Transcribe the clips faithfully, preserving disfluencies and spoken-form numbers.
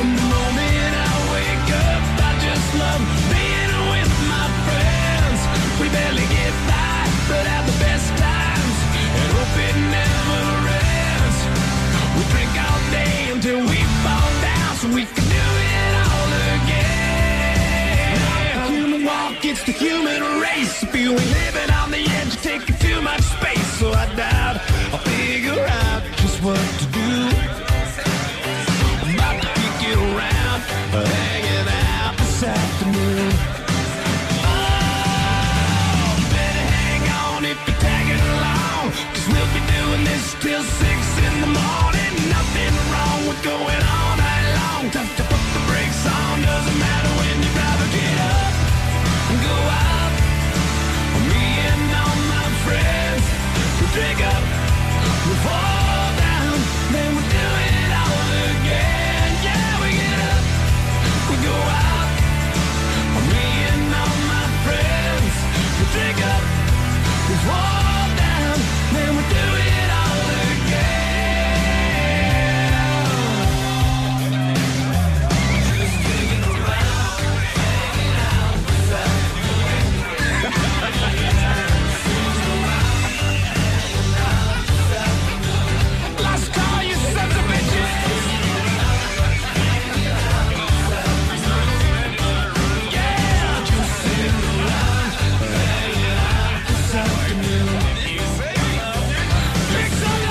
From the moment I wake up, I just love being with my friends. We barely get by, but have the best times, and hope it never ends. We drink all day until we fall down, so we can do it all again. Not the human walk, it's the human race. If you ain't living on the edge, you're taking too much space. So I doubt I'll figure out just what to do. I'm about to kick it around, hanging out this afternoon. Oh, better hang on if you're tagging along, 'cause we'll be doing this till six in the morning. Nothing wrong with going all night long. Tough to put the brakes on, doesn't matter when you rather get up and go out. Me and all my friends, we drink up, we fall down, then we do it all again. Yeah, we get up, we go out. Me and all my friends, we drink up, we fall down, then we do it all again. Just digging around, hanging out with us. Let's call you sons of bitches. Yeah, just sitting around, hanging out this afternoon. Fix some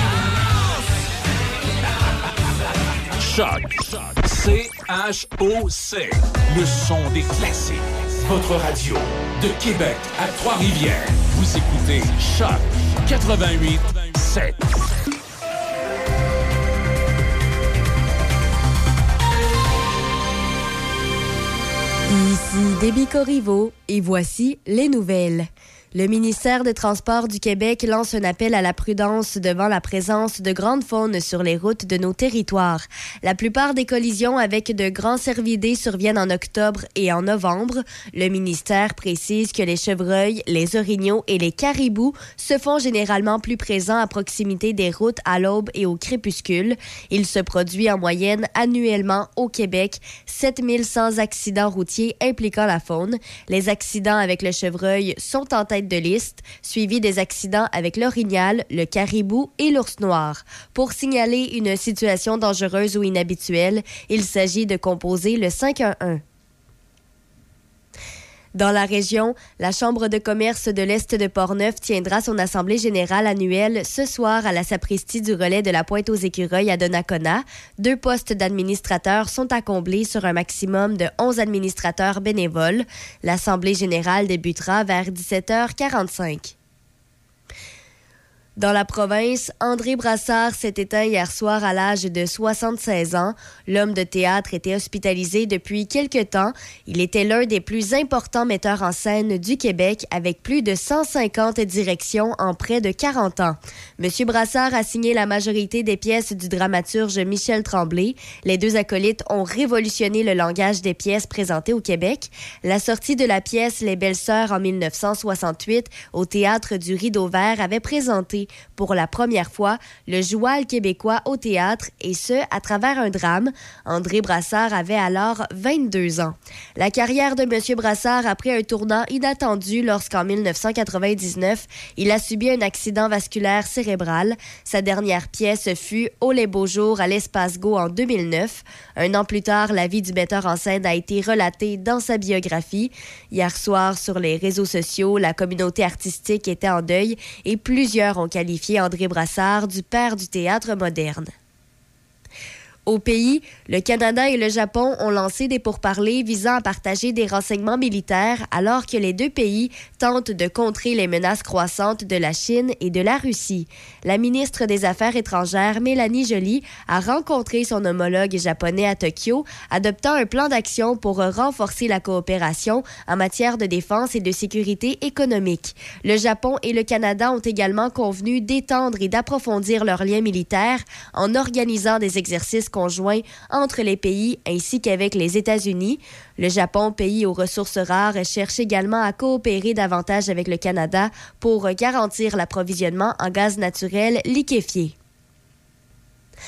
house. Choc. C H O C. Le son des classiques. Votre radio de Québec à Trois-Rivières. Vous écoutez Choc quatre-vingt-huit sept. Ici Déby Corriveau et voici les nouvelles. Le ministère des Transports du Québec lance un appel à la prudence devant la présence de grandes faunes sur les routes de nos territoires. La plupart des collisions avec de grands cervidés surviennent en octobre et en novembre. Le ministère précise que les chevreuils, les orignaux et les caribous se font généralement plus présents à proximité des routes à l'aube et au crépuscule. Il se produit en moyenne annuellement au Québec sept mille cent accidents routiers impliquant la faune. Les accidents avec le chevreuil sont en tête de liste, suivi des accidents avec l'orignal, le caribou et l'ours noir. Pour signaler une situation dangereuse ou inhabituelle, il s'agit de composer le cinq un un. Dans la région, la Chambre de commerce de l'Est de Portneuf tiendra son assemblée générale annuelle ce soir à la sacristie du relais de la Pointe-aux-Écureuils à Donnacona. Deux postes d'administrateurs sont à combler sur un maximum de onze administrateurs bénévoles. L'assemblée générale débutera vers dix-sept heures quarante-cinq. Dans la province, André Brassard s'est éteint hier soir à l'âge de soixante-seize ans. L'homme de théâtre était hospitalisé depuis quelque temps. Il était l'un des plus importants metteurs en scène du Québec, avec plus de cent cinquante directions en près de quarante ans. Monsieur Brassard a signé la majorité des pièces du dramaturge Michel Tremblay. Les deux acolytes ont révolutionné le langage des pièces présentées au Québec. La sortie de la pièce Les Belles-Sœurs en mille neuf cent soixante-huit au Théâtre du Rideau Vert avait présenté pour la première fois le joual québécois au théâtre, et ce, à travers un drame. André Brassard avait alors vingt-deux ans. La carrière de M. Brassard a pris un tournant inattendu lorsqu'en mille neuf cent quatre-vingt-dix-neuf, il a subi un accident vasculaire cérébral. Sa dernière pièce fut « Oh les beaux jours » à l'Espace Go en deux mille neuf. Un an plus tard, la vie du metteur en scène a été relatée dans sa biographie. Hier soir, sur les réseaux sociaux, la communauté artistique était en deuil et plusieurs ont qualifié André Brassard du père du théâtre moderne. Au pays, le Canada et le Japon ont lancé des pourparlers visant à partager des renseignements militaires alors que les deux pays tentent de contrer les menaces croissantes de la Chine et de la Russie. La ministre des Affaires étrangères, Mélanie Joly, a rencontré son homologue japonais à Tokyo, adoptant un plan d'action pour renforcer la coopération en matière de défense et de sécurité économique. Le Japon et le Canada ont également convenu d'étendre et d'approfondir leurs liens militaires en organisant des exercices conjoints entre les pays ainsi qu'avec les États-Unis. Le Japon, pays aux ressources rares, cherche également à coopérer davantage avec le Canada pour garantir l'approvisionnement en gaz naturel liquéfié.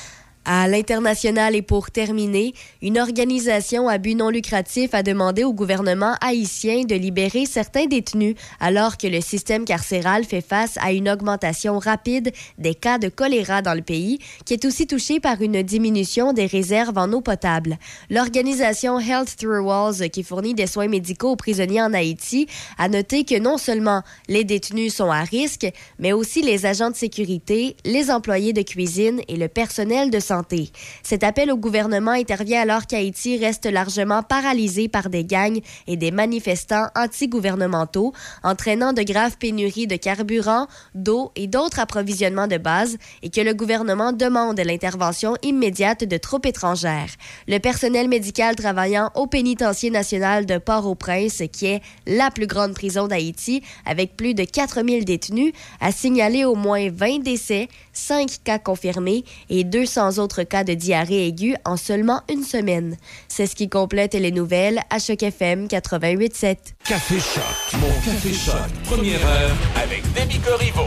À l'international et pour terminer, une organisation à but non lucratif a demandé au gouvernement haïtien de libérer certains détenus alors que le système carcéral fait face à une augmentation rapide des cas de choléra dans le pays, qui est aussi touché par une diminution des réserves en eau potable. L'organisation Health Through Walls, qui fournit des soins médicaux aux prisonniers en Haïti, a noté que non seulement les détenus sont à risque, mais aussi les agents de sécurité, les employés de cuisine et le personnel de santé. Santé. Cet appel au gouvernement intervient alors qu'Haïti reste largement paralysé par des gangs et des manifestants anti-gouvernementaux, entraînant de graves pénuries de carburant, d'eau et d'autres approvisionnements de base, et que le gouvernement demande l'intervention immédiate de troupes étrangères. Le personnel médical travaillant au pénitencier national de Port-au-Prince, qui est la plus grande prison d'Haïti, avec plus de quatre mille détenus, a signalé au moins vingt décès, cinq cas confirmés et deux cents autres cas de diarrhée aiguë en seulement une semaine. C'est ce qui complète les nouvelles à Choc F M quatre-vingt-huit sept. Café Choc, mon Café Choc, première heure avec Demi Corriveau.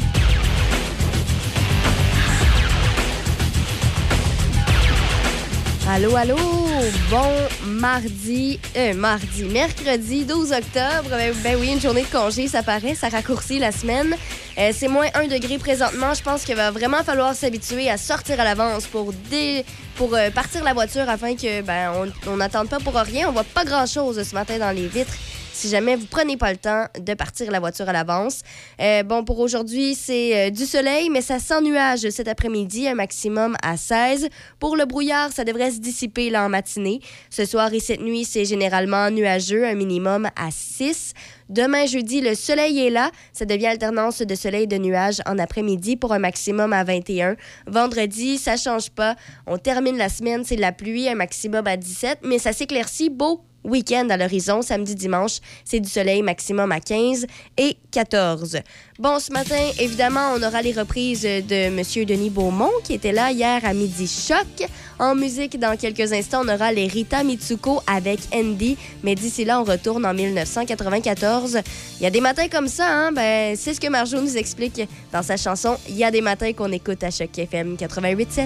Allô, allô, bon mardi, euh, mardi, mercredi douze octobre. Ben, ben oui, une journée de congé, ça paraît, ça raccourcit la semaine. Euh, c'est moins un degré présentement. Je pense qu'il va vraiment falloir s'habituer à sortir à l'avance pour, dé... pour euh, partir la voiture afin que ben on n'attende pas pour rien. On voit pas grand-chose ce matin dans les vitres. Si jamais vous prenez pas le temps de partir la voiture à l'avance. Euh, bon, pour aujourd'hui, c'est euh, du soleil, mais ça sent nuage cet après-midi, un maximum à seize. Pour le brouillard, ça devrait se dissiper là en matinée. Ce soir et cette nuit, c'est généralement nuageux, un minimum à six. Demain, jeudi, le soleil est là. Ça devient alternance de soleil et de nuages en après-midi pour un maximum à vingt et un. Vendredi, ça change pas. On termine la semaine, c'est de la pluie, un maximum à dix-sept, mais ça s'éclaircit beau. Week-end à l'horizon, samedi, dimanche, c'est du soleil maximum à quinze et quatorze. Bon, ce matin, évidemment, on aura les reprises de M. Denis Beaumont, qui était là hier à Midi Choc. En musique, dans quelques instants, on aura les Rita Mitsuko avec Andy. Mais d'ici là, on retourne en dix-neuf cent quatre-vingt-quatorze. Il y a des matins comme ça, hein? Ben, c'est ce que Marjo nous explique dans sa chanson « Il y a des matins qu'on écoute à Choc F M quatre-vingt-huit sept ».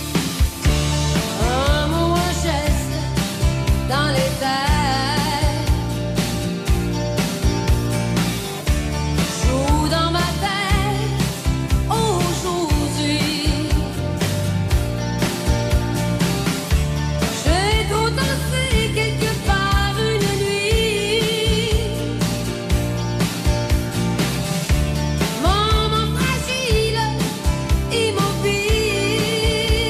Dans les terres, joue dans ma tête aujourd'hui. J'ai tout dansé quelque part une nuit. Maman fragile, immobile.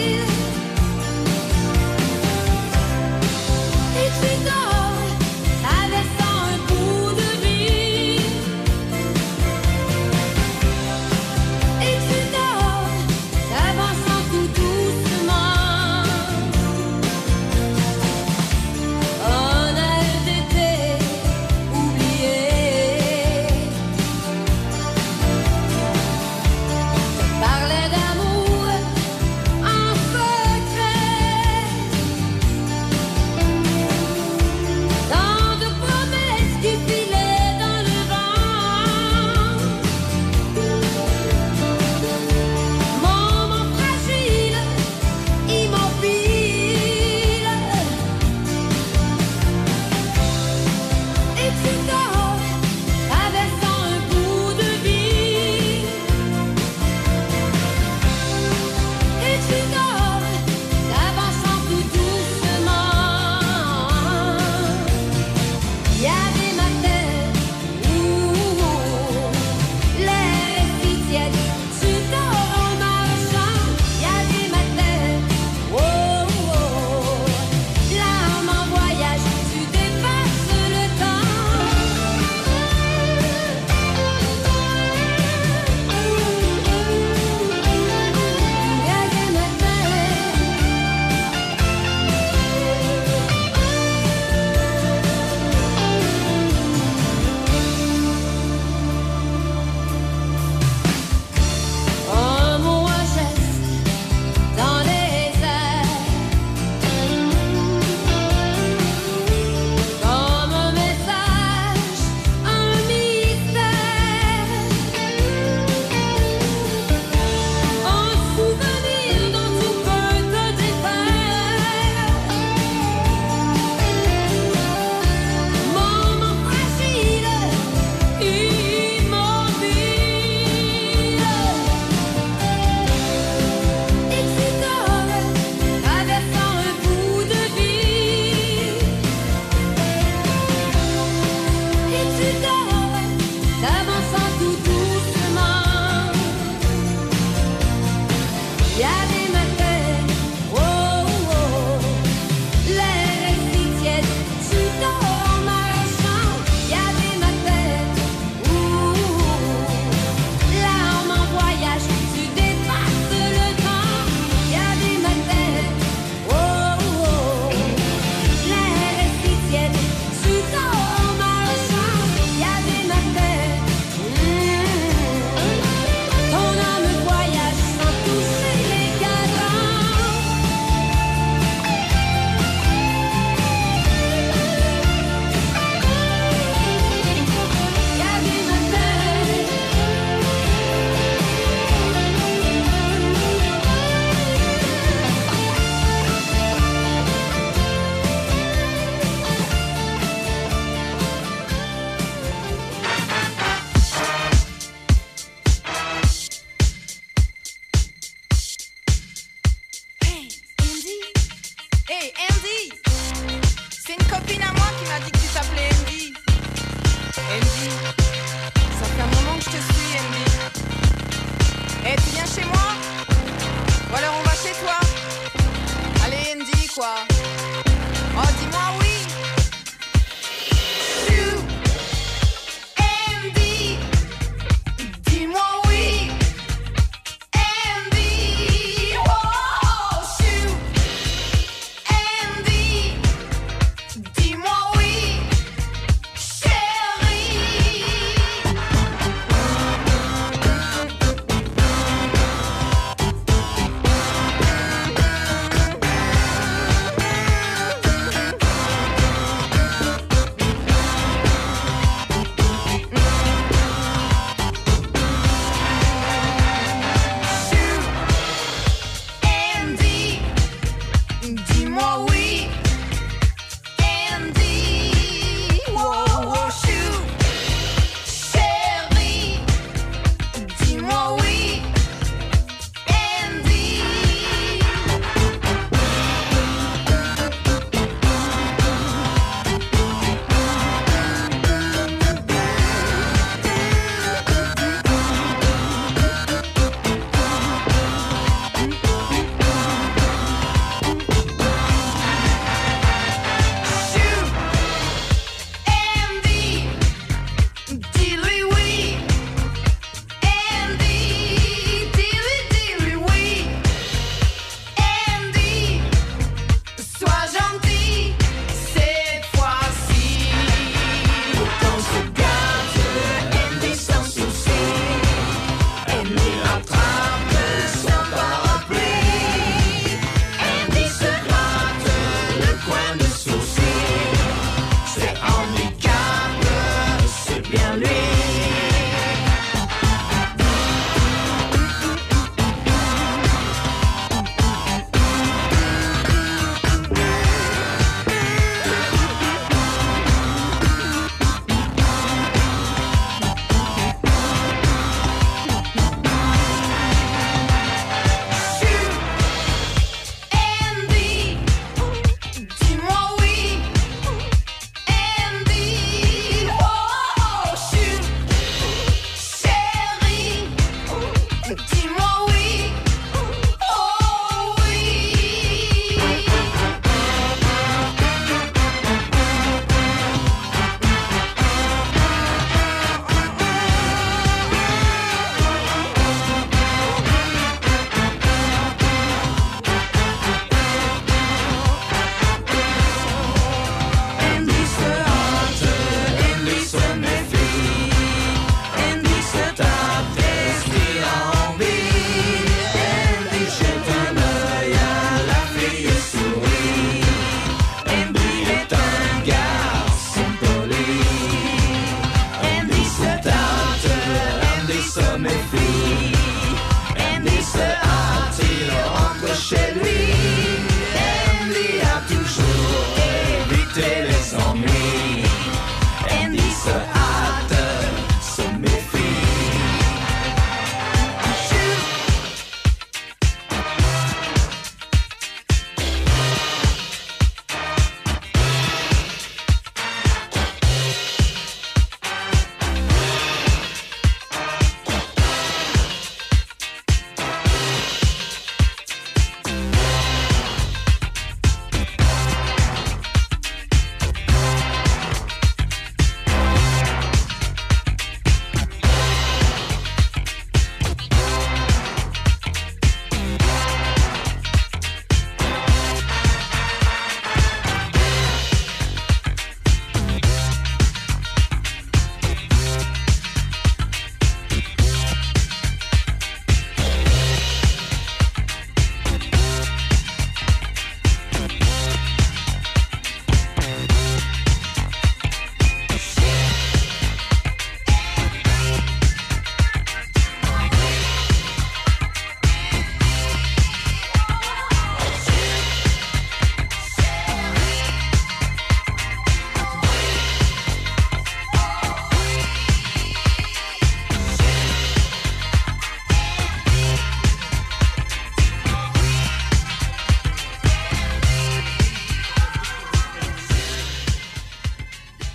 Hey, Andy! C'est une copine à moi qui m'a dit que tu t'appelais Andy. Andy, ça fait un moment que je te suis, Andy. Hey, tu viens chez moi? Ou alors on va chez toi? Allez, Andy, quoi. Oh, dis-moi oui. Chou, Andy, dis-moi oui. Andy, oh, chou, Andy, dis-moi oui, chérie.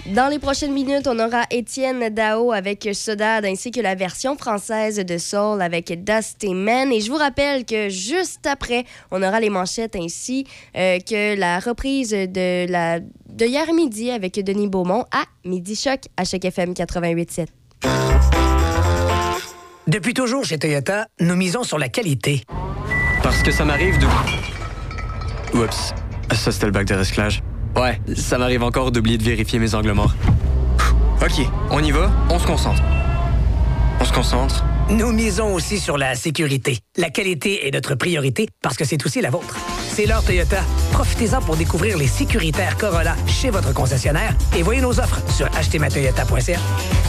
Dans les prochaines minutes, on aura Étienne Dao avec Sodade ainsi que la version française de Soul avec Dusty Man. Et je vous rappelle que juste après, on aura les manchettes ainsi euh, que la reprise de, la, de hier midi avec Denis Beaumont à Midi Choc à Choc F M quatre-vingt-huit sept. Depuis toujours chez Toyota, nous misons sur la qualité. Parce que ça m'arrive de... Oups, ça c'était le bac de recyclage. Ouais, ça m'arrive encore d'oublier de vérifier mes angles morts. OK, on y va, on se concentre. On se concentre. Nous misons aussi sur la sécurité. La qualité est notre priorité parce que c'est aussi la vôtre. C'est l'heure Toyota. Profitez-en pour découvrir les sécuritaires Corolla chez votre concessionnaire et voyez nos offres sur acheter ma toyota point c a.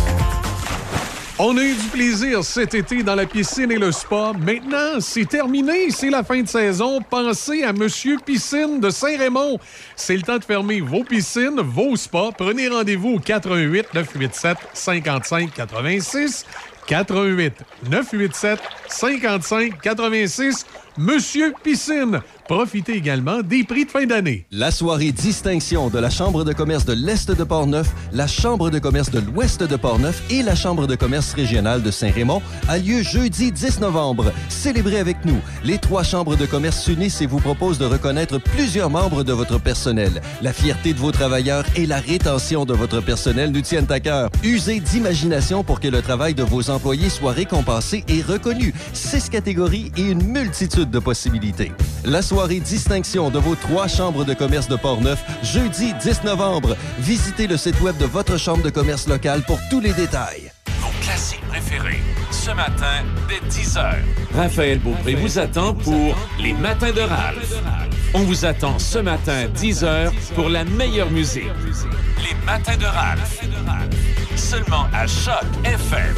On a eu du plaisir cet été dans la piscine et le spa. Maintenant, c'est terminé. C'est la fin de saison. Pensez à Monsieur Piscine de Saint-Raymond. C'est le temps de fermer vos piscines, vos spas. Prenez rendez-vous au quatre un huit neuf huit sept cinq cinq huit six. quatre un huit neuf huit sept cinq cinq huit six. Monsieur Piscine. Profitez également des prix de fin d'année. La soirée distinction de la Chambre de commerce de l'Est de Portneuf, la Chambre de commerce de l'Ouest de Portneuf et la Chambre de commerce régionale de Saint-Raymond a lieu jeudi dix novembre. Célébrez avec nous. Les trois chambres de commerce s'unissent et vous proposent de reconnaître plusieurs membres de votre personnel. La fierté de vos travailleurs et la rétention de votre personnel nous tiennent à cœur. Usez d'imagination pour que le travail de vos employés soit récompensé et reconnu. Six catégories et une multitude de possibilités. La soirée distinction de vos trois chambres de commerce de Portneuf, jeudi dix novembre. Visitez le site web de votre chambre de commerce locale pour tous les détails. Vos classiques préférés, ce matin, dès dix heures. Raphaël Beaupré vous attend pour Les Matins de Ralph. On vous attend ce matin, dix heures, pour la meilleure musique. Les Matins de Ralph. Seulement à Choc F M.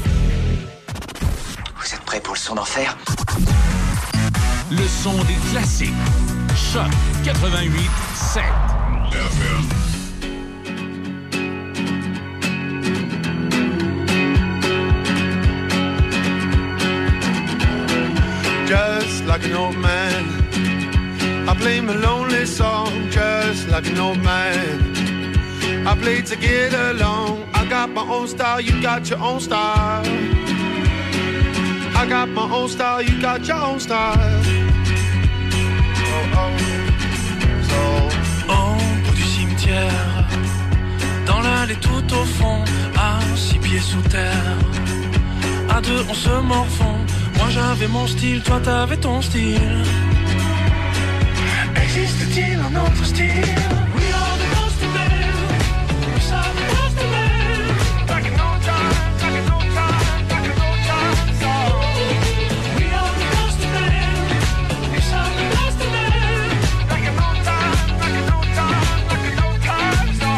Vous êtes prêts pour le son d'enfer? Le son des classiques. Choc quatre-vingt-huit sept. Just like an old man, I play my lonely song. Just like an old man, I play to get along. I got my own style, you got your own style. I got my own style, you got your own style. Oh, oh. So. Au bout du cimetière, dans l'allée tout au fond, à six pieds sous terre, à deux on se morfond. Moi j'avais mon style, toi t'avais ton style. Existe-t-il un autre style? We are the ghost of men. We are the ghost of men. Back in no time, back in no time, back in no time. So we are the ghost of men. We are the ghost of men. Back in no time, back in no time, back in no time. So.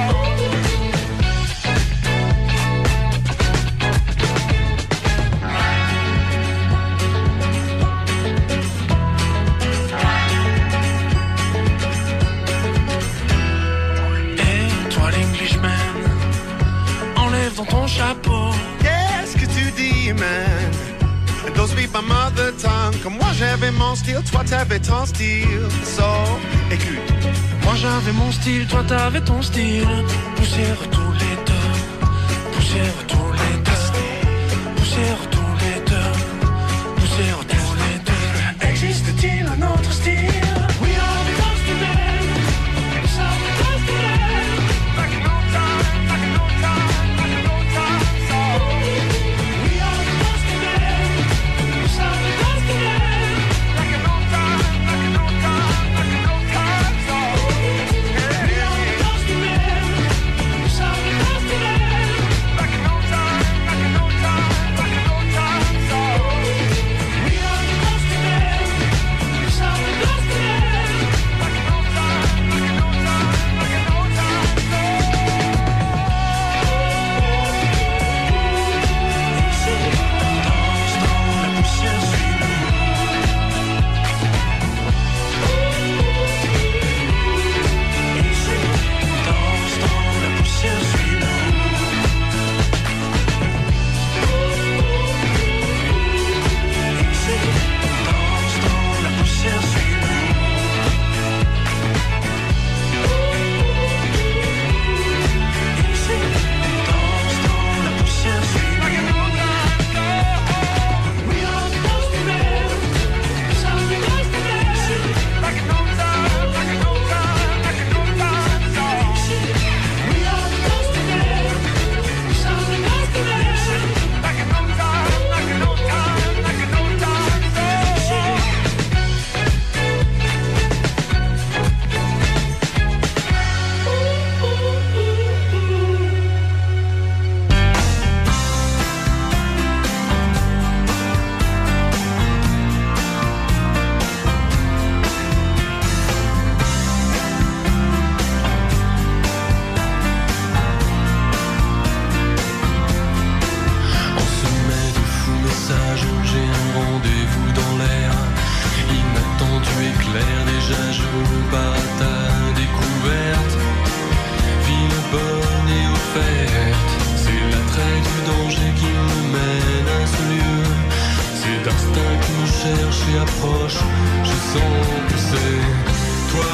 Dans ton chapeau. Qu'est-ce que tu dis, man? Don't speak my mother tongue. Comme moi j'avais mon style, toi t'avais ton style. So, écoute. Moi j'avais mon style, toi t'avais ton style. Poussière tous les deux. Poussière tous les deux. Poussière tous les deux. Poussière tous les deux. Existe-t-il un autre style? We are the ghost of men. We are the ghost of men. Back in no time, back in no time. So cherche et approche, je sens que c'est toi.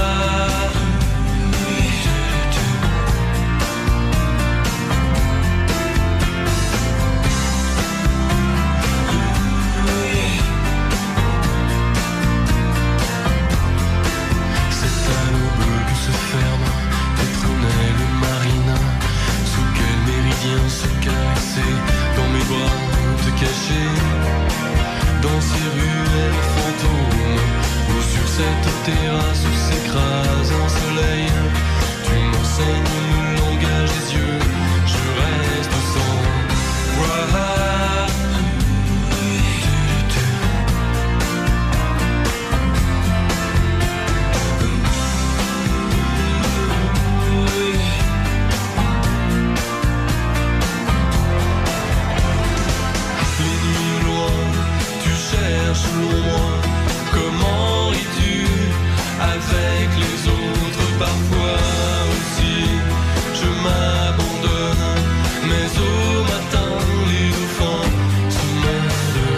Se caresser dans mes bras, te cacher dans ces ruelles fantômes ou sur cette terrasse où s'écrase un soleil. Tu m'enseignes le langage des yeux, je reste sans voix. Comment es-tu avec les autres? Parfois aussi je m'abandonne, mais au matin les dauphins se mêlent.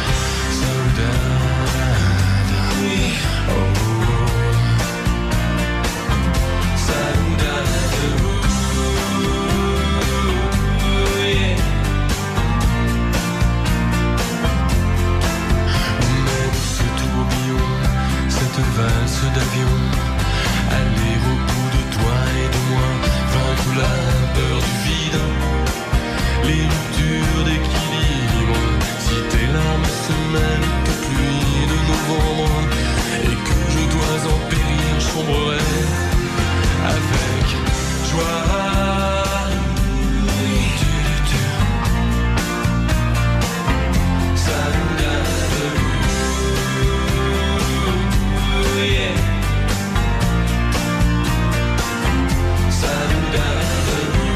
Saudade, oh, oh. Saudade, oh, oh, yeah. Cette valse d'avion, aller au bout de toi et de moi, vaincre la peur du vide, les ruptures d'équilibre. Si tes larmes se mêlent aux pluies de novembre et que je dois en périr, je sombrerai avec joie. Saudade,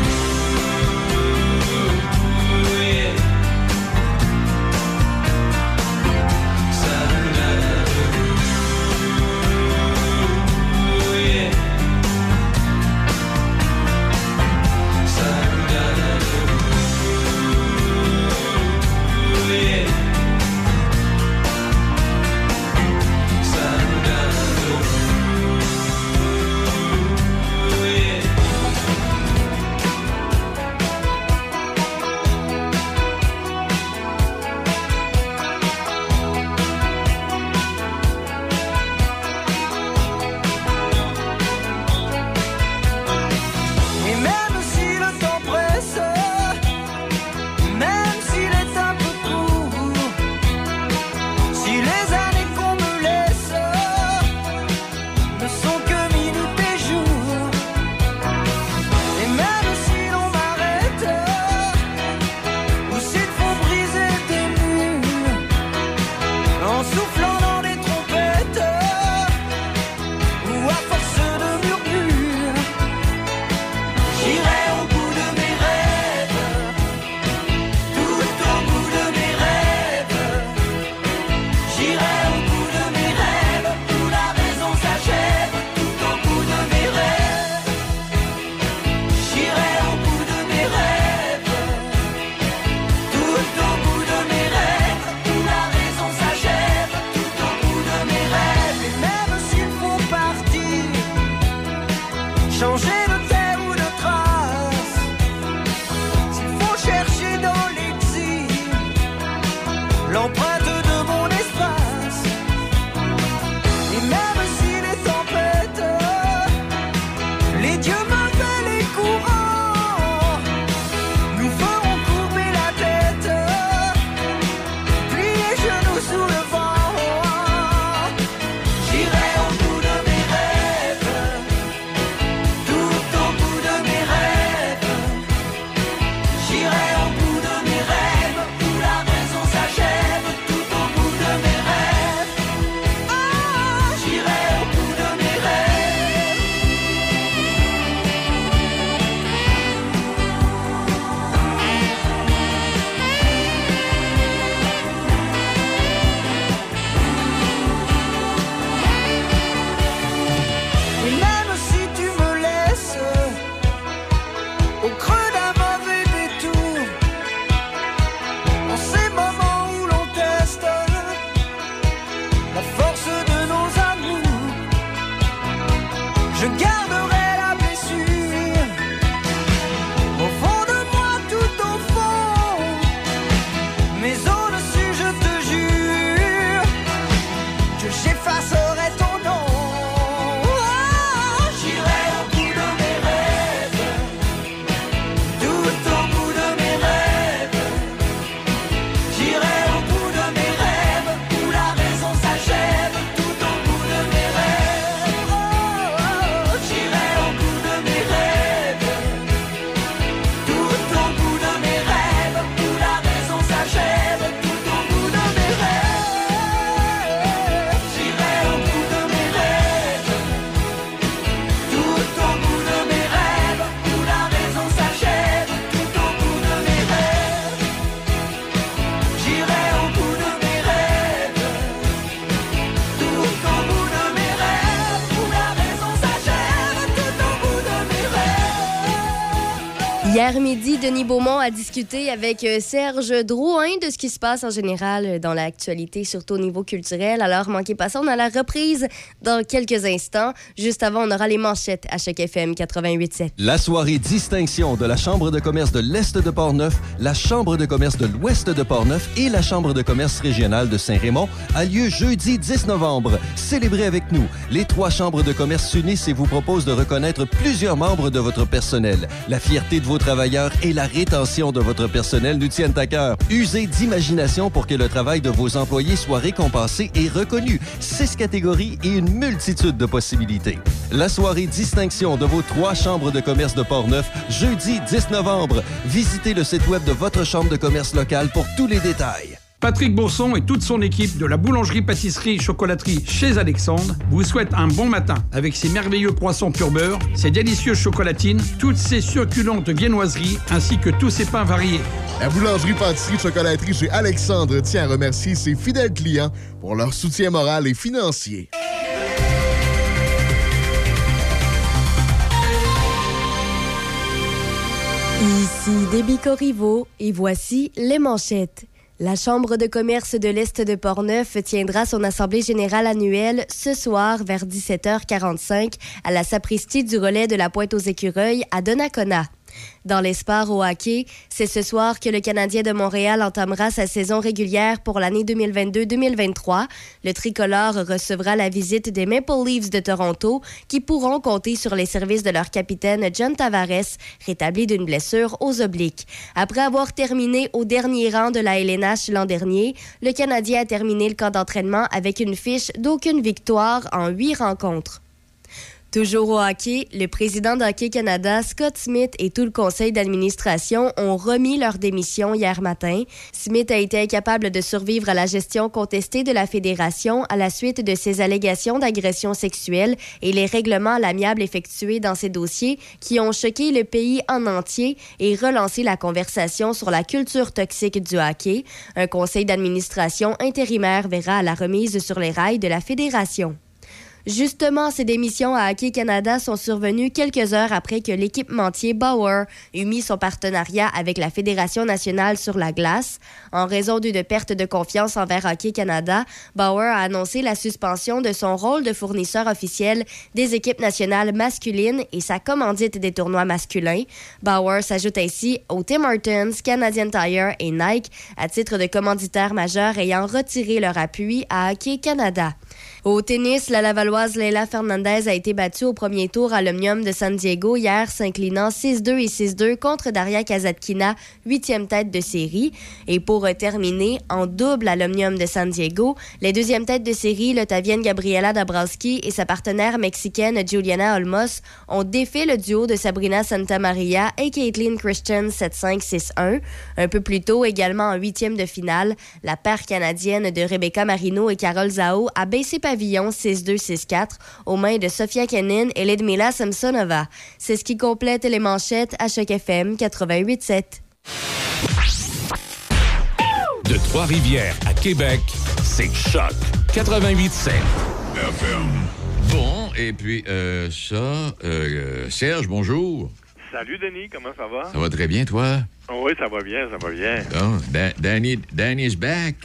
je garderai la blessure au fond de moi, tout au fond. Mais au-dessus, je te jure que j'effacerai ton nom. Oh, j'irai au bout de mes rêves, tout au bout de mes rêves. J'irai au bout de mes rêves, où la raison s'achève, tout au bout de mes rêves. Oh, oh, oh. J'irai au bout de mes rêves, tout au bout de mes rêves, où la raison s'achève, tout au bout de mes rêves. J'irai au bout de mes rêves, tout au bout de mes rêves, où la raison s'achève, tout au bout de mes rêves. J'irai au bout de mes rêves, tout au bout de mes rêves, où la raison s'achève, tout au bout de mes rêves. Hier midi, Denis Beaumont a discuté avec euh, Serge Drouin de ce qui se passe en général euh, dans l'actualité, surtout au niveau culturel. Alors, manquez pas ça, on a la reprise dans quelques instants. Juste avant, on aura les manchettes à Choc F M quatre-vingt-huit sept. La soirée distinction de la Chambre de commerce de l'Est de Portneuf, la Chambre de commerce de l'Ouest de Portneuf et la Chambre de commerce régionale de Saint-Raymond a lieu jeudi dix novembre. Célébrez avec nous. Les trois chambres de commerce s'unissent et vous proposent de reconnaître plusieurs membres de votre personnel. La fierté de vos travailleurs et la rétention de votre personnel nous tiennent à cœur. Usez d'imagination pour que le travail de vos employés soit récompensé et reconnu. Six catégories et une multitude de possibilités. La soirée distinction de vos trois chambres de commerce de Portneuf, jeudi dix novembre. Visitez le site web de votre chambre de commerce locale pour tous les détails. Patrick Bourson et toute son équipe de la boulangerie-pâtisserie-chocolaterie chez Alexandre vous souhaitent un bon matin avec ses merveilleux croissants pur beurre, ses délicieuses chocolatines, toutes ses succulentes viennoiseries ainsi que tous ses pains variés. La boulangerie-pâtisserie-chocolaterie chez Alexandre tient à remercier ses fidèles clients pour leur soutien moral et financier. Ici Déby Corriveau et voici les manchettes. La Chambre de commerce de l'Est de Portneuf tiendra son assemblée générale annuelle ce soir vers dix-sept heures quarante-cinq à la sacristie du relais de la Pointe-aux-Écureuils à Donnacona. Dans les sports au hockey, c'est ce soir que le Canadien de Montréal entamera sa saison régulière pour l'année deux mille vingt-deux deux mille vingt-trois. Le tricolore recevra la visite des Maple Leafs de Toronto qui pourront compter sur les services de leur capitaine John Tavares, rétabli d'une blessure aux obliques. Après avoir terminé au dernier rang de la L N H l'an dernier, le Canadien a terminé le camp d'entraînement avec une fiche d'aucune victoire en huit rencontres. Toujours au hockey, le président d'Hockey Canada, Scott Smith, et tout le conseil d'administration ont remis leur démission hier matin. Smith a été incapable de survivre à la gestion contestée de la fédération à la suite de ses allégations d'agression sexuelle et les règlements à l'amiable effectués dans ces dossiers qui ont choqué le pays en entier et relancé la conversation sur la culture toxique du hockey. Un conseil d'administration intérimaire verra à la remise sur les rails de la fédération. Justement, ces démissions à Hockey Canada sont survenues quelques heures après que l'équipementier Bauer eut mis son partenariat avec la Fédération nationale sur la glace. En raison d'une perte de confiance envers Hockey Canada, Bauer a annoncé la suspension de son rôle de fournisseur officiel des équipes nationales masculines et sa commandite des tournois masculins. Bauer s'ajoute ainsi aux Tim Hortons, Canadian Tire et Nike à titre de commanditaires majeurs ayant retiré leur appui à Hockey Canada. Au tennis, la Lavalloise Leila Fernandez a été battue au premier tour à l'Omnium de San Diego hier, s'inclinant six deux et six deux contre Daria Kasatkina, huitième tête de série. Et pour terminer, en double à l'Omnium de San Diego, les deuxièmes têtes de série, l'Ottavienne Gabriela Dabrowski et sa partenaire mexicaine Juliana Olmos, ont défait le duo de Sabrina Santamaria et Caitlin Christian sept cinq six un. Un peu plus tôt, également en huitième de finale, la paire canadienne de Rebecca Marino et Carole Zhao a baissé pavillon six deux six quatre aux mains de Sofia Kenin et Ludmila Samsonova. C'est ce qui complète les manchettes à Choc F M quatre-vingt-huit sept. De Trois-Rivières à Québec, c'est Choc quatre-vingt-huit sept. F M. Bon, et puis euh, ça, euh, Serge, bonjour. Salut Denis, comment ça va? Ça va très bien, toi? Oui, ça va bien, ça va bien. Oh, da- Danny, Danny's back.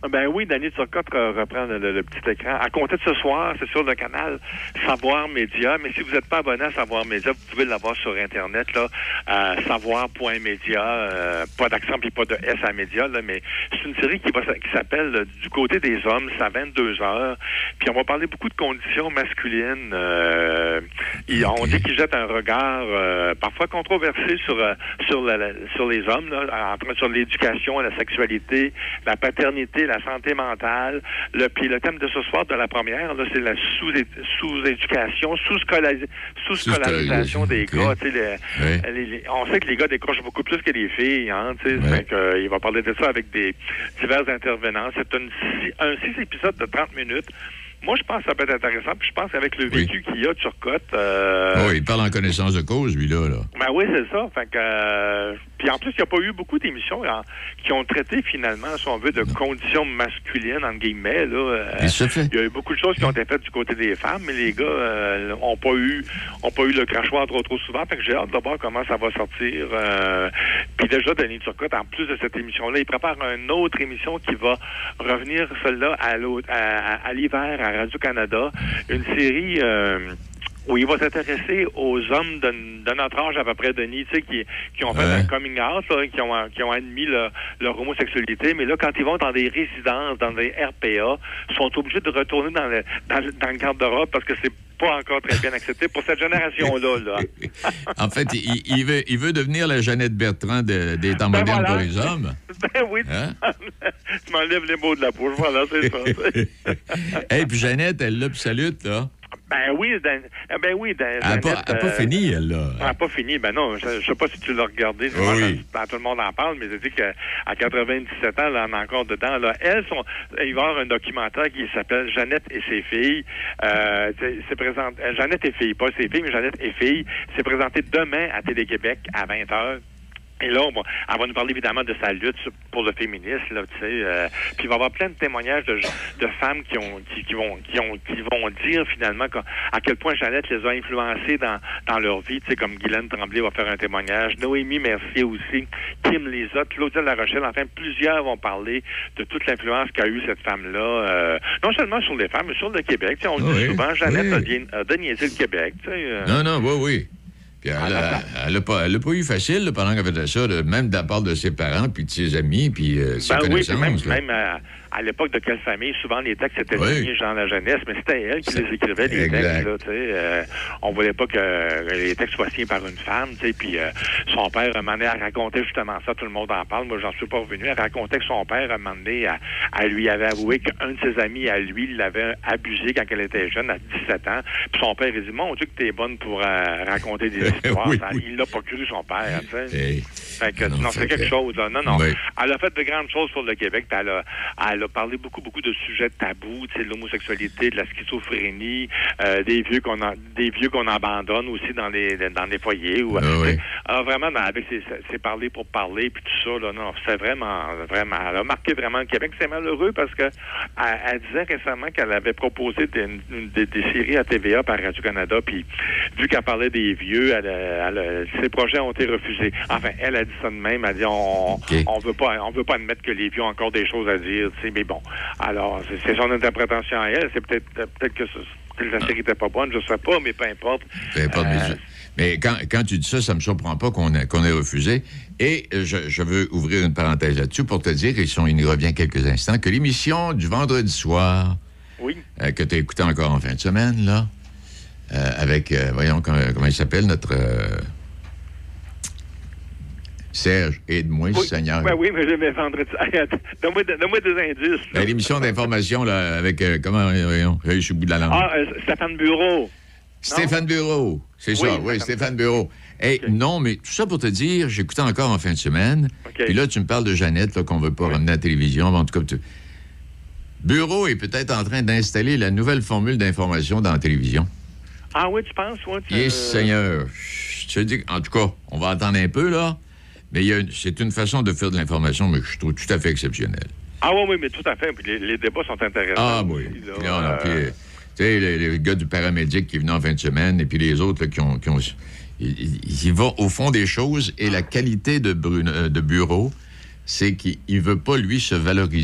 Ben oui, Danny Turcotte reprend le, le, le petit écran. À compter de ce soir, c'est sur le canal Savoir Média. Mais si vous n'êtes pas abonné à Savoir Média, vous pouvez l'avoir sur Internet, là, euh, savoir point média. Euh, pas d'accent puis pas de S à média, là, mais c'est une série qui va qui s'appelle euh, Du côté des hommes. C'est à vingt-deux heures. Puis on va parler beaucoup de conditions masculines. Euh, et on dit qu'ils jettent un regard euh, parfois controversé sur euh, sur, la, la, sur les hommes, là, en, sur l'éducation, la sexualité, la paternité, la santé mentale. Le, puis le thème de ce soir, de la première, là, c'est la sous, sous-éducation, sous-scolarisation, sous-scolarisation des okay. gars. Les, oui. les, les, on sait que les gars décrochent beaucoup plus que les filles. Hein, oui. Donc, euh, il va parler de ça avec des divers intervenants. C'est une, un six épisodes de trente minutes. Moi, je pense que ça peut être intéressant. Puis je pense qu'avec le vécu oui. qu'il y a, Turcotte... Euh... Oh, il parle en connaissance de cause, lui-là. Là. Ben oui, c'est ça. Fait que, euh... Puis en plus, il n'y a pas eu beaucoup d'émissions hein, qui ont traité, finalement, si on veut, de non. conditions masculines, entre guillemets. Là. Euh... Il se fait. Il y a eu beaucoup de choses qui ont été faites du côté des femmes, mais les gars euh, ont pas eu ont pas eu le crachoir trop trop souvent. Fait que j'ai hâte de voir comment ça va sortir. Euh... Puis déjà, Danny Turcotte, en plus de cette émission-là, il prépare une autre émission qui va revenir, celle-là, à, à, à, à l'hiver, à Radio-Canada, une série euh, où il va s'intéresser aux hommes de, de notre âge à peu près, Denis, tu sais, qui, qui ont fait ouais. un coming out, là, qui ont qui ont admis le, leur homosexualité, mais là, quand ils vont dans des résidences, dans des R P A, sont obligés de retourner dans le, dans, dans le garde-robe parce que c'est pas encore très bien accepté pour cette génération-là. Là. En fait, il, il, veut, il veut devenir la Jeannette Bertrand de, des temps ben modernes voilà. pour les hommes. Ben oui, hein? Tu m'enlèves les mots de la bouche, voilà, c'est ça. Hey, puis Jeannette, elle l'a, puis ça lutte, là. Ben oui, Dan, ben oui, Dan, Elle n'a pas, euh, pas fini, elle, là. Elle n'a pas fini, ben non, je ne sais pas si tu l'as regardé, oui. Moi, tout le monde en parle, mais je dis qu'à quatre-vingt-dix-sept ans, là, elle est encore dedans. Là. Elles sont, il va y avoir un documentaire qui s'appelle Jeannette et ses filles. Euh, c'est présent, Jeannette et filles, pas ses filles, mais Jeannette et filles. C'est présenté demain à Télé-Québec à vingt heures. Et là, on va, elle va nous parler évidemment de sa lutte pour le féminisme, là, tu sais. Euh, puis il va y avoir plein de témoignages de, de femmes qui ont, qui, qui vont, qui ont, qui vont dire finalement à quel point Jeannette les a influencées dans, dans leur vie, tu sais, comme Guylaine Tremblay va faire un témoignage, Noémie Mercier aussi, Kim Lizotte, Claudia La Rochelle, enfin plusieurs vont parler de toute l'influence qu'a eu cette femme-là, euh, non seulement sur les femmes, mais sur le Québec. Tu sais, on le oui, dit souvent, Jeannette oui. a, a déniaisé le Québec, tu sais. Euh, non, non, oui, oui. Puis elle n'a pas, pas eu facile là, pendant qu'elle faisait ça, là, même de la part de ses parents, puis de ses amis, puis euh, ses ben connaissances. Oui, puis même, même à, à l'époque de quelle famille, souvent les textes étaient oui. signés Jean la jeunesse, mais c'était elle qui les écrivait, les exact. textes. Là, euh, on voulait pas que euh, les textes soient signés par une femme, puis euh, son père, un moment donné, elle racontait justement ça, tout le monde en parle, moi j'en suis pas revenu, elle racontait que son père, un moment donné, elle, elle lui avait avoué qu'un de ses amis à lui l'avait abusé quand elle était jeune, à dix-sept ans, puis son père, il dit, mon Dieu que t'es bonne pour euh, raconter des histoires. oui, oui. Il l'a pas cru, son père, tu sais. Hey. Fait que, non, non c'est quelque chose, là. Non, non. Oui. Elle a fait de grandes choses pour le Québec, puis elle a, elle a parlé beaucoup, beaucoup de sujets tabous, tu sais, de l'homosexualité, de la schizophrénie, euh, des vieux qu'on a, des vieux qu'on abandonne aussi dans les, dans les foyers. Où, ah, oui. Alors, vraiment, avec ses, ses parler pour parler, puis tout ça, là, non, c'est vraiment, vraiment, elle a marqué vraiment le Québec. C'est malheureux parce que elle, elle disait récemment qu'elle avait proposé des, des, des séries à T V A par Radio-Canada, puis vu qu'elle parlait des vieux, elle, elle, ses projets ont été refusés. Enfin, elle a dit ça de même. Elle a dit on okay. on veut pas on veut pas admettre que les vieux ont encore des choses à dire. Tu sais, mais bon. Alors, c'est, c'est son interprétation à elle. C'est peut-être peut-être que, que la série n'était pas bonne. Je sais pas, mais peu importe. Peu importe. Euh, mais, mais quand, quand tu dis ça, ça me surprend pas qu'on ait, qu'on ait refusé. Et je, je veux ouvrir une parenthèse là-dessus pour te dire, et on y revient quelques instants, que l'émission du vendredi soir, oui. euh, que tu as écouté encore en fin de semaine, là, euh, avec, euh, voyons comment, comment il s'appelle, notre... Euh, Serge, aide-moi, oui, Seigneur. Ben oui, mais je vais vendredi. Donne-moi, donne-moi des indices. Ben, l'émission d'information, là, avec, euh, comment, voyons, je suis au bout de la langue. Ah, euh, Stéphane Bureau. Stéphane non? Bureau, c'est oui, ça, oui, Stéphane Bureau. Hey, okay. Non, mais tout ça pour te dire, j'écoutais encore en fin de semaine, okay. Puis là, tu me parles de Jeannette, là, qu'on ne veut pas oui. ramener à la télévision, en tout cas, tu... Bureau est peut-être en train d'installer la nouvelle formule d'information dans la télévision. Ah oui, tu penses? Oui, tu... Yes, Seigneur. Je te dis, en tout cas, on va attendre un peu, là. Mais il y a une, c'est une façon de faire de l'information, mais je trouve tout à fait exceptionnelle. Ah oui, oui, mais tout à fait. Puis les, les débats sont intéressants. Ah oui. Aussi, là, puis là, euh... puis, tu sais, les, les gars du paramédic qui est venu en fin de semaine, et puis les autres là, qui ont... Qui ont ils, ils vont au fond des choses, et la qualité de, Bruno, de Bureau, c'est qu'il ne veut pas, lui, se valoriser.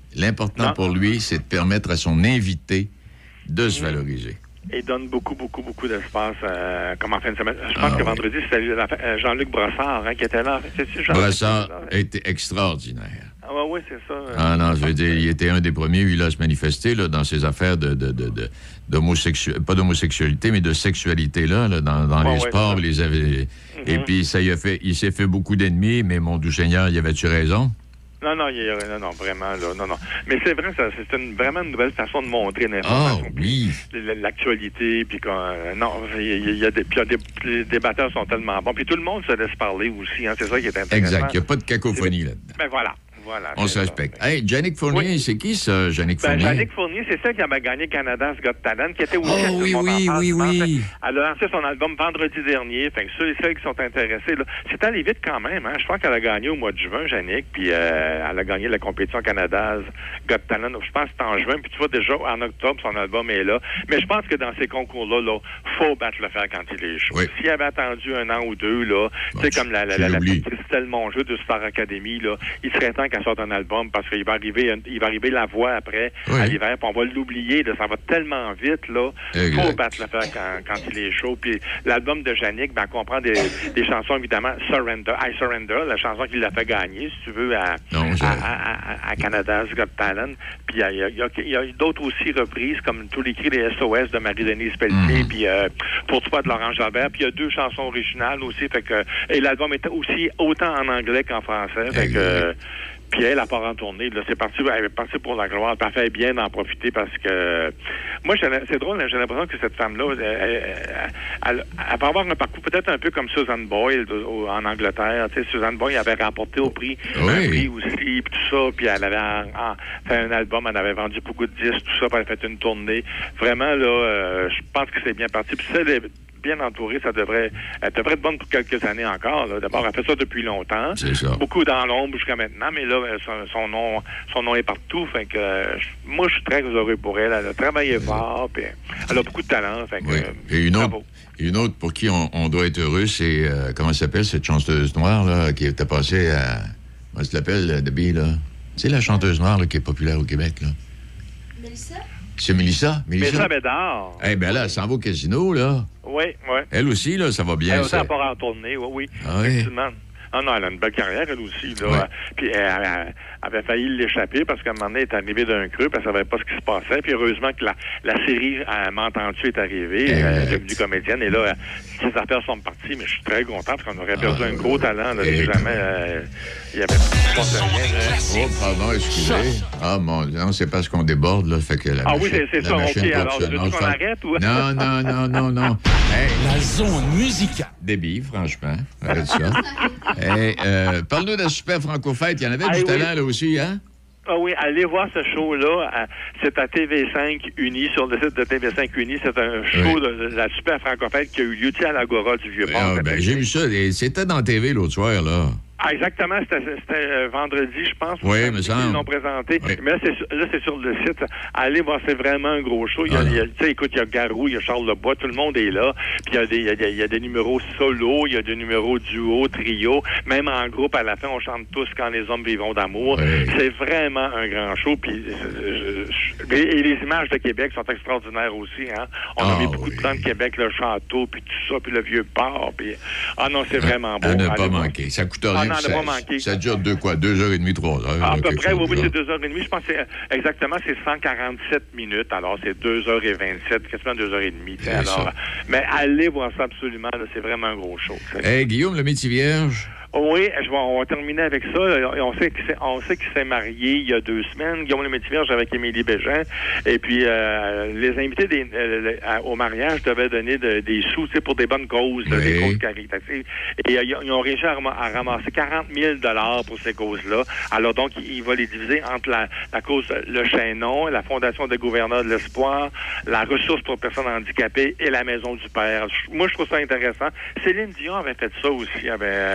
L'important Non. pour lui, c'est de permettre à son invité de se valoriser. Et donne beaucoup, beaucoup, beaucoup d'espace, euh, comme en fin de semaine. Je pense Ah, que oui. vendredi, c'était la- euh, Jean-Luc Brossard hein, qui était là. C'est-tu Jean-Luc Brassard Brossard? était extraordinaire. Ah, ouais, oui, c'est ça. Ah non, je veux dire, il était un des premiers, lui, là, à se manifester là, dans ses affaires de, de, de, de, d'homosexu- pas d'homosexualité, mais de sexualité, là, là dans, dans Ouais, les ouais, sports. c'est ça. Les avait... Et Mhm. puis, ça y a fait, il s'est fait beaucoup d'ennemis, mais mon doux Seigneur, y avait-tu raison? Non, non, il y a, non, non, vraiment, là, non, non. Mais c'est vrai, ça, c'est une, vraiment une nouvelle façon de montrer l'information. Ah, oui. Puis l- l'actualité, puis quand, euh, non, il y, a- il y a des, puis il y a des, les débatteurs sont tellement bons. Puis tout le monde se laisse parler aussi, hein, c'est ça qui est intéressant. Exact. Il n'y a pas de cacophonie là-dedans. Ben voilà, voilà. On c'est se ça. respecte. Hey, Jannick Fournier, c'est qui ça, Jannick Ben, Fournier? Jannick Fournier, c'est celle qui avait gagné Canada's Got Talent, qui était aussi Oh, à Tout oui, le monde oui, en parle oui, dimanche. oui. Elle a lancé son album vendredi dernier. Fait que ceux et celles qui sont intéressés, là, c'est allé vite quand même. Hein? Je pense qu'elle a gagné au mois de juin, Jannick, puis euh, elle a gagné la compétition Canada's Got Talent. Je pense que c'est en juin, puis tu vois déjà en octobre, son album est là. Mais je pense que dans ces concours-là, là, faut battre le fer quand il est chaud. Oui. S'il avait attendu un an ou deux, là, tu sais, comme la, la, tu la, la l'oublies. petite Christelle Monjeu de Star Academy, là, il serait temps qu'elle sorte un album parce qu'il va arriver, un- il va arriver la voix après, Oui. à l'hiver, puis on va l'oublier, là, ça va tellement vite, là. Exact. Faut battre le fer quand, quand il est chaud. Puis l'album de Jannick, ben, on comprend des, des chansons, évidemment, Surrender, I Surrender, la chanson qui l'a fait gagner, si tu veux, à, Non, je- à, à, à- à Canada's Got Talent. Puis il y a, il y a- il y a- il y a d'autres aussi reprises, comme tous les cris des S O S de Marie-Denise Pelletier, Mhm. puis euh, Pour toi de Laurent Jalbert. Puis il y a deux chansons originales aussi. Fait que, et l'album est aussi autant en anglais qu'en français. Fait que, euh, puis elle, elle part en tournée. Là, c'est parti, elle est partie pour la gloire. Puis elle fait bien d'en profiter parce que... Moi, j'ai- c'est drôle, j'ai l'impression que cette femme-là, elle, elle, elle, elle va avoir un parcours peut-être un peu comme Susan Boyle de- au- en Angleterre. Tu sais, Susan Boyle avait remporté au prix Oui. un prix aussi, puis tout ça. Puis elle avait en- en- fait un album, elle avait vendu beaucoup de disques, tout ça. Puis elle a fait une tournée. Vraiment, là, euh, je pense que c'est bien parti. Puis ça, elle est bien entourée, ça devrait, elle devrait être bonne pour quelques années encore. là. D'abord, elle fait ça depuis longtemps. C'est ça. Beaucoup dans l'ombre jusqu'à maintenant, mais là, euh, son, son nom, son nom est partout. Fait que euh, je- moi, je suis très heureux pour elle. Elle a travaillé fort, puis elle a beaucoup de talent. Fait que, Oui. euh, Et une autre, bravo. une autre pour qui on, on doit être heureux, c'est, euh, comment elle s'appelle, cette chanteuse noire, là, qui était passée à, comment elle s'appelle, Debbie, là? Tu sais, la chanteuse noire, là, qui est populaire au Québec, là? Mélissa? C'est Mélissa? Mélissa Bédard. Eh bien là, elle s'en va au casino, là. Oui, oui. Elle aussi, là, ça va bien. Elle aussi, ça. elle part en tournée, oui, oui. Ah oui? Effectivement. Ah non, elle a une belle carrière, elle aussi. Là. Ouais. Puis elle, elle avait failli l'échapper parce qu'à un moment donné, elle est arrivée d'un creux, puis elle savait pas ce qui se passait. Puis heureusement que la, la série euh, M'entends-tu est arrivée, Exact. elle est devenue comédienne. Et là, euh, ses affaires sont parties, mais je suis très content parce qu'on aurait perdu un gros talent. Là, si Exact. jamais euh, il y avait pas de rien. Oh, pardon, excusez. Ah, mon Dieu, non, c'est parce qu'on déborde, là, fait que la Ah oui, machine- c'est- c'est la ça, machine ok, alors, fonctionne. veux-tu Non, qu'on ça- arrête ou- Non, non, non, non, non. Hey, La zone musicale. Débit, franchement. Arrête ça. Hey, euh, parle-nous de la super franco-fête. Il y en avait Ah du oui. talent, là aussi, hein? Ah oui, allez voir ce show-là. à- C'est à T V cinq Uni, sur le site de T V cinq Uni. C'est un show Oui. de, de la super franco-fête qui a eu lieu, tu sais, à l'Agora du Vieux-Port. Ah, cet ben, été. j'ai vu ça. Et c'était dans T V l'autre soir, là. Ah, exactement, c'était c'était, euh, vendredi, je pense. Oui, samedi me qu'ils semble. l'ont présenté. Oui. Mais là, c'est sur- là, c'est sur le site. Allez voir, c'est vraiment un gros show. Il y a, Ah, il y a- tu sais, écoute, il y a Garou, il y a Charles Lebois, tout le monde est là. Puis il y a des, il y a des, il y a des numéros solo, il y a des numéros duo, trio. Même en groupe, à la fin, on chante tous Quand les hommes vivront d'amour. Oui. C'est vraiment un grand show. Puis, euh, je- et, et les images de Québec sont extraordinaires aussi. Hein? On a Ah, mis beaucoup oui. de temps de Québec, le château, puis tout ça, puis le vieux port. Puis, ah non, c'est vraiment beau. À ne Allez pas voir. manquer. Ça coûte Ah rien. non, à ne ça, pas manquer. ça dure deux, quoi? Deux heures et demie, trois heures. À là, peu quelque près, oui, chose oui, là. c'est deux heures et demie. Je pense que c'est exactement, c'est cent quarante-sept minutes. Alors, c'est deux heures et vingt-sept, quasiment deux heures et demie. tu sais. C'est Alors, ça. mais allez voir ça absolument. là, C'est vraiment un gros show. tu sais. Hey, Guillaume, le métier vierge. Oui, je vais, on va terminer avec ça. On sait qu'il s'est, on sait qu'il s'est marié il y a deux semaines. Guillaume le Métier-Vierge avec Émilie Bégin. Et puis, euh, les invités des, euh, à- au mariage devaient donner de- des sous, tu sais, pour des bonnes causes, là, Oui. des causes caritatives. Et euh, ils ont- ils ont réussi à, ram- à ramasser quarante mille dollars pour ces causes-là. Alors donc, il, il va les diviser entre la, la cause Le Chaînon, la Fondation des gouverneurs de l'espoir, la ressource pour personnes handicapées et la Maison du Père. Je- Moi, je trouve ça intéressant. Céline Dion avait fait ça aussi, avait euh, ramassé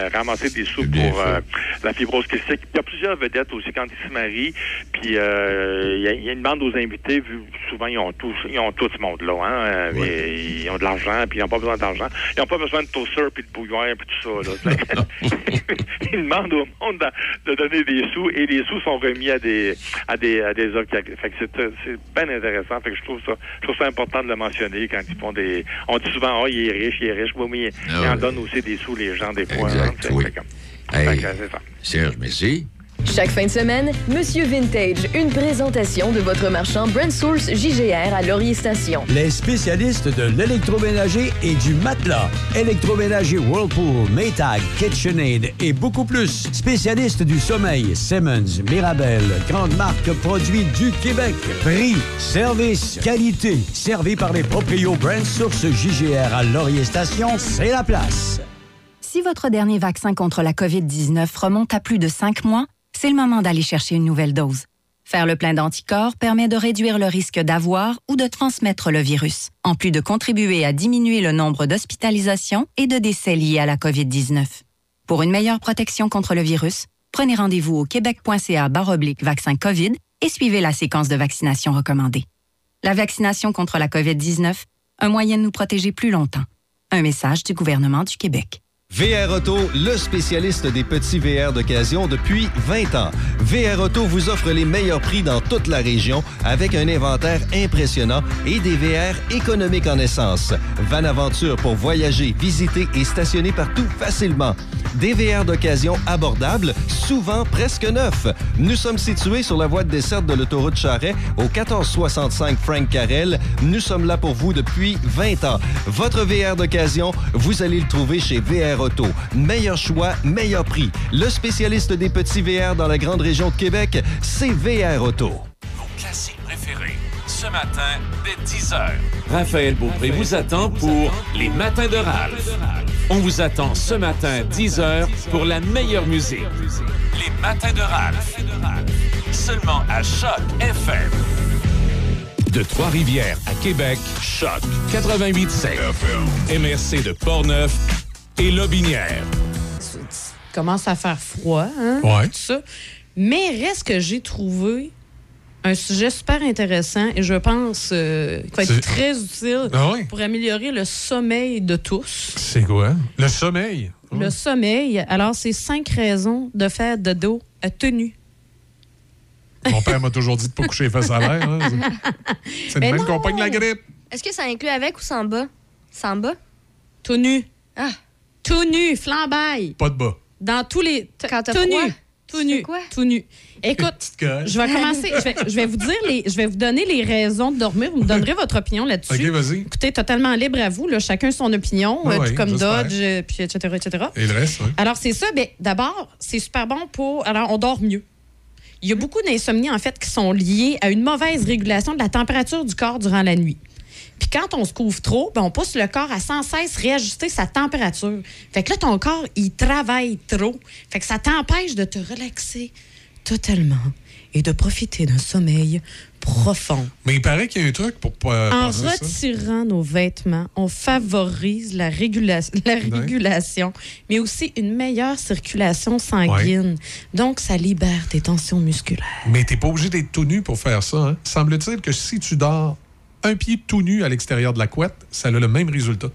aussi des sous pour euh, la fibrose kystique. Il y a plusieurs vedettes aussi quand ils se marient. Puis euh, il y, a, il y a une bande aux invités, vu souvent ils ont tous, ils ont tout ce monde-là. Hein, oui. Et, ils ont de l'argent, puis ils n'ont pas besoin d'argent. Ils n'ont pas besoin de toaster, puis de bouillon, puis tout ça. Là. Ils demandent au monde de, de donner des sous, et les sous sont remis à des à des à des occasions. Fait que c'est, c'est bien intéressant. Fait que je trouve ça, je trouve ça important de le mentionner quand ils font des. On dit souvent, oh, il est riche, il est riche. Oui, mais ah, il en ouais. donne aussi des sous les gens des fois. Exact, hein, oui. Fait que, hey, fait que, c'est ça. Serge, merci. Chaque fin de semaine, Monsieur Vintage, une présentation de votre marchand Brand Source J G R à Laurier Station. Les spécialistes de l'électroménager et du matelas. Électroménager Whirlpool, Maytag, KitchenAid et beaucoup plus. Spécialistes du sommeil, Simmons, Mirabel, grande marque produits du Québec. Prix, service, qualité. Servi par les proprios Brand Source J G R à Laurier Station, c'est la place. Si votre dernier vaccin contre la covid dix-neuf remonte à plus de cinq mois, c'est le moment d'aller chercher une nouvelle dose. Faire le plein d'anticorps permet de réduire le risque d'avoir ou de transmettre le virus, en plus de contribuer à diminuer le nombre d'hospitalisations et de décès liés à la covid dix-neuf. Pour une meilleure protection contre le virus, prenez rendez-vous au québec.ca barre oblique vaccin COVID et suivez la séquence de vaccination recommandée. La vaccination contre la covid dix-neuf, un moyen de nous protéger plus longtemps. Un message du gouvernement du Québec. V R Auto, le spécialiste des petits V R d'occasion depuis vingt ans. V R Auto vous offre les meilleurs prix dans toute la région avec un inventaire impressionnant et des V R économiques en essence. Van Aventure pour voyager, visiter et stationner partout facilement. Des V R d'occasion abordables, souvent presque neufs. Nous sommes situés sur la voie de desserte de l'autoroute Charret au quatorze soixante-cinq Frank Carrel. Nous sommes là pour vous depuis vingt ans. Votre V R d'occasion, vous allez le trouver chez V R Auto. Meilleur choix, meilleur prix. Le spécialiste des petits V R dans la grande région de Québec, c'est V R Auto. Vos classiques préférés, ce matin, dès dix heures. Raphaël Beaupré vous attend pour Les Matins de Ralph. On vous attend ce matin, dix heures, pour la meilleure musique. Les Matins de Ralph. Seulement à Choc F M. De Trois-Rivières à Québec, Choc quatre-vingt-huit sept. M R C de Portneuf et Lobinière. Commence à faire froid, hein? Ouais. Tout ça. Mais reste que j'ai trouvé un sujet super intéressant et je pense euh, qu'il va être C'est... très utile ah oui? pour améliorer le sommeil de tous. C'est quoi? Le sommeil. Le sommeil. Alors, c'est cinq raisons de faire de dos à tenue. Mon père m'a toujours dit de ne pas coucher les fesses à l'air. Hein. C'est le même qu'on pogne la grippe. Est-ce que ça inclut avec ou sans bas? Sans bas? Tout nu. Ah. Tout nu, flambaille. Pas de bas. Dans tous les... T- Quand t'as tout froid, nu. Tout nu. quoi? Tout nu. Écoute, je vais commencer. Je vais, je vais vous dire les, je vais vous donner les raisons de dormir. Vous me donnerez votre opinion là-dessus. OK, vas-y. Écoutez, totalement libre à vous. Là, chacun son opinion, Ah euh, oui, tout comme j'espère. Dodge, euh, puis et cetera, et cetera. Et le reste, oui. Alors, c'est ça. Ben, d'abord, c'est super bon pour... Alors, on dort mieux. Il y a beaucoup d'insomnies, en fait, qui sont liées à une mauvaise régulation de la température du corps durant la nuit. Puis quand on se couvre trop, ben on pousse le corps à sans cesse réajuster sa température. Fait que là, ton corps, il travaille trop. Fait que ça t'empêche de te relaxer totalement et de profiter d'un sommeil profond. Mais il paraît qu'il y a un truc pour pas En passer ça. retirant nos vêtements, on favorise la, régula- la régulation, mais aussi une meilleure circulation sanguine. Ouais. Donc, ça libère tes tensions musculaires. Mais t'es pas obligé d'être tout nu pour faire ça. Hein? Semble-t-il que si tu dors un pied tout nu à l'extérieur de la couette, ça a le même résultat.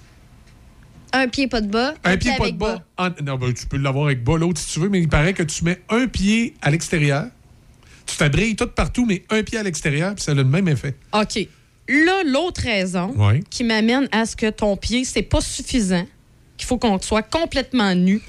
Un pied pas de bas, un, un pied, pied pas de bas. bas. En, non, ben, tu peux l'avoir avec bas l'autre si tu veux, mais il paraît que tu mets un pied à l'extérieur, tu t'abriles tout partout, mais un pied à l'extérieur, puis ça a le même effet. OK. Là, l'autre raison ouais. qui m'amène à ce que ton pied, c'est pas suffisant, qu'il faut qu'on soit complètement nu.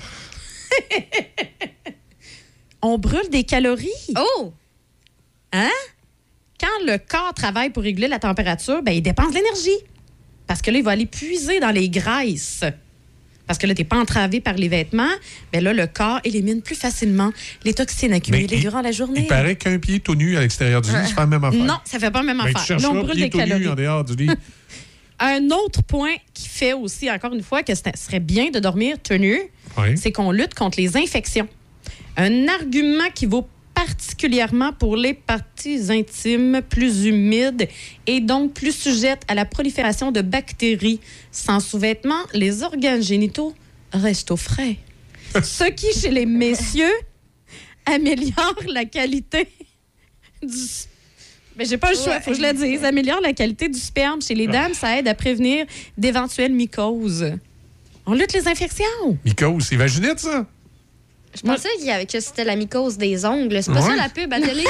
On brûle des calories. Oh! Hein? Quand le corps travaille pour réguler la température, ben, il dépense de l'énergie. Parce que là, il va aller puiser dans les graisses. Parce que là, tu n'es pas entravé par les vêtements. Bien là, le corps élimine plus facilement les toxines accumulées il, durant la journée. Il paraît qu'un pied tout nu à l'extérieur du lit, ça fait la même affaire. Non, ça fait pas la même ben, affaire. Tu là, on brûle pied des tout calories. Nu en dehors du lit. Un autre point qui fait aussi, encore une fois, que ce serait bien de dormir tenu, oui. c'est qu'on lutte contre les infections. Un argument qui vaut particulièrement pour les parties intimes plus humides et donc plus sujettes à la prolifération de bactéries. Sans sous-vêtements, les organes génitaux restent au frais. Ce qui, chez les messieurs, améliore la qualité du... Mais j'ai pas le choix, il faut que je le dise. Améliore la qualité du sperme. Chez les dames, ça aide à prévenir d'éventuelles mycoses. On lutte les infections. Mycose, c'est vaginite, ça? Je pensais qu'il y avait, que c'était la mycose des ongles. C'est pas Ouais. ça la pub à télé?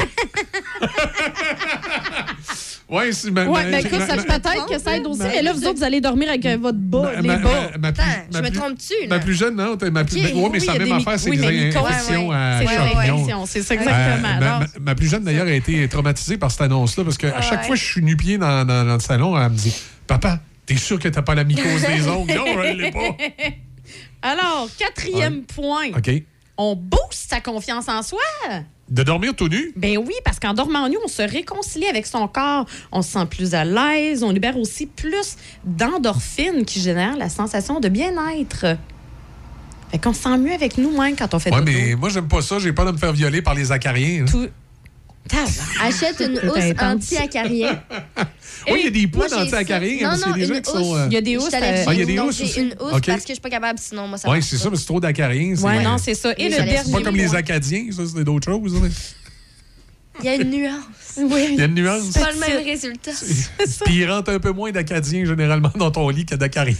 Oui, c'est ma, Ouais, ma- mais écoute, ma- ça ma- peut-être que ça aide aussi. ma- Mais là, vous autres, vous allez dormir avec euh, votre bas, les ma- bas. ma- ma plus- Attends, ma je me plus- trompe-tu, là? Ma plus jeune, non? t'es Ma plus, Ok, ouais, mais oui, c'est il y la a même des affaire, my- c'est oui, des mais mycose, infections ouais, à ouais. C'est des champignons. infections, c'est ça, exactement. Euh, ma, Alors- ma- ma plus jeune, d'ailleurs, a été traumatisée par cette annonce-là parce qu'à chaque Ouais. fois que je suis nu-pied dans, dans, dans le salon, elle me dit « Papa, t'es sûr que t'as pas la mycose des ongles? » Non, je l'ai pas. Alors, quatrième Ouais. point. OK. On booste sa confiance en soi. De dormir tout nu? Ben oui, parce qu'en dormant nu, on se réconcilie avec son corps, on se sent plus à l'aise, on libère aussi plus d'endorphines qui génèrent la sensation de bien-être. Fait qu'on se sent mieux avec nous-mêmes quand on fait Ouais, dodo. mais moi, j'aime pas ça. J'ai peur de me faire violer par les acariens. Tout... Achète une C'est housse intense. anti-acarien. Oui, il y a des Moi, poudres j'ai anti-acariens. ça. parce Non, qu'il y a des non, gens qui une sont. housse. euh, Il y a des Je housses. suis allergique, Ah, il y a des donc housses j'ai aussi? une housse OK. parce que je suis pas capable, sinon moi ça Oui, marche c'est pas. ça, mais c'est trop d'acariens. c'est- Ouais, non, c'est ça. Et Les le allergies. C'est pas dernier comme les point. Acadiens, ça, c'est d'autres choses. hein. Il y a une nuance. Oui. Il y a une nuance. C'est pas le même résultat. Puis il rentre un peu moins d'Acadiens généralement dans ton lit que d'Acariens.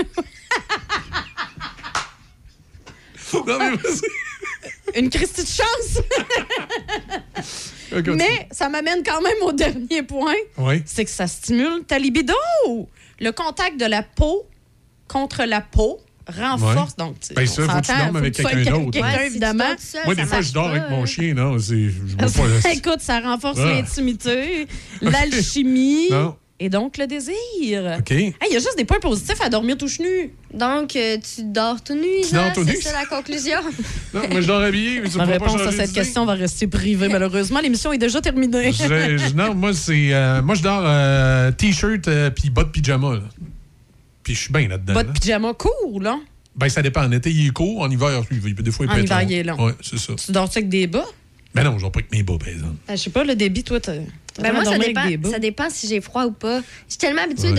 Non, mais vas-y. Une Christie de chance. Continue. Mais ça m'amène quand même au dernier point. Oui. C'est que ça stimule ta libido. Le contact de la peau contre la peau renforce. Ouais. Donc, tu sais, Ben on ça, faut que tu s'entend, dormes faut avec que tu sois quelqu'un avec d'autre. quelqu'un, Ouais, si tu évidemment. dors tout seul, Moi, ça des fois, marche je dors pas, avec mon hein. chien. Non, c'est. Je veux pas. Écoute, ça renforce Ah. l'intimité, l'alchimie Non. et donc le désir. OK. Hey, il y a juste des points positifs à dormir tout nu. Donc, euh, tu dors tout nu, Tu dors Isa, tout nu? c'est ça la conclusion? Non, moi, je dors habillé. Mais tu Ma pourras pas réponse à changer cette d'idée. question va rester privée, malheureusement. L'émission est déjà terminée. Je- je- non, moi, c'est. euh, moi, je dors euh, T-shirt euh, puis bas de pyjama. Là. Puis je suis bien là-dedans. Bas de là. pyjama court, là. Ben, ça dépend. En été, il est court. En hiver, il- des fois, il En peut être hiver, long. il est long. Oui, c'est ça. Tu dors-tu avec des bas? Ben non, je dors pas avec mes bas, par exemple. Ah, je sais pas, le débit, toi, t'as. t'as Ben moi, ça dormi avec dépend, des bas. ça dépend si j'ai froid ou pas. Je suis tellement habituée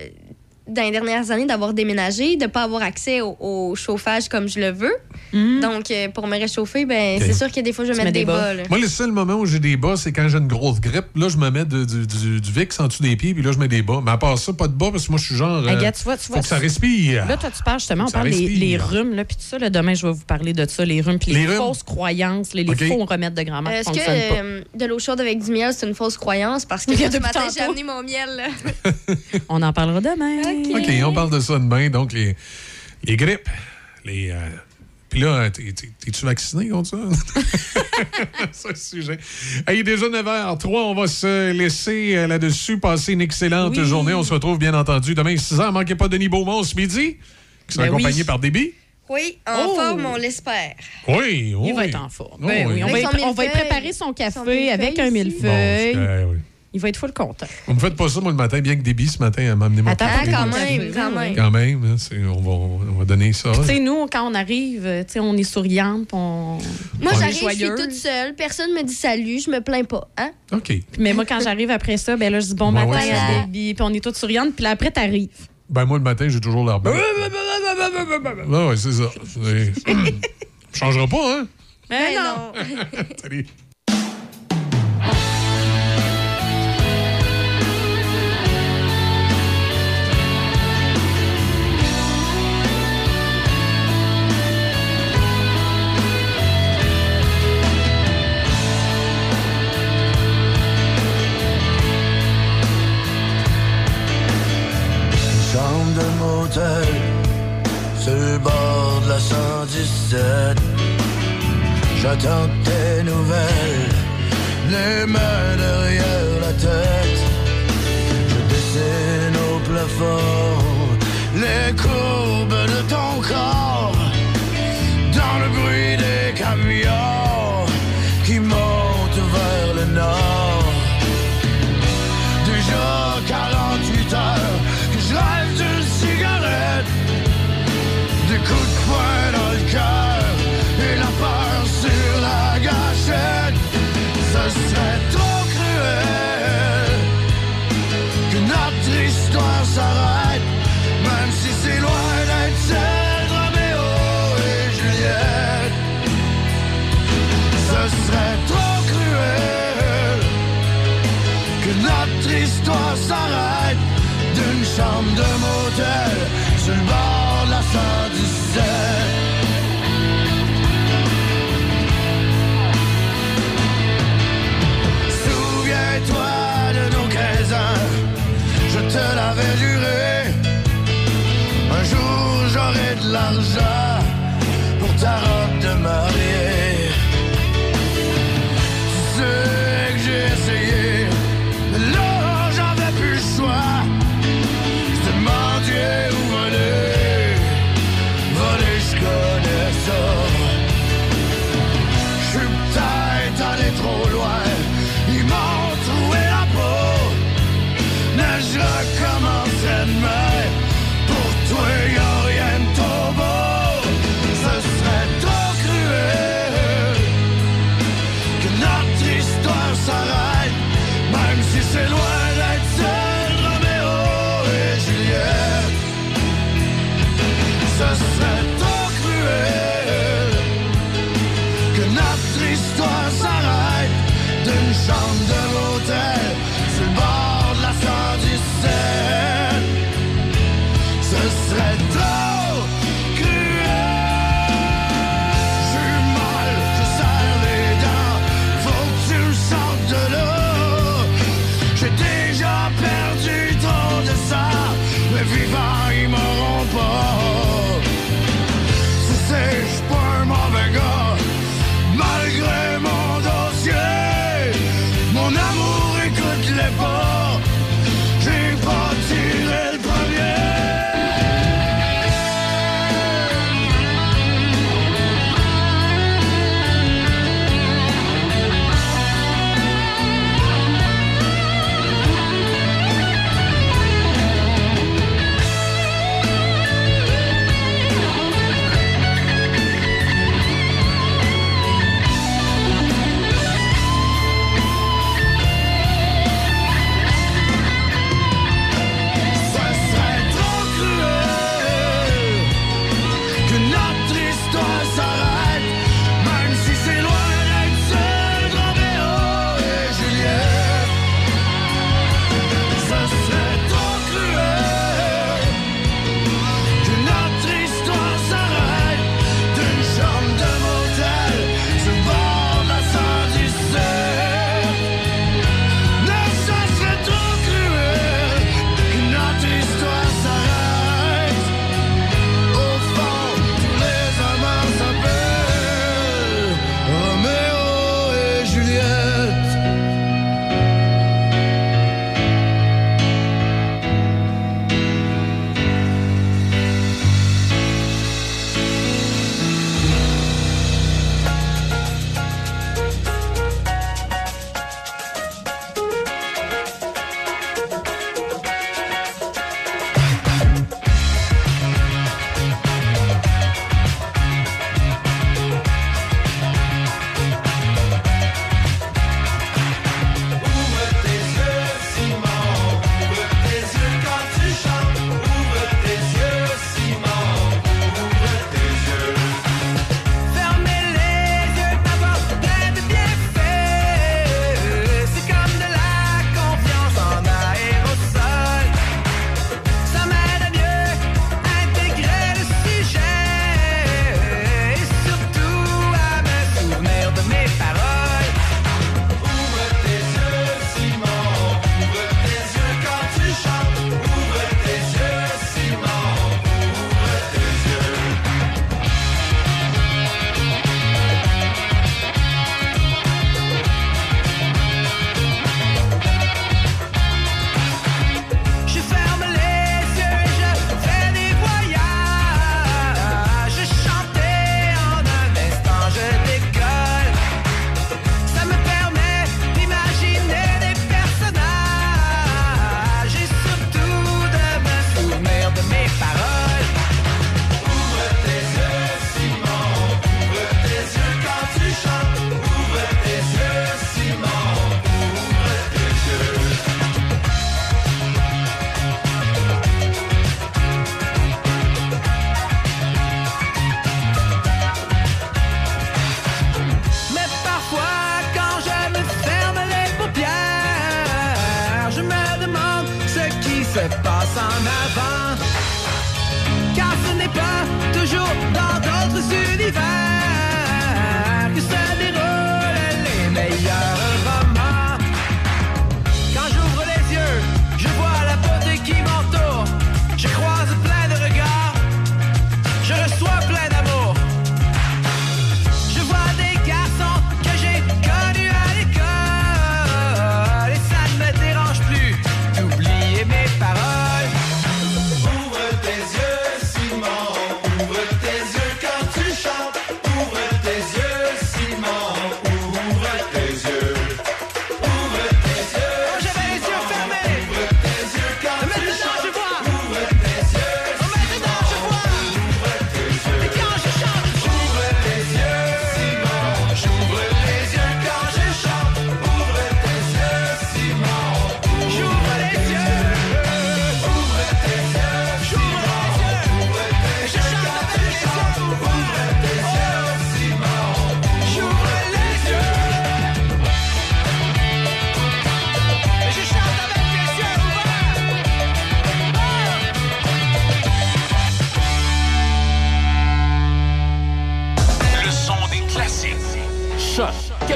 de, dans les dernières années d'avoir déménagé, de ne pas avoir accès au, au chauffage comme je le veux. Donc, euh, pour me réchauffer, ben, Ok. c'est sûr que des fois, je vais mettre des bas. là. Moi, le seul moment où j'ai des bas, c'est quand j'ai une grosse grippe. Là, je me mets de- du, du, du Vicks en dessous des pieds, puis là, je mets des bas. Mais à part ça, pas de bas, parce que moi, je suis genre. Hey, euh, gars, tu vois, tu faut vois, que ça respire. Là, toi, tu parles justement, on Ça parle des respire. les rhumes, là, puis tout ça. Là, demain, je vais vous parler de ça, les rhumes, puis les, Les rhumes? fausses croyances, les, les OK. faux remèdes de grand-mère Euh, qui Est-ce que fonctionnent pas. euh, de l'eau chaude avec du miel, c'est une fausse croyance? Parce que Il y a ce depuis matin, tantôt. j'ai amené mon miel. là. On en parlera demain. OK, on parle de ça demain. Donc, les, les grippes. Les. euh, Puis là, t'es- t'es- t'es-tu vacciné contre ça? C'est le sujet. Hey, déjà neuf heures trois, on va se laisser euh, là-dessus passer une excellente Oui. journée. On se retrouve bien entendu demain six heures. Manquez pas Denis Beaumont ce midi, qui sera Ben accompagné oui. par Déby. Oui, en Oh! forme, on l'espère. Oui, oui. Il va être en forme. Oh, Ben oui, oui. on, va Avec y, son on va y millefeuille. préparer son café Son millefeuille avec un ici. millefeuille. Bon, c'est- oui. Il va être full content. Vous me faites pas ça, moi, le matin, bien que Déby, ce matin, elle m'a amené mon Attends, café. Ah, quand café. même, quand même. Quand même, hein, c'est- on, va, on va donner ça. Tu sais, nous, quand on arrive, euh, tu sais, on est souriante, puis on. Moi, on est j'arrive, je suis joyeuse. toute seule. Personne me dit salut, je me plains pas. Hein? OK. Mais moi, quand j'arrive après ça, ben là, je dis bon Ben matin ouais, à c'est ça. Baby, puis on est toutes souriantes, puis là, après, t'arrives. Ben, moi, le matin, j'ai toujours l'air bête. Ah, ouais, c'est ça. C'est- Ça changera pas, hein? Mais Ben non. Salut. Chambre de motel sur le bord de la cent dix-sept. J'attends tes nouvelles, les mains derrière la tête. Je dessine au plafond les courbes de ton corps, dans le bruit des camions qui montent vers le nord. Déjà quarante-huit heures que je rêve d'une cigarette, des coups de poing dans le cœur et la peur sur la gâchette. Ce serait trop cruel que notre histoire s'arrête, même si c'est loin d'être celle de l'argent pour ta robe de mariée. Tu sais que j'ai essayé, mais là j'avais plus le choix. C'était mendier ou voler, voler je connais ça. Je suis peut-être allé trop loin, ils m'ont troué la peau, mais je recommencerai demain. Pour toi y'a rien de trop beau.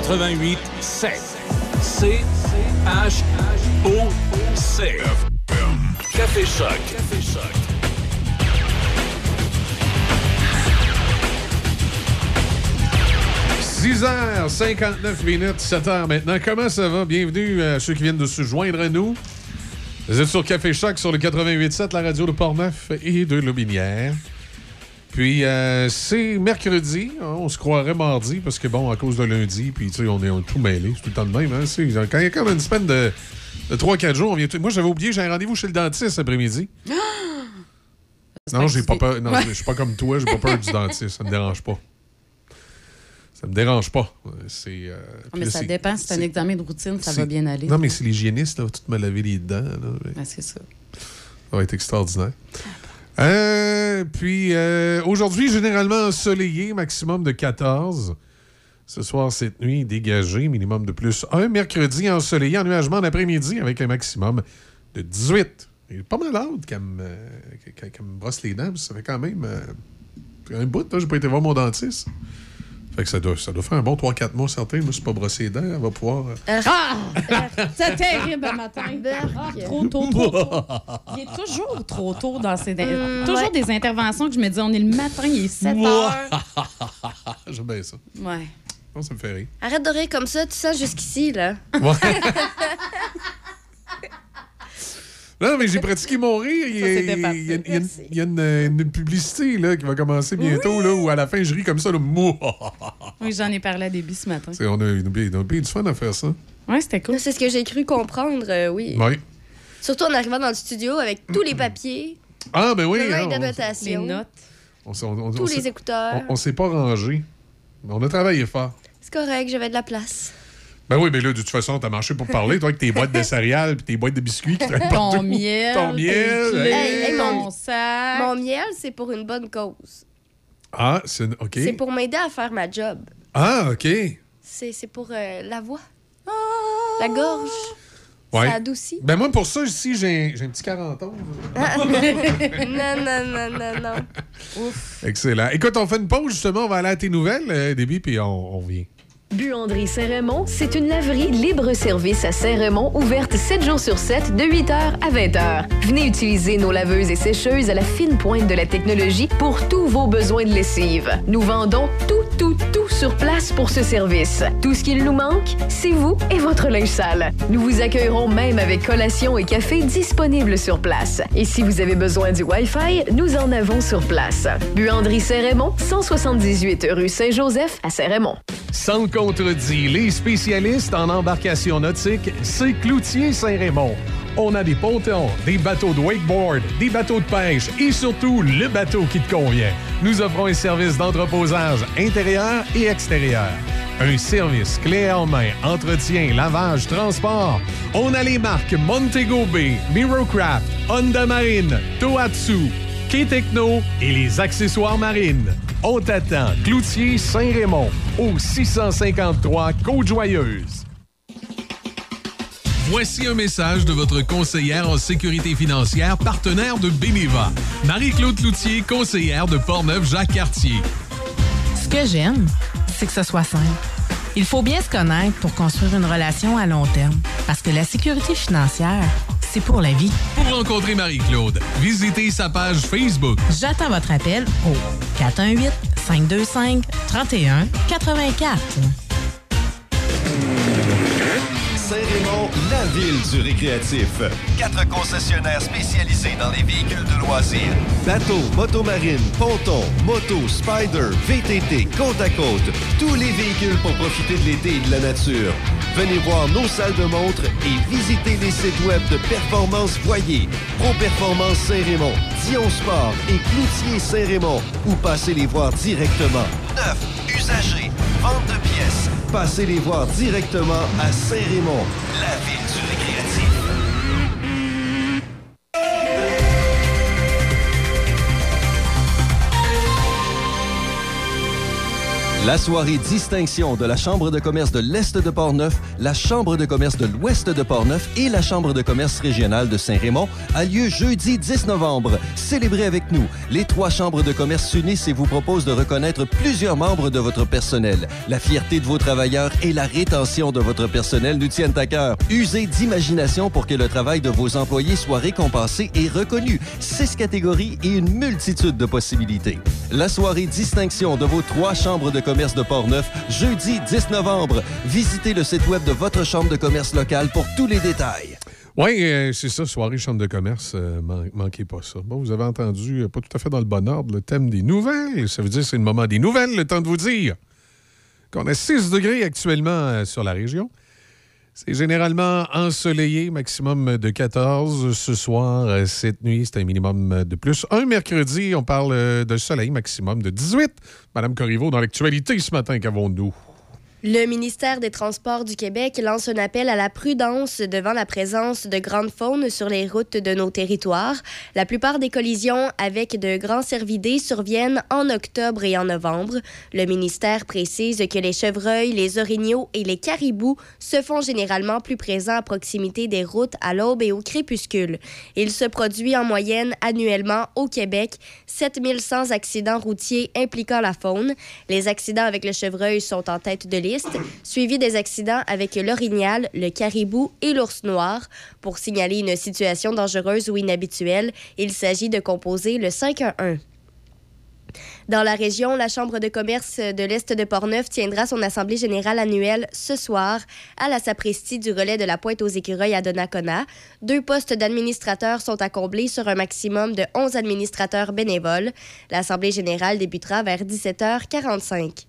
quatre-vingt-huit sept. C H O C. Café Choc. Café Choc. six heures cinquante-neuf minutes, sept heures maintenant. Comment ça va? Bienvenue à ceux qui viennent de se joindre à nous. Vous êtes sur Café Choc, sur le quatre-vingt-huit sept, la radio de Portneuf et de Lobinière. Puis, euh, c'est mercredi. Hein, on se croirait mardi parce que, bon, à cause de lundi, puis, tu sais, on est, on est tout mêlé. C'est tout le temps de même. Hein, c'est, quand il y a comme une semaine de, de trois quatre jours, on vient tout... Moi, j'avais oublié, j'ai un rendez-vous chez le dentiste cet après-midi. Non, j'ai pas peur. Non, ouais. Je suis pas comme toi, j'ai pas peur du dentiste. Ça me dérange pas. Ça me dérange pas. C'est, euh, oh, mais là, ça c'est, dépend. Si c'est un examen de routine, ça c'est... va bien aller. Non, mais c'est l'hygiéniste, là, tout me laver les dents. Là, mais... ben, c'est ça. Ça va être extraordinaire. Euh, puis, euh, aujourd'hui, généralement ensoleillé, maximum de quatorze. Ce soir, cette nuit, dégagé, minimum de plus un. Mercredi, ensoleillé, ennuagement en après-midi avec un maximum de dix-huit. Il est pas mal hâte qu'elle me, qu'elle, qu'elle me brosse les dents. Ça fait quand même euh, un bout, là, j'ai pas été voir mon dentiste. Fait que ça doit, ça doit faire un bon trois quatre mois, certain. Moi, je suis pas brossé les dents. Elle va pouvoir... Euh... Ah! C'est terrible le matin. Ah, trop tôt, trop tôt. Il est toujours trop tôt dans ces... Mmh, toujours ouais. Des interventions que je me dis, on est le matin, il est sept heures. J'aime bien ça. Ouais. Non, ça me fait rire. Arrête de rire comme ça, tu sens jusqu'ici, là. Ouais. Non, mais j'ai pratiqué mon rire. Il y a, il y a, il y a, une, il y a une, une publicité là, qui va commencer bientôt, oui. Là, où à la fin, je ris comme ça. Là. Oui, j'en ai parlé à début ce matin. C'est, on a eu du fun à faire ça. Oui, c'était cool. C'est ce que j'ai cru comprendre, euh, oui. Oui. Surtout en arrivant dans le studio avec tous les papiers. Ah, ben oui. Hein, on, les notes. On, on, on, tous on, les écouteurs. On, on s'est pas rangé. On a travaillé fort. C'est correct, j'avais de la place. Ben oui, mais là, de toute façon, t'as marché pour parler, toi, avec tes boîtes de céréales puis tes boîtes de biscuits qui traînent partout. Ton miel. Ton miel. Hey, hey, mon mon sac. Mon miel, c'est pour une bonne cause. Ah, c'est... OK. C'est pour m'aider à faire ma job. Ah, OK. C'est, c'est pour euh, la voix. Ah. La gorge. Ouais. Ça adoucit. Ben moi, pour ça, ici, j'ai, j'ai un petit quarante ans. Ah. non, non, non, non, non. Ouf. Excellent. Écoute, on fait une pause, justement. On va aller à tes nouvelles, euh, Déby, puis on, on revient. Buanderie Saint-Raymond, c'est une laverie libre-service à Saint-Raymond, ouverte sept jours sur sept, de huit heures à vingt heures. Venez utiliser nos laveuses et sécheuses à la fine pointe de la technologie pour tous vos besoins de lessive. Nous vendons tout, tout, tout sur place pour ce service. Tout ce qu'il nous manque, c'est vous et votre linge sale. Nous vous accueillerons même avec collation et café disponibles sur place. Et si vous avez besoin du Wi-Fi, nous en avons sur place. Buanderie Saint-Raymond, cent soixante-dix-huit rue Saint-Joseph à Saint-Raymond. Sans contredit, les spécialistes en embarcation nautique, c'est Cloutier Saint-Raymond. On a des pontons, des bateaux de wakeboard, des bateaux de pêche et surtout le bateau qui te convient. Nous offrons un service d'entreposage intérieur et extérieur. Un service clé en main, entretien, lavage, transport. On a les marques Montego Bay, Mirocraft, Honda Marine, Tohatsu, K-Techno et les accessoires marines. On t'attend, Cloutier Saint-Raymond, au six cent cinquante-trois Côte-Joyeuse. Voici un message de votre conseillère en sécurité financière, partenaire de Beneva. Marie-Claude Cloutier, conseillère de Portneuf-Jacques-Cartier. Ce que j'aime, c'est que ce soit simple. Il faut bien se connaître pour construire une relation à long terme. Parce que la sécurité financière, c'est pour la vie. Pour rencontrer Marie-Claude, visitez sa page Facebook. J'attends votre appel au quatre un huit, cinq deux cinq, trois un huit quatre. Saint-Raymond, la ville du récréatif. Quatre concessionnaires spécialisés dans les véhicules de loisirs. Bateaux, motomarines, pontons, motos, Spider, V T T, côte à côte. Tous les véhicules pour profiter de l'été et de la nature. Venez voir nos salles de montre et visitez les sites web de Performance Voyer, Pro Performance Saint-Raymond, Dion Sport et Cloutier Saint-Raymond. Ou passez les voir directement. Neuf, usagers, vente de pièces. Passez les voir directement à Saint-Raymond, la ville du récréatif. La soirée distinction de la Chambre de commerce de l'Est de Portneuf, la Chambre de commerce de l'Ouest de Portneuf et la Chambre de commerce régionale de Saint-Raymond a lieu jeudi dix novembre. Célébrez avec nous. Les trois chambres de commerce s'unissent et vous proposent de reconnaître plusieurs membres de votre personnel. La fierté de vos travailleurs et la rétention de votre personnel nous tiennent à cœur. Usez d'imagination pour que le travail de vos employés soit récompensé et reconnu. Six catégories et une multitude de possibilités. La soirée distinction de vos trois chambres de commerce de Portneuf, jeudi dix novembre. Visitez le site web de votre chambre de commerce locale pour tous les détails. Oui, euh, c'est ça, soirée chambre de commerce. Euh, man- manquez pas ça. Bon, vous avez entendu, euh, pas tout à fait dans le bon ordre, le thème des nouvelles. Ça veut dire que c'est le moment des nouvelles, le temps de vous dire qu'on a six degrés actuellement euh, sur la région. C'est généralement ensoleillé, maximum de quatorze. Ce soir, euh, cette nuit, c'est un minimum de plus. Un mercredi, on parle euh, de soleil, maximum de dix-huit. Madame Corriveau, dans l'actualité ce matin, qu'avons-nous? Le ministère des Transports du Québec lance un appel à la prudence devant la présence de grandes faunes sur les routes de nos territoires. La plupart des collisions avec de grands cervidés surviennent en octobre et en novembre. Le ministère précise que les chevreuils, les orignaux et les caribous se font généralement plus présents à proximité des routes à l'aube et au crépuscule. Il se produit en moyenne annuellement au Québec sept mille cent accidents routiers impliquant la faune. Les accidents avec le chevreuil sont en tête de liste, suivi des accidents avec l'orignal, le caribou et l'ours noir. Pour signaler une situation dangereuse ou inhabituelle, il s'agit de composer le cinq un un. Dans la région, la Chambre de commerce de l'Est de Portneuf tiendra son assemblée générale annuelle ce soir à la sacristie du relais de la Pointe-aux-Écureuils à Donnacona. Deux postes d'administrateurs sont à combler sur un maximum de onze administrateurs bénévoles. L'assemblée générale débutera vers dix-sept heures quarante-cinq.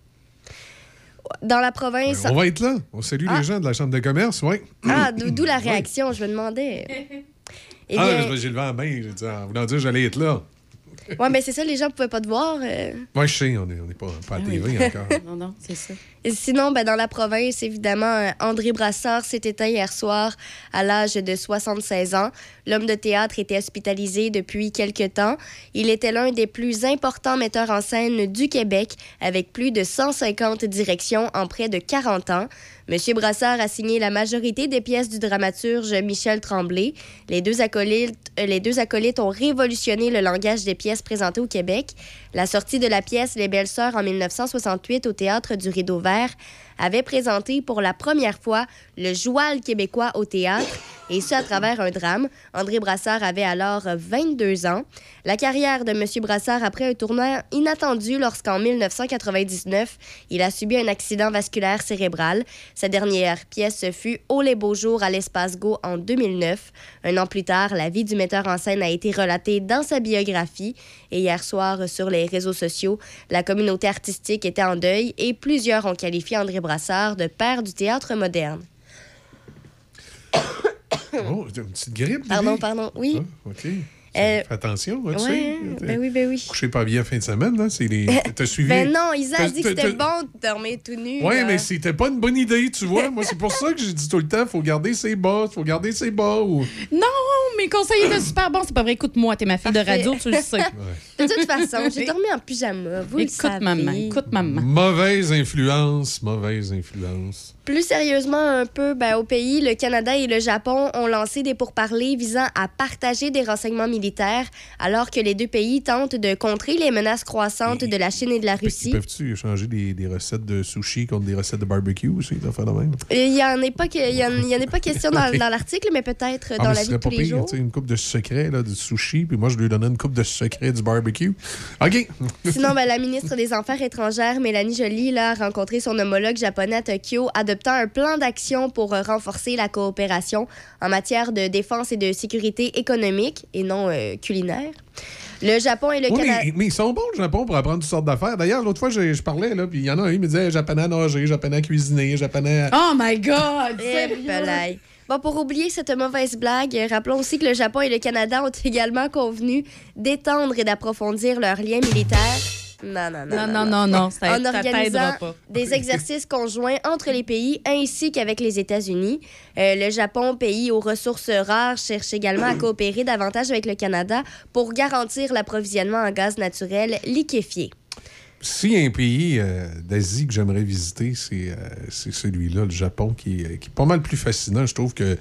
Dans la province... On va être là. On salue Ah. les gens de la Chambre de commerce, oui. Ah, d'o- d'où la réaction, je me demandais. Eh Ah, bien, j'ai levé la main, j'ai dit, en voulant dire j'allais être là. ouais, mais c'est ça, les gens ne pouvaient pas te voir. euh. Moi, je sais, on n'est on est pas, pas à la T V encore. Non, non, c'est ça. Et sinon, ben, dans la province, évidemment, euh, André Brassard s'est éteint hier soir à l'âge de soixante-seize ans. L'homme de théâtre était hospitalisé depuis quelque temps. Il était l'un des plus importants metteurs en scène du Québec, avec plus de cent cinquante directions en près de quarante ans. Monsieur Brassard a signé la majorité des pièces du dramaturge Michel Tremblay. Les deux acolytes, euh, les deux acolytes ont révolutionné le langage des pièces présentées au Québec. La sortie de la pièce Les Belles Sœurs en mille neuf cent soixante-huit au Théâtre du Rideau Vert avait présenté pour la première fois le joual québécois au théâtre, et ce à travers un drame. André Brassard avait alors vingt-deux ans. La carrière de M. Brassard après un tournant inattendu lorsqu'en mille neuf cent quatre-vingt-dix-neuf, il a subi un accident vasculaire cérébral. Sa dernière pièce fut « Oh les beaux jours » à l'Espace Go en deux mille neuf. Un an plus tard, la vie du metteur en scène a été relatée dans sa biographie. Et hier soir, sur les réseaux sociaux, la communauté artistique était en deuil et plusieurs ont qualifié André Brassard de père du théâtre moderne. Oh, une petite grippe. Pardon, Lily? pardon, oui. Ah, OK. Euh, Fais attention, hein, tu ouais, sais. ben oui, ben oui. Couché pas bien fin de semaine, là. C'est les... T'as suivi... Ben non, Isa a T'as- dit que t'as- c'était t'as- bon de dormir tout nu. Oui, là. mais c'était pas une bonne idée, tu vois. Moi, c'est pour ça que j'ai dit tout le temps, faut garder ses bas, faut garder ses bas. Ou... Non, mes conseils étaient super bons. C'est pas vrai. Écoute-moi, t'es ma fille de radio, tu le sais. De toute façon, j'ai dormi en pyjama, vous Écoute, le savez. maman, écoute, maman. Mauvaise influence, mauvaise influence. Plus sérieusement un peu, ben, au pays, le Canada et le Japon ont lancé des pourparlers visant à partager des renseignements militaires alors que les deux pays tentent de contrer les menaces croissantes de la Chine et de la Russie. Peuvent-tu échanger des, des recettes de sushi contre des recettes de barbecue aussi, ça fait de même? Il n'y en, est pas que- il y en, il y en a pas question dans, dans l'article, mais peut-être Ah, dans mais la ce vie serait de tous pas les pire, jours. tu sais, une coupe de secret là, du sushi, puis moi, je lui donnais une coupe de secret du barbecue. OK. Sinon, ben, la ministre des Affaires étrangères, Mélanie Joly, là, a rencontré son homologue japonais à Tokyo, adoptant un plan d'action pour euh, renforcer la coopération en matière de défense et de sécurité économique et non euh, culinaire. Le Japon et le Oui, Canada... mais, mais ils sont bons, le Japon, pour apprendre toutes sortes d'affaires. D'ailleurs, l'autre fois, je, je parlais, là, puis il y en a un, il me disait japonais à nager, japonais à cuisiner, japonais à... Oh my God! Eh, pelaille. Bon, pour oublier cette mauvaise blague, rappelons aussi que le Japon et le Canada ont également convenu d'étendre et d'approfondir leurs liens militaires. Non, non, non. Non, non, non, non, ça- en ça organisant t'aidera pas. des exercices conjoints entre les pays ainsi qu'avec les États-Unis. Euh, le Japon, pays aux ressources rares, cherche également à coopérer davantage avec le Canada pour garantir l'approvisionnement en gaz naturel liquéfié. s'il y a un pays euh, d'Asie que j'aimerais visiter, c'est, euh, c'est celui-là, le Japon, qui est, qui est pas mal plus fascinant. Je trouve que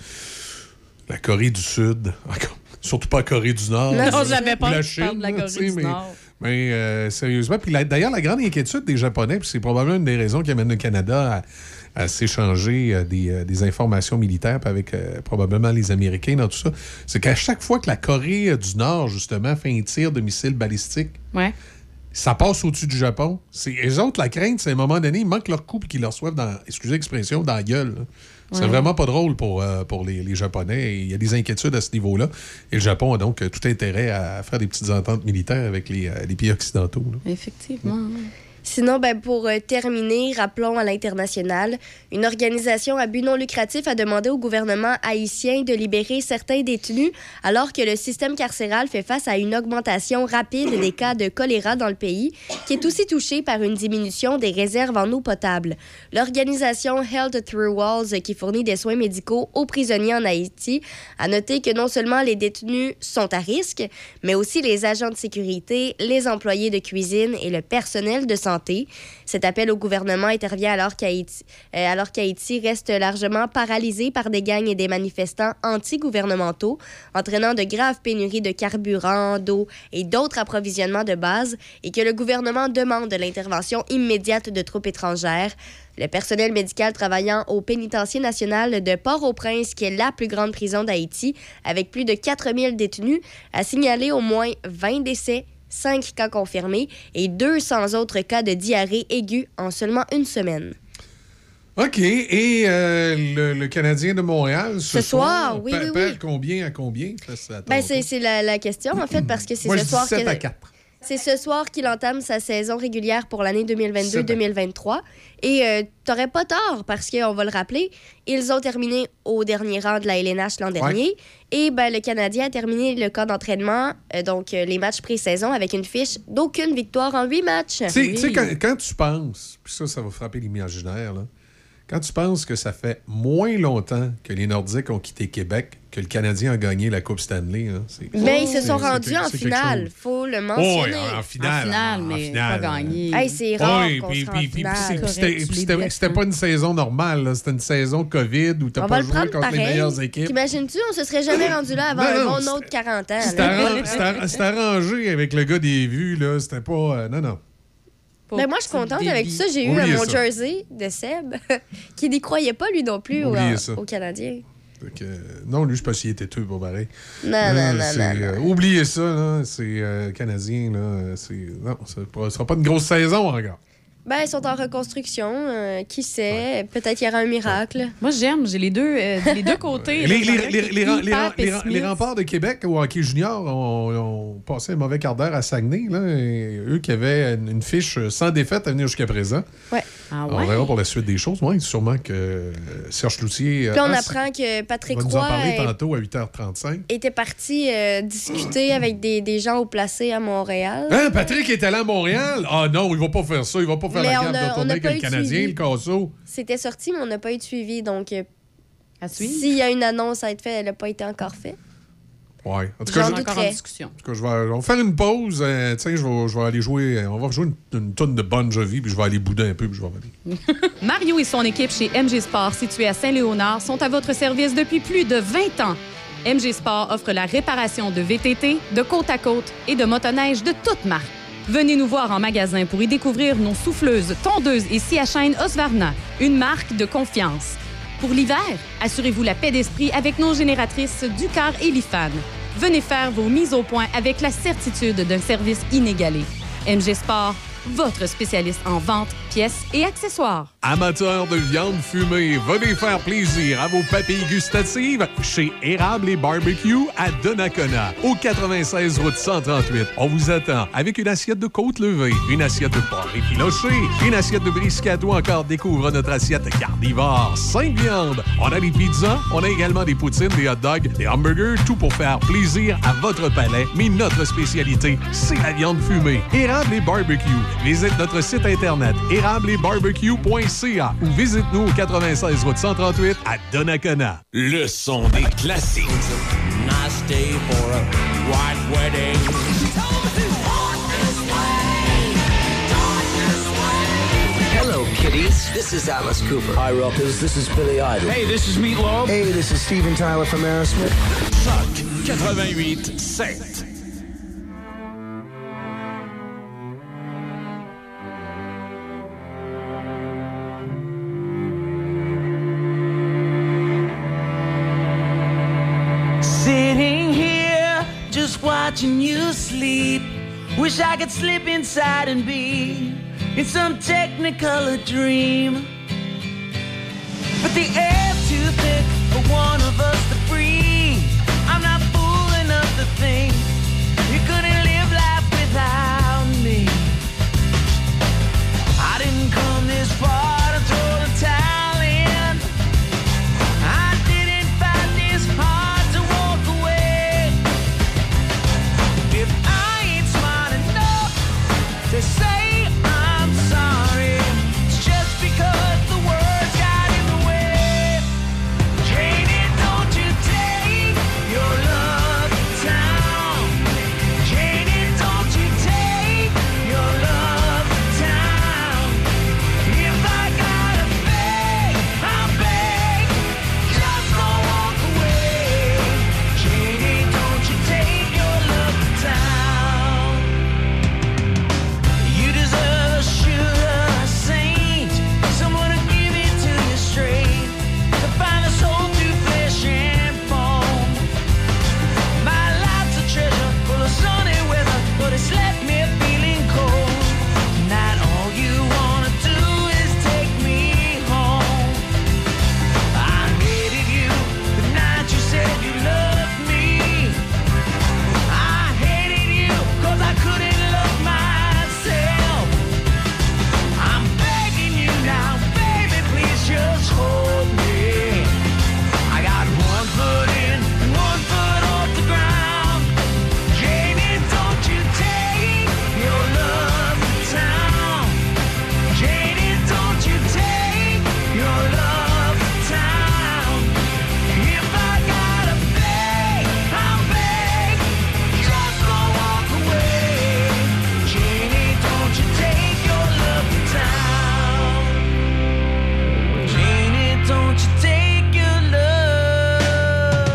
la Corée du Sud, encore, surtout pas la Corée du Nord. Non, là, j'avais pas la de Chine, de la Corée du mais, Nord. Mais euh, sérieusement, puis la, d'ailleurs, la grande inquiétude des Japonais, puis c'est probablement une des raisons qui amène le Canada à, à s'échanger euh, des, euh, des informations militaires avec euh, probablement les Américains dans tout ça, c'est qu'à chaque fois que la Corée euh, du Nord, justement, fait un tir de missiles balistiques, ouais. ça passe au-dessus du Japon. C'est, eux autres, la crainte, c'est à un moment donné, ils manquent leur coup et qu'ils leur reçoivent, dans, excusez l'expression, dans la gueule. Là. C'est ouais. vraiment pas drôle pour, euh, pour les, les Japonais. Il y a des inquiétudes à ce niveau-là. Et le Japon a donc euh, tout intérêt à faire des petites ententes militaires avec les, euh, les pays occidentaux. Là. Effectivement. Sinon, ben, pour euh, terminer, rappelons à l'international, une organisation à but non lucratif a demandé au gouvernement haïtien de libérer certains détenus alors que le système carcéral fait face à une augmentation rapide des cas de choléra dans le pays, qui est aussi touché par une diminution des réserves en eau potable. L'organisation Health Through Walls, qui fournit des soins médicaux aux prisonniers en Haïti, a noté que non seulement les détenus sont à risque, mais aussi les agents de sécurité, les employés de cuisine et le personnel de santé. Cet appel au gouvernement intervient alors qu'Haïti, euh, alors qu'Haïti reste largement paralysé par des gangs et des manifestants anti-gouvernementaux, entraînant de graves pénuries de carburant, d'eau et d'autres approvisionnements de base, et que le gouvernement demande l'intervention immédiate de troupes étrangères. Le personnel médical travaillant au pénitencier national de Port-au-Prince, qui est la plus grande prison d'Haïti, avec plus de quatre mille détenus, a signalé au moins vingt décès, cinq cas confirmés et deux cents autres cas de diarrhée aiguë en seulement une semaine. OK. Et euh, le, le Canadien de Montréal, ce, ce soir, soir oui, perd, oui, perd oui. combien à combien? Ça, ben, c'est, c'est la, la question, en fait, parce que c'est Moi, ce je soir... dis sept que... à quatre. C'est ce soir qu'il entame sa saison régulière pour l'année deux mille vingt-deux deux mille vingt-trois. Et euh, t'aurais pas tort, parce qu'on va le rappeler, ils ont terminé au dernier rang de la L N H l'an dernier. Ouais. Et ben, le Canadien a terminé le camp d'entraînement, euh, donc euh, les matchs pré-saison, avec une fiche d'aucune victoire en huit matchs. Tu sais, oui. quand, quand tu penses, puis ça, ça va frapper l'imaginaire, là, quand tu penses que ça fait moins longtemps que les Nordiques ont quitté Québec que le Canadien a gagné la Coupe Stanley. Hein, c'est, mais ils se sont c'est, rendus c'est, en c'est finale, faut le mentionner. Oh, en, en finale. En finale, en, mais en finale, pas gagné. Hey, c'est rare oui, qu'on puis, se puis, rende puis, finale. c'était, c'était, c'était, c'était pas une saison normale. Là. C'était une saison COVID où t'as on pas va joué le contre pareil. les meilleures équipes. T'imagines-tu, on se serait jamais rendu là avant non, non, un bon autre quarante ans. C'était, arrangé, c'était, c'était arrangé avec le gars des vues. Là. C'était pas... Euh, non, non. Mais moi, je suis contente. Avec tout ça, j'ai eu mon jersey de Seb, qui n'y croyait pas, lui non plus, au, au Canadien. Que, non, lui, je sais pas s'il était teux, pas pareil. Non, non, non, c'est, non, non. Euh, oubliez ça, là. C'est euh, Canadien, là. C'est, non, ça ne sera pas une grosse saison encore. Ben, ils sont en reconstruction. Euh, qui sait? Ouais. Peut-être qu'il y aura un miracle. Ouais. Moi, j'aime. J'ai les deux, euh, les deux côtés. les, les, les, les, les, les, les remparts de Québec au hockey junior ont, ont passé un mauvais quart d'heure à Saguenay. Là, et eux qui avaient une, une fiche sans défaite à venir jusqu'à présent. Ouais. Ah ouais? On verra pour la suite des choses. Oui, sûrement que euh, Serge Cloutier... Puis on ah, apprend que Patrick Roy... Roy... va nous en parler tantôt à huit heures trente-cinq. ...était parti euh, discuter avec des, des gens au placé à Montréal. Hein? Patrick est allé à Montréal? Ah non, il va pas faire ça. Il va pas faire mais la carte de tournée avec le Canadien, le Casso. C'était sorti, mais on n'a pas eu de suivi. Donc, euh, à suivre. S'il y a une annonce à être faite, elle n'a pas été encore faite. Oui. En tout cas, je... encore en discussion. En tout cas, je vais, on va faire une pause. Euh, tiens, je vais, je vais aller jouer. On va jouer une, une tonne de Bon Jovi, puis je vais aller bouder un peu, puis je vais revenir. Mario et son équipe chez M G Sport, située à Saint-Léonard, sont à votre service depuis plus de vingt ans. M G Sport offre la réparation de V T T, de côte à côte et de motoneige de toutes marques. Venez nous voir en magasin pour y découvrir nos souffleuses, tondeuses et scie à chaîne Husqvarna, une marque de confiance. Pour l'hiver, assurez-vous la paix d'esprit avec nos génératrices Ducar et Lifan. Venez faire vos mises au point avec la certitude d'un service inégalé. M G Sport, votre spécialiste en vente, pièces et accessoires. Amateurs de viande fumée, venez faire plaisir à vos papilles gustatives chez Érable et Barbecue à Donnacona, au quatre-vingt-seize route cent trente-huit. On vous attend avec une assiette de côte levée, une assiette de porc effiloché, une assiette de brisket ou encore découvre notre assiette carnivore, cinq viandes. On a des pizzas, on a également des poutines, des hot dogs, des hamburgers, tout pour faire plaisir à votre palais. Mais notre spécialité, c'est la viande fumée. Érable et Barbecue. Visite notre site internet érable et barbecue point c a ou visite-nous au quatre-vingt-seize route cent trente-huit à Donnacona. Le son des classiques. Nice day for a white wedding. is Alice Cooper. Hi, rockers. This is Billy Idol. Hey, this is Meatloaf. Hey, this is Steven Tyler from Aerosmith. Choc quatre-vingt-huit sept. Sitting here, just watching you sleep. Wish I could slip inside and be in some technicolor dream. But the air's too thick for one of us to breathe. I'm not fool enough to think you couldn't live life without me. I didn't come this far to throw the towel in. I didn't find this hard to walk away. If I ain't smart enough to say I'm sorry, it's just because the words got in the way. Janie, don't you take your love to town. Janie, don't you take your love to town. If I gotta beg, I'll beg, just don't walk away. Janie, don't you take your love to town. You deserve a shooter, a saint, someone to give it to you straight, to find a soul through flesh and bone. My life's a treasure full of sunny weather, but it's left me feeling cold. Tonight all you wanna do is take me home. I hated you the night you said you loved me. I hated you 'cause I couldn't love myself. I'm begging you now, baby, please just hold me. I got one foot in and one foot off the ground. Janie, don't you take your love to town. Janie, don't you take your love to town. If I gotta beg, I'll beg, just don't walk away. Janie, don't you take your love to town. Janie, don't you take your love.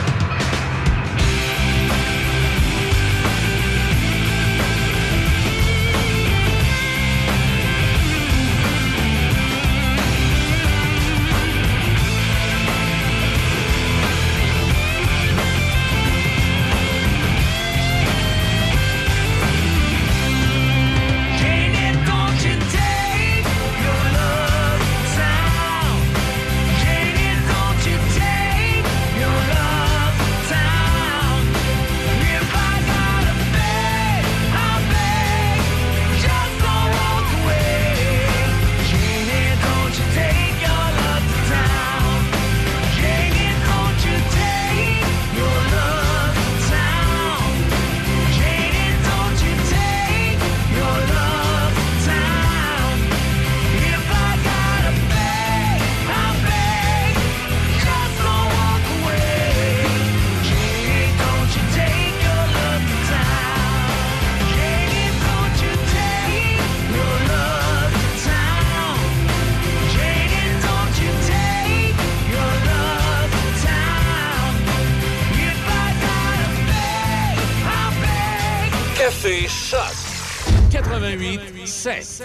Janie, don't you take your love to town. Janie, don't you take your love to town. If I gotta beg, I'll beg, just don't walk away. Janie, don't you take your love to town. Janie, don't you take your love to town. Janie, don't you take your love to town. If I gotta beg, I'll beg, just don't walk away. Janie, don't you take your love to town. Janie, don't you take your love to town. Janie, don't you take your love to town. If I gotta beg, I'll beg. Café Choc quatre-vingt-huit sept.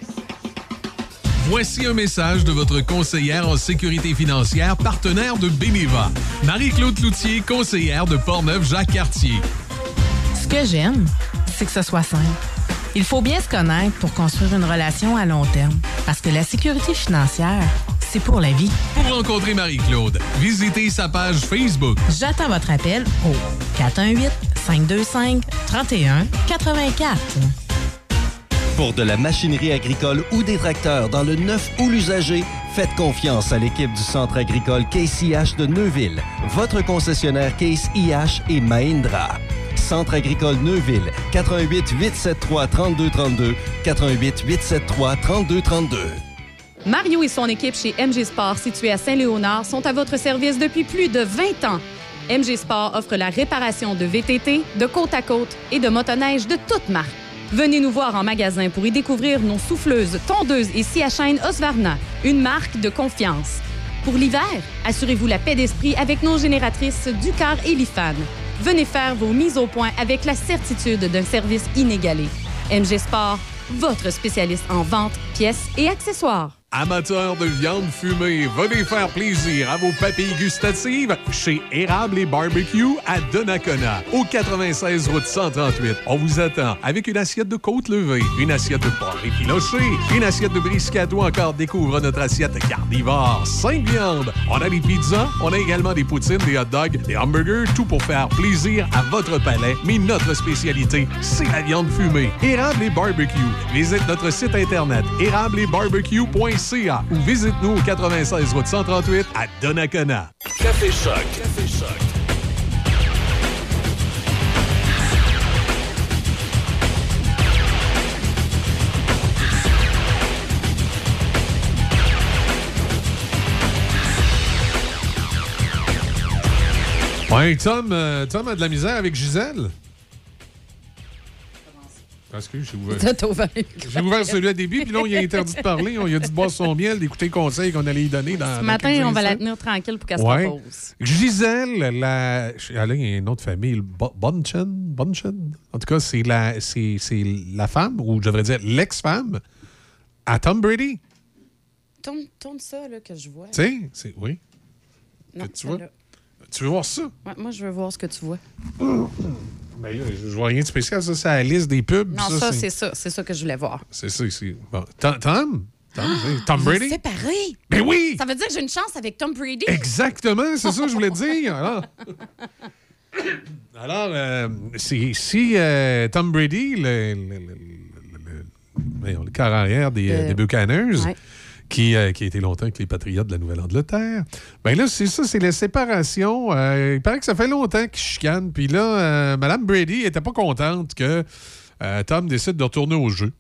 Voici un message de votre conseillère en sécurité financière, partenaire de Beneva. Marie-Claude Cloutier, conseillère de Portneuf-Jacques-Cartier. Ce que j'aime, c'est que ce soit simple. Il faut bien se connaître pour construire une relation à long terme. Parce que la sécurité financière, c'est pour la vie. Pour rencontrer Marie-Claude, visitez sa page Facebook. J'attends votre appel au quatre un huit, cinq deux cinq, trois un huit quatre. Pour de la machinerie agricole ou des tracteurs dans le neuf ou l'usager, faites confiance à l'équipe du Centre agricole Case I H de Neuville, votre concessionnaire Case I H et Mahindra. Centre agricole Neuville, quatre un huit, huit sept trois, trois deux trois deux, quatre un huit, huit sept trois, trois deux trois deux. Mario et son équipe chez M G Sport, situé à Saint-Léonard, sont à votre service depuis plus de vingt ans. M G Sport offre la réparation de V T T, de côte à côte et de motoneige de toutes marques. Venez nous voir en magasin pour y découvrir nos souffleuses, tondeuses et scie à chaîne Husqvarna, une marque de confiance. Pour l'hiver, assurez-vous la paix d'esprit avec nos génératrices Ducar et Lifan. Venez faire vos mises au point avec la certitude d'un service inégalé. M G Sport, votre spécialiste en vente, pièces et accessoires. Amateurs de viande fumée, venez faire plaisir à vos papilles gustatives chez Érable et Barbecue à Donnacona, au quatre-vingt-seize route cent trente-huit. On vous attend avec une assiette de côte levée, une assiette de porc effiloché, une assiette de brisket ou encore découvre notre assiette carnivore. Cinq viandes. On a des pizzas, on a également des poutines, des hot dogs, des hamburgers, tout pour faire plaisir à votre palais. Mais notre spécialité, c'est la viande fumée. Érable et Barbecue. Visite notre site internet érable et barbecue point c a ou visite-nous au quatre-vingt-seize route cent trente-huit à Donnacona. Café Choc. Café Choc. Ouais, Tom, euh, Tom a de la misère avec Gisèle. Parce que j'ai ouvert. T'as ouvert. J'ai ouvert celui à début, puis là, on y a interdit de parler. On y a dit de boire son miel, d'écouter les conseils qu'on allait lui donner dans. Ce matin, on va la tenir tranquille pour qu'elle se ouais. repose. Gisèle, la. Elle a un nom de famille, Bunchen. Bunchen. En tout cas, c'est la, c'est, c'est la femme, ou je devrais dire l'ex-femme, à Tom Brady. Tourne, tourne ça, là, que je vois. Tu sais, c'est. Oui. Non, que tu vois. Là. Tu veux voir ça? Ouais, moi, je veux voir ce que tu vois. Ben là, je vois rien de spécial. Ça, c'est la liste des pubs. Non, ça, ça c'est... c'est ça. C'est ça que je voulais voir. C'est ça, c'est... Bon. Tom? Tom? Tom, Tom Il Brady? est séparé. Ben oui! Ça veut dire que j'ai une chance avec Tom Brady? Exactement, c'est ça que je voulais dire. Alors, Alors euh, c'est, si euh, Tom Brady, le, le, le, le, le, le corps arrière des, euh, des Buccaneers... Ouais. Qui, euh, qui a été longtemps avec les Patriotes de la Nouvelle-Angleterre. Bien là, c'est ça, c'est la séparation. Euh, il paraît que ça fait longtemps qu'ils chicanent. Puis là, euh, Mme Brady n'était pas contente que euh, Tom décide de retourner au jeu.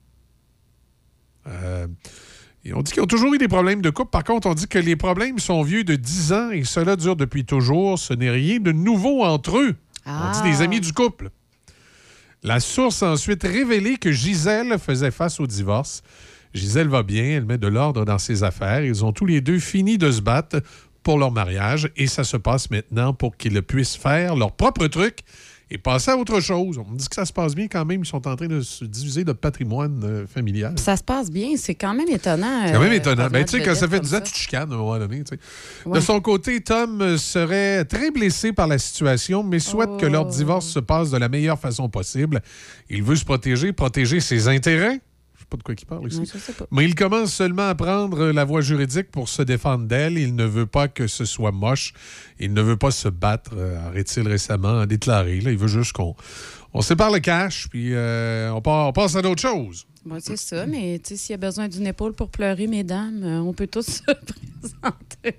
Euh, et on dit qu'ils ont toujours eu des problèmes de couple. Par contre, on dit que les problèmes sont vieux de dix ans et cela dure depuis toujours. Ce n'est rien de nouveau entre eux. Ah. On dit des amis du couple. La source a ensuite révélé que Gisèle faisait face au divorce. Gisèle va bien, elle met de l'ordre dans ses affaires. Ils ont tous les deux fini de se battre pour leur mariage et ça se passe maintenant pour qu'ils puissent faire leur propre truc et passer à autre chose. On me dit que ça se passe bien quand même. Ils sont en train de se diviser de patrimoine euh, familial. Ça se passe bien. C'est quand même étonnant. C'est quand même étonnant. Euh, ben, tu sais, quand ça fait dix ans, tu te chicanes à un moment donné. Ouais. De son côté, Tom serait très blessé par la situation, mais souhaite oh. que leur divorce se passe de la meilleure façon possible. Il veut se protéger, protéger ses intérêts. Pas de quoi il parle ici. Non, mais il commence seulement à prendre la voie juridique pour se défendre d'elle. Il ne veut pas que ce soit moche. Il ne veut pas se battre, euh, aurait-il récemment déclaré. Là, il veut juste qu'on on sépare le cash, puis euh, on, part, on passe à d'autres choses. Bon, c'est ça, mais s'il y a besoin d'une épaule pour pleurer, mesdames, euh, on peut tous se présenter.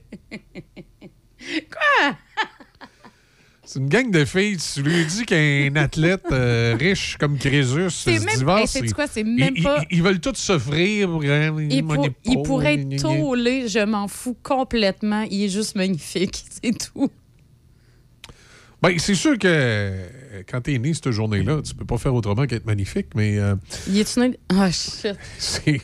Quoi? C'est une gang de filles. Tu lui dis qu'un athlète euh, riche comme Crésus se divorce. Hey, quoi, c'est même ils, pas... ils, ils veulent tous s'offrir. Il, pour, il pourrait être tôlé, je m'en fous complètement. Il est juste magnifique, c'est tout. Ben, c'est sûr que quand t'es né cette journée-là, tu peux pas faire autrement qu'être magnifique, mais... Euh, il est né... Oh, shit. C'est...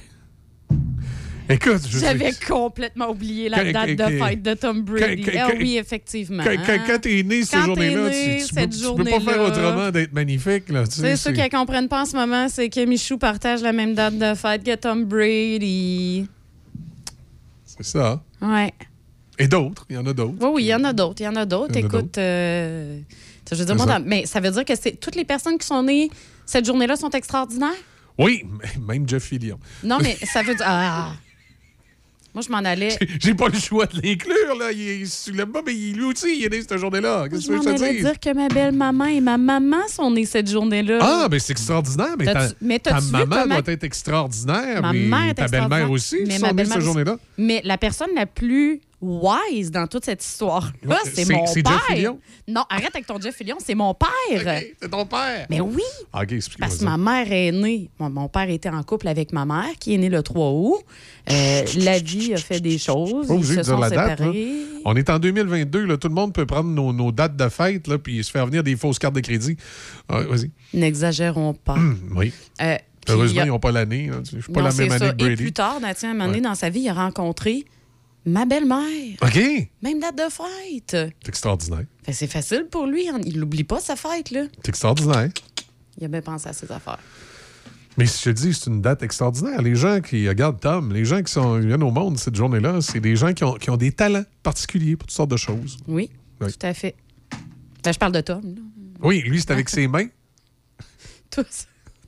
Écoute, je J'avais sais... complètement oublié la quand, date quand, de fête de Tom Brady. Quand, ah quand, oui, effectivement. Quand, quand, quand t'es né cette journée-là, né, tu, tu, cette peux, journée tu peux pas faire autrement d'être magnifique. Là, tu c'est ceux qui ne comprennent pas en ce moment, c'est que Michou partage la même date de fête que Tom Brady. C'est ça. Ouais. Et d'autres, il y en a d'autres. Oui, oui, il y en a d'autres. Il y en a d'autres. Il y en a Écoute, euh, je veux dire, moi, dans, mais ça veut dire que c'est toutes les personnes qui sont nées cette journée-là sont extraordinaires? Oui, même Jeff Fillion. Non, mais ça veut dire... Ah. Moi, je m'en allais... J'ai, j'ai pas le choix de l'inclure, là. Il est, il pas, mais lui aussi, il est né cette journée-là. Qu'est-ce que tu veux que je te dise? Je m'en allais dire que ma belle-maman et ma maman sont nées cette journée-là. Ah, ben c'est extraordinaire. Mais ta, mais ta maman comment... doit être extraordinaire. Ma mais mère est ta belle-mère aussi, mais sont nées cette journée-là. Mais la personne la plus wise dans toute cette histoire-là, Ouais, c'est c'est- mon c'est père. Jeff Fillion? Non, arrête avec ton Jeff Fillion, c'est mon père. OK, c'est ton père. Mais oui. OK, explique-moi Parce que ça. ma mère est née. Mon, mon père était en couple avec ma mère, qui est née le trois août. Euh, la vie a fait des choses. Pas Ils obligé se de dire sont la date. séparés. Là. On est en deux mille vingt-deux. Là, tout le monde peut prendre nos, nos dates de fête là, puis se faire venir des fausses cartes de crédit. Ah, vas-y. N'exagérons pas. Oui. Euh, puis Heureusement, il y a- ils n'ont pas l'année. Là. Je suis pas Non, la c'est même année ça. que Et Brady. plus tard, Nathan, à un moment donné, Ouais. dans sa vie, il a rencontré ma belle-mère. OK. Même date de fête. C'est extraordinaire. Fait que c'est facile pour lui. hein. Il n'oublie pas sa fête, là. C'est extraordinaire. Il a bien pensé à ses affaires. Mais si je te dis, c'est une date extraordinaire. Les gens qui, regarde Tom, les gens qui sont, viennent au monde cette journée-là, c'est des gens qui ont, qui ont des talents particuliers pour toutes sortes de choses. Oui, Oui. tout à fait. Ben, je parle de Tom. là. Oui, lui, c'est avec ses mains. Tous.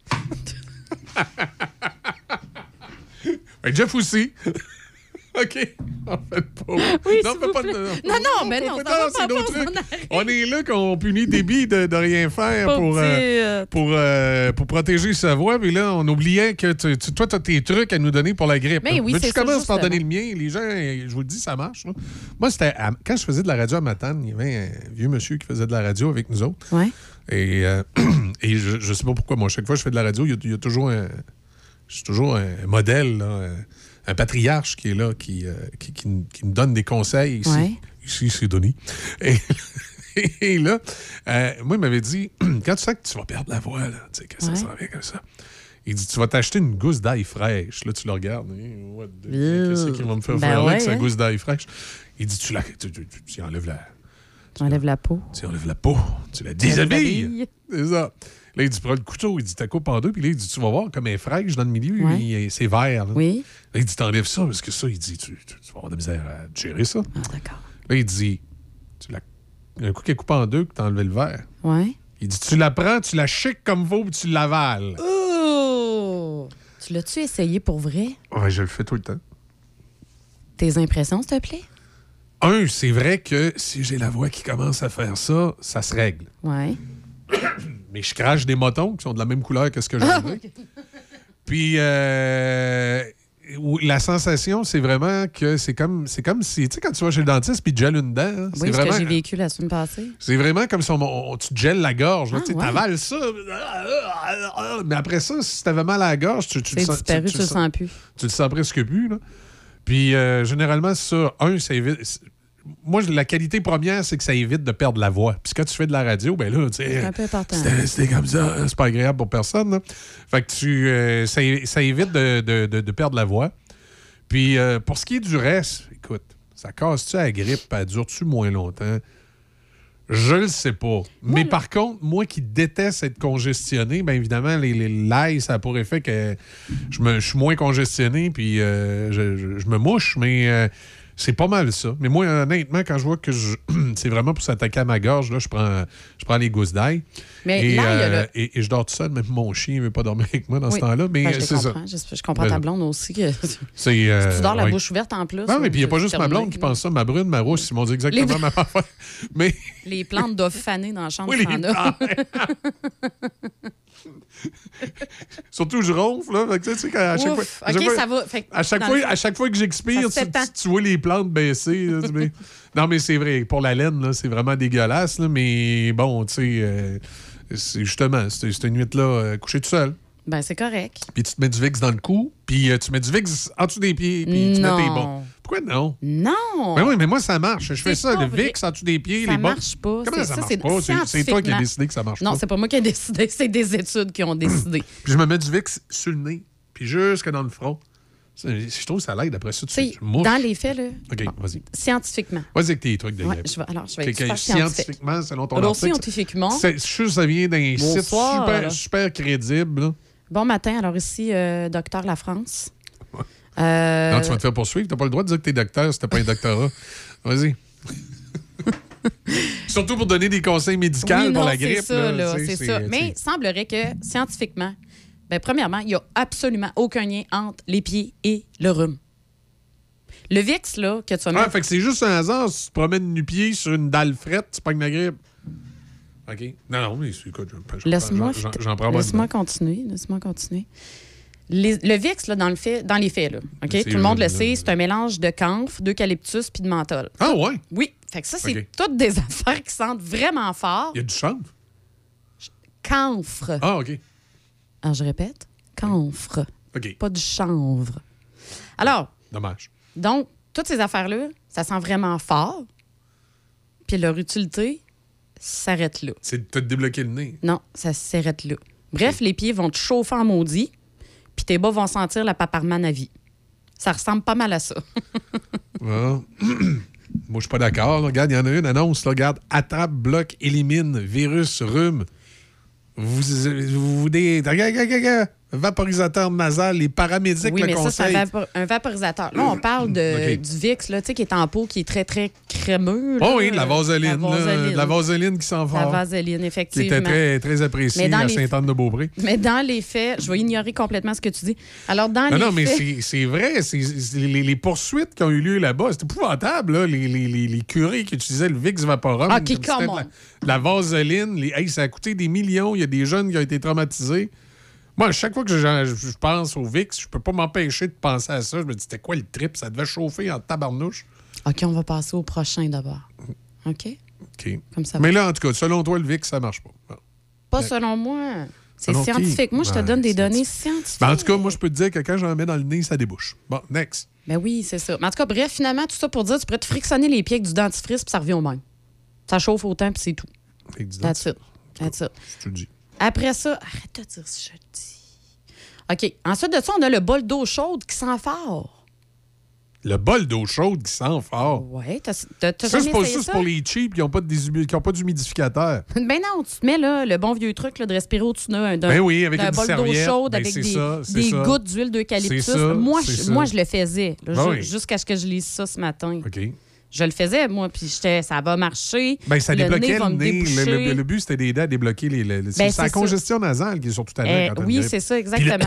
Ben, Jeff aussi. OK. En fait pas. Oui, non, s'il fais vous pas plaît. de- Non, non, ben non, pas- ça va c'est pas, d'autres pas, on trucs. s'en arrête. On est là qu'on punit des billes de, de rien faire Pas pour, euh, petit, euh, pour, euh, pour protéger sa voix. Puis là, on oubliait que tu, tu- toi, tu as tes trucs à nous donner pour la grippe. Ben oui, Mais c'est tu ça, commences par justement. donner le mien. Les gens, euh, je vous le dis, ça marche. Là. Moi, c'était à- quand je faisais de la radio à Matane, il y avait un vieux monsieur qui faisait de la radio avec nous autres. Ouais. Et, euh, et je, je sais pas pourquoi, moi, chaque fois que je fais de la radio, il y a, il y a toujours un. J'ai toujours un modèle, là, un, un patriarche qui est là, qui, euh, qui, qui, qui me donne des conseils. Ici, Ouais. ici c'est Denis. Et, et là, euh, moi, il m'avait dit, quand tu sens que tu vas perdre la voix, là, tu sais, que ça Ouais. s'en vient comme ça, il dit, tu vas t'acheter une gousse d'ail fraîche. Là, tu le regardes. Hein, what the- Ew. Qu'est-ce qu'il va me faire Ben faire là ouais, avec sa hein. gousse d'ail fraîche? Il dit, tu, la, tu, tu, tu, tu enlèves la... Tu enlèves la peau. Tu enlèves la peau, tu la Tu la déshabilles. déshabilles. C'est ça. Là, il dit, prends le couteau, il dit, ta coupe en deux, puis là, il dit, tu vas voir comme elle est fraîche dans le milieu, Ouais. il- c'est vert. Là. Oui. Là, il dit, t'enlèves ça, parce que ça, il dit, tu, tu- tu vas avoir de la misère à gérer ça. Ah, d'accord. Là, il dit, tu la... un coup qu'elle coupe en deux, que t'as enlevé le verre. Ouais. Il dit, tu la prends, tu la chiques comme faut, puis tu l'avales. Oh! Tu l'as-tu essayé pour vrai? Ouais, je le fais tout le temps. Tes impressions, s'il te plaît? Un, c'est vrai que si j'ai la voix qui commence à faire ça, ça se règle. Ouais. Mais je crache des motons qui sont de la même couleur que ce que j'ai enlevé. Puis euh, la sensation, c'est vraiment que c'est comme, c'est comme si, tu sais, quand tu vas chez le dentiste puis tu gèles une dent, hein, c'est Oui, ce vraiment, que j'ai vécu la semaine passée. c'est vraiment comme si on, on- tu te gèles la gorge. là, Ah, tu sais, ouais. t'avales ça. Mais après ça, si t'avais mal à la gorge, tu, tu, le C'est sens, disparu, tu le sens plus. tu le sens presque plus. Là. Puis euh, généralement, ça, un, ça évite. c'est- Moi, la qualité première, c'est que ça évite de perdre la voix. Puis quand tu fais de la radio, ben là, tu sais. C'est un peu important. C'était c'était comme ça, hein, c'est pas agréable pour personne. Là. Fait que tu, euh, ça, é- ça évite de, de- de- de perdre la voix. Puis euh, pour ce qui est du reste, écoute, ça casse-tu la grippe, elle dure-tu moins longtemps? Je le sais pas. Mais par contre, moi qui déteste être congestionné, bien évidemment, les, les l'ail, ça a pour effet que je, me, je suis moins congestionné, puis euh, je, je- je me mouche, mais euh, c'est pas mal ça. Mais moi, honnêtement, quand je vois que je- c'est vraiment pour s'attaquer à ma gorge, là, je prends, je prends les gousses d'ail. Mais et, l'ail, euh, là- et, et je dors tout seul, même mon chien ne veut pas dormir avec moi dans Oui. ce temps-là. Mais Ben, je les c'est ça. comprends. Je, je comprends Ben, ta blonde aussi. Que... C'est, euh, si tu dors la ouais. bouche ouverte en plus. Non, mais puis il n'y a c'est pas juste ma terminé, blonde qui là. pense ça. Ma brune, ma rousse, ils m'ont dit exactement Les- la même affaire. Mais Les plantes doivent faner dans la chambre. Oui, les t'en as. surtout, je ronfle. Là. Fait que, tu sais, quand- à chaque Ouf. fois, à chaque OK, fois- ça va. Fait que À chaque, dans fois, le- à chaque fois que j'expire, Ça tu, s'étend. tu- tu vois les plantes baisser. là, tu mets- non, mais c'est vrai. Pour la laine, là, c'est vraiment dégueulasse. Là, mais bon, tu sais, euh, c'est justement, cette, cette nuit-là, euh, coucher tout seul. Ben, c'est correct. Puis tu te mets du Vicks dans le cou, puis euh, tu mets du Vicks en dessous des pieds, puis tu mets tes Non. bons. Pourquoi non? Non! Ben oui, mais moi, ça marche. Je fais C'est ça, pas le vrai. Vicks en dessous des pieds, Ça les bons. marche pas. Comment C'est- ça ça, marche c'est pas? C'est- C'est toi qui as scientifiquement. décidé que ça marche Non, pas. c'est pas moi qui ai décidé. C'est des études qui ont décidé. Puis je me mets du Vicks sur le nez, puis jusque dans le front. Ça, Je trouve que ça l'aide. Après ça, tu Tu sais, tu mouches. dans les faits, là, OK, vas-y. scientifiquement. Vas-y avec tes trucs de Ouais, grippe. je vais- alors, je vais Que- être que super scientifique. Scientifiquement, selon ton Alors, article, scientifiquement. c'est- Je suis sûr que ça vient d'un site Bonsoir, super, là. super crédible. là. Bon matin. Alors, ici, euh, Docteur La France. Euh, Non, tu vas te faire poursuivre. Tu n'as pas le droit de dire que tu es docteur si tu n'as pas un doctorat. Vas-y. Surtout pour donner des conseils médicaux oui, pour non, la grippe. C'est ça, là, tu sais, c'est ça. c'est- Mais il semblerait que, scientifiquement, ben, premièrement, il n'y a absolument aucun lien entre les pieds et le rhume. Le Vicks, là, que tu vas Ah, mettre... fait que c'est juste un hasard si tu te promènes nu-pied sur une dalle frette, tu pognes la grippe. OK. Non, non, mais écoute, je- je- Laisse-moi j'en- j'en- j'en prends pas laisse-moi dedans. continuer. Laisse-moi continuer. Les, le Vicks, là, dans, le fait, dans les faits, là, okay? Tout le monde le sait, c'est un mélange de camphre, d'eucalyptus puis de menthol. Ah ouais? Oui. Fait que ça, c'est okay. toutes des affaires qui sentent vraiment fort. Il y a du chanvre? Camphre. Ah, OK. Alors, je répète, camphre. OK. Pas du chanvre. Alors. Dommage. Donc, toutes ces affaires-là, ça sent vraiment fort. Puis leur utilité s'arrête là. C'est de te débloquer le nez. Non, ça s'arrête là. Bref, okay. Les pieds vont te chauffer en maudit, puis tes bas vont sentir la paparmane à vie. Ça ressemble pas mal à ça. Ah. Moi, je suis pas d'accord. Là. Regarde, il y en a une annonce. Là. Regarde, attrape, bloque, élimine, virus, rhume. Vous vous, vous des... Regarde, regarde, regarde. Vaporisateur nasal, les paramédics oui, le mais conseillent. Ça, c'est un, vapor- un vaporisateur. Là, on parle de, okay. du Vicks, là, qui est en peau, qui est très, très crémeux. Là, oh oui, de la vaseline. La vaseline, là, la vaseline qui sent fort. La vaseline, effectivement. Qui était très, très appréciée à Sainte-Anne-de-Beaupré. Mais dans les faits, je vais ignorer complètement ce que tu dis. Alors, dans non, les non, faits... mais c'est, c'est vrai. C'est, c'est, les, les poursuites qui ont eu lieu là-bas, c'était épouvantable, là, les, les, les, les curés qui utilisaient le Vicks Vaporum. Ah, qui comme la, la vaseline. Les, hey, ça a coûté des millions. Il y a des jeunes qui ont été traumatisés. Moi, chaque fois que je, je, je pense au Vicks, je peux pas m'empêcher de penser à ça. Je me dis, c'était quoi le trip? Ça devait chauffer en tabarnouche. OK, on va passer au prochain d'abord. OK? OK. Comme ça. Mais là, en tout cas, selon toi, le Vicks, ça marche pas. Bon. Pas selon moi. C'est selon scientifique. Qui? Moi, je te ouais, donne des données scientifiques. Ben, en tout cas, moi, je peux te dire que quand j'en mets dans le nez, ça débouche. Bon, next. Ben oui, c'est ça. Mais en tout cas, bref, finalement, tout ça pour dire, tu pourrais te frictionner les pieds avec du dentifrice, puis ça revient au même. Ça chauffe autant, puis c'est tout. Avec du That's it. That's it. Je te le dis. Après ça, arrête de dire ce que je te dis. OK. Ensuite de ça, on a le bol d'eau chaude qui sent fort. Le bol d'eau chaude qui sent fort? Oui. T'as, t'as, t'as ça, jamais c'est pas essayé ça, ça? C'est pour les cheap qui n'ont pas, pas d'humidificateur. Ben non, tu te mets là, le bon vieux truc là, de respirer au-dessus d'un, ben oui, avec d'un une bol d'eau chaude ben avec des, ça, des ça. gouttes d'huile d'eucalyptus. Ça, moi, je, ça. moi, je le faisais là, ben ju- oui. jusqu'à ce que je lise ça ce matin. OK. Je le faisais, moi, puis j'étais, ça va marcher. Ben, ça le débloquait nez va le me nez. déboucher. Le, le, le but, c'était d'aider à débloquer les. les ben, c'est, c'est la ça. congestion nasale qui est surtout à euh, quand Oui, c'est ça, exactement.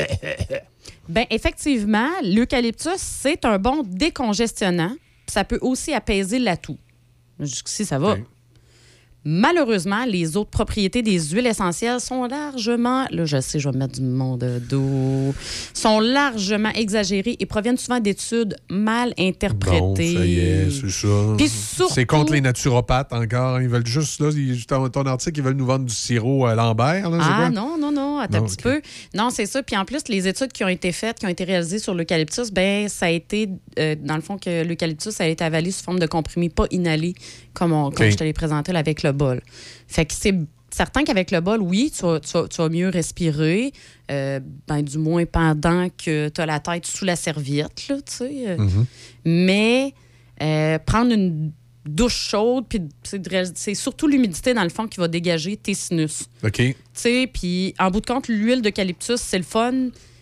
ben, effectivement, l'eucalyptus, c'est un bon décongestionnant. Ça peut aussi apaiser la toux. Jusqu'ici, ça va. Okay. Malheureusement, les autres propriétés des huiles essentielles sont largement, là je sais, je vais me mettre du monde dos, sont largement exagérées et proviennent souvent d'études mal interprétées. Bon, ça y est, c'est ça. Puis surtout, c'est contre les naturopathes encore. Ils veulent juste, là, ils, ton, ton article, ils veulent nous vendre du sirop à Lambert. Là, ah quoi? non, non, non, attends non, un petit okay. peu. Non, c'est ça. Puis en plus, les études qui ont été faites, qui ont été réalisées sur l'eucalyptus, ben ça a été, euh, dans le fond, que l'eucalyptus a été avalé sous forme de comprimé, pas inhalé, comme, on, okay. comme je te l'ai présenté là, avec le bol. Fait que c'est certain qu'avec le bol, oui, tu vas, tu vas, tu vas mieux respirer, euh, ben, du moins pendant que tu as la tête sous la serviette, là, tu sais. Mm-hmm. Mais euh, prendre une douche chaude, puis c'est, c'est surtout l'humidité, dans le fond, qui va dégager tes sinus. OK. Tu sais, puis en bout de compte, l'huile d'eucalyptus, c'est le fun,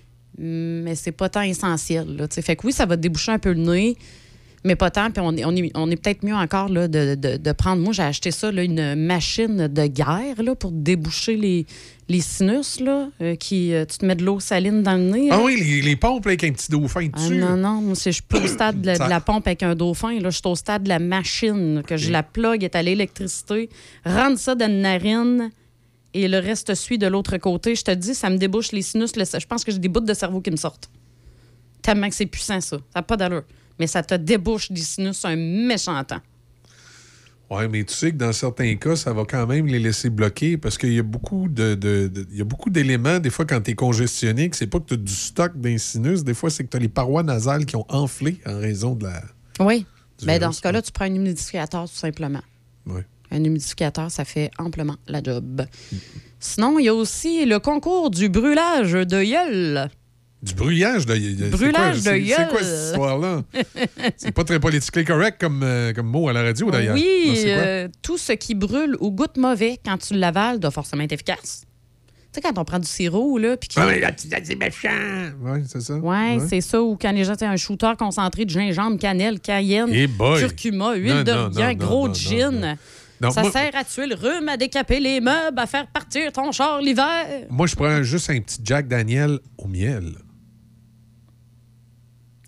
mais c'est pas tant essentiel, là, tu sais. Fait que oui, ça va te déboucher un peu le nez, mais pas tant. Puis on est, on est, on est peut-être mieux encore là, de, de, de prendre... Moi, j'ai acheté ça, là, une machine de guerre là, pour déboucher les, les sinus. Là, euh, qui, euh, tu te mets de l'eau saline dans le nez. Ah là. oui, les, les pompes là, avec un petit dauphin dessus. Ah, non, non. Moi, je suis pas au stade de la, de la pompe avec un dauphin. Là, je suis au stade de la machine. Là, que okay. Je la plug, est à l'électricité. Rentre ça dans une narine et le reste suit de l'autre côté. Je te dis, ça me débouche les sinus. Le, je pense que j'ai des bouts de cerveau qui me sortent. Tellement que c'est puissant, ça. Ça n'a pas d'allure. Mais ça te débouche des sinus un méchant temps. Oui, mais tu sais que dans certains cas, ça va quand même les laisser bloquer parce qu'il y a beaucoup de, de, de il y a beaucoup d'éléments, des fois, quand tu es congestionné, que c'est pas que tu as du stock d'un sinus, des fois, c'est que tu as les parois nasales qui ont enflé en raison de la... Oui. Bien, dans ce cas-là, tu prends un humidificateur, tout simplement. Oui. Un humidificateur, ça fait amplement la job. Mm-hmm. Sinon, il y a aussi le concours du brûlage de gueule. Du brouillage de gueule. Brûlage c'est quoi, de gueule. C'est, c'est quoi cette histoire-là? C'est pas très politiquement correct comme, euh, comme mot à la radio, d'ailleurs. Oui, non, euh, tout ce qui brûle ou goûte mauvais quand tu l'avales doit forcément être efficace. Tu sais, quand on prend du sirop, là, puis Ah, mais là, tu dis méchant! Oui, c'est ça. Ouais, ouais, c'est ça. Ou quand les gens, tu un shooter concentré de gingembre, cannelle, cayenne, hey curcuma, huile non, d'Orient, non, non, gros non, gin. non, non. Non, ça moi, sert à tuer le rhume, à décaper les meubles, à faire partir ton char l'hiver. Moi, je prends juste un petit Jack Daniel au miel.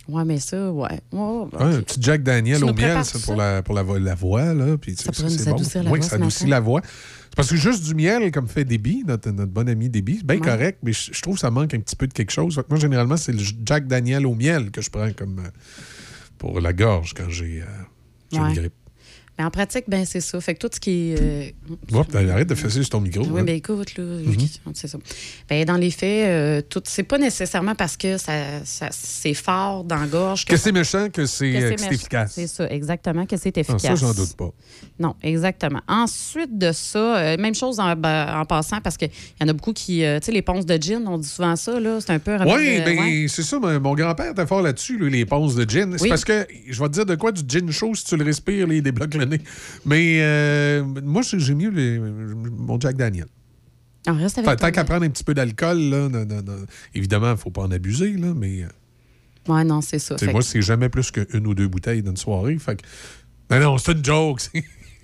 Ouais, mais ça, ouais. Oh, okay. Ouais, un petit Jack Daniel Tu au nous miel, prépares c'est ça? pour la, pour la, la voix. Là, puis, Ça c'est, pourrait c'est nous bon. adoucir la Oui, voix ça ce adoucit matin. la voix. C'est parce que juste du miel, comme fait Déby, notre, notre bon ami Déby, c'est bien Ouais. correct, mais je, je trouve que ça manque un petit peu de quelque chose. Fait que moi, généralement, c'est le Jack Daniel au miel que je prends comme euh, pour la gorge quand j'ai, euh, j'ai Ouais. une grippe. Mais en pratique, ben c'est ça. Fait que tout ce qui est... euh, Hop, arrête de fesser sur ton micro. Oui, hein. bien écoute, là, Mm-hmm. c'est ça. Ben, dans les faits, euh, tout, c'est pas nécessairement parce que ça, ça, c'est fort dans la gorge. Que c'est méchant, que c'est, que euh, c'est que c'est méchant. efficace. C'est ça, exactement, que c'est Ah, efficace. ça, j'en doute pas. Non, exactement. Ensuite de ça, euh, même chose en, ben, en passant, parce qu'il y en a beaucoup qui... euh, tu sais, les ponces de gin, on dit souvent ça, là, c'est un peu... un Oui, remède, bien, ouais. c'est ça. Mon, mon grand-père était fort là-dessus, là, les ponces de gin. C'est Oui. parce que, je vais te dire de quoi, du gin chaud, si tu le respires, là, il débloque le nez. Mais euh, moi, j'ai j'ai mieux les- mon Jack Daniel. On reste avec Tant toi, qu'à Ben. prendre un petit peu d'alcool, là, non, non, non. Évidemment, il ne faut pas en abuser, là, mais euh, Ouais, non, c'est ça. tu sais, Fait moi, que- c'est jamais plus qu'une ou deux bouteilles d'une soirée. Fait que... Non, non, c'est une joke. c'est-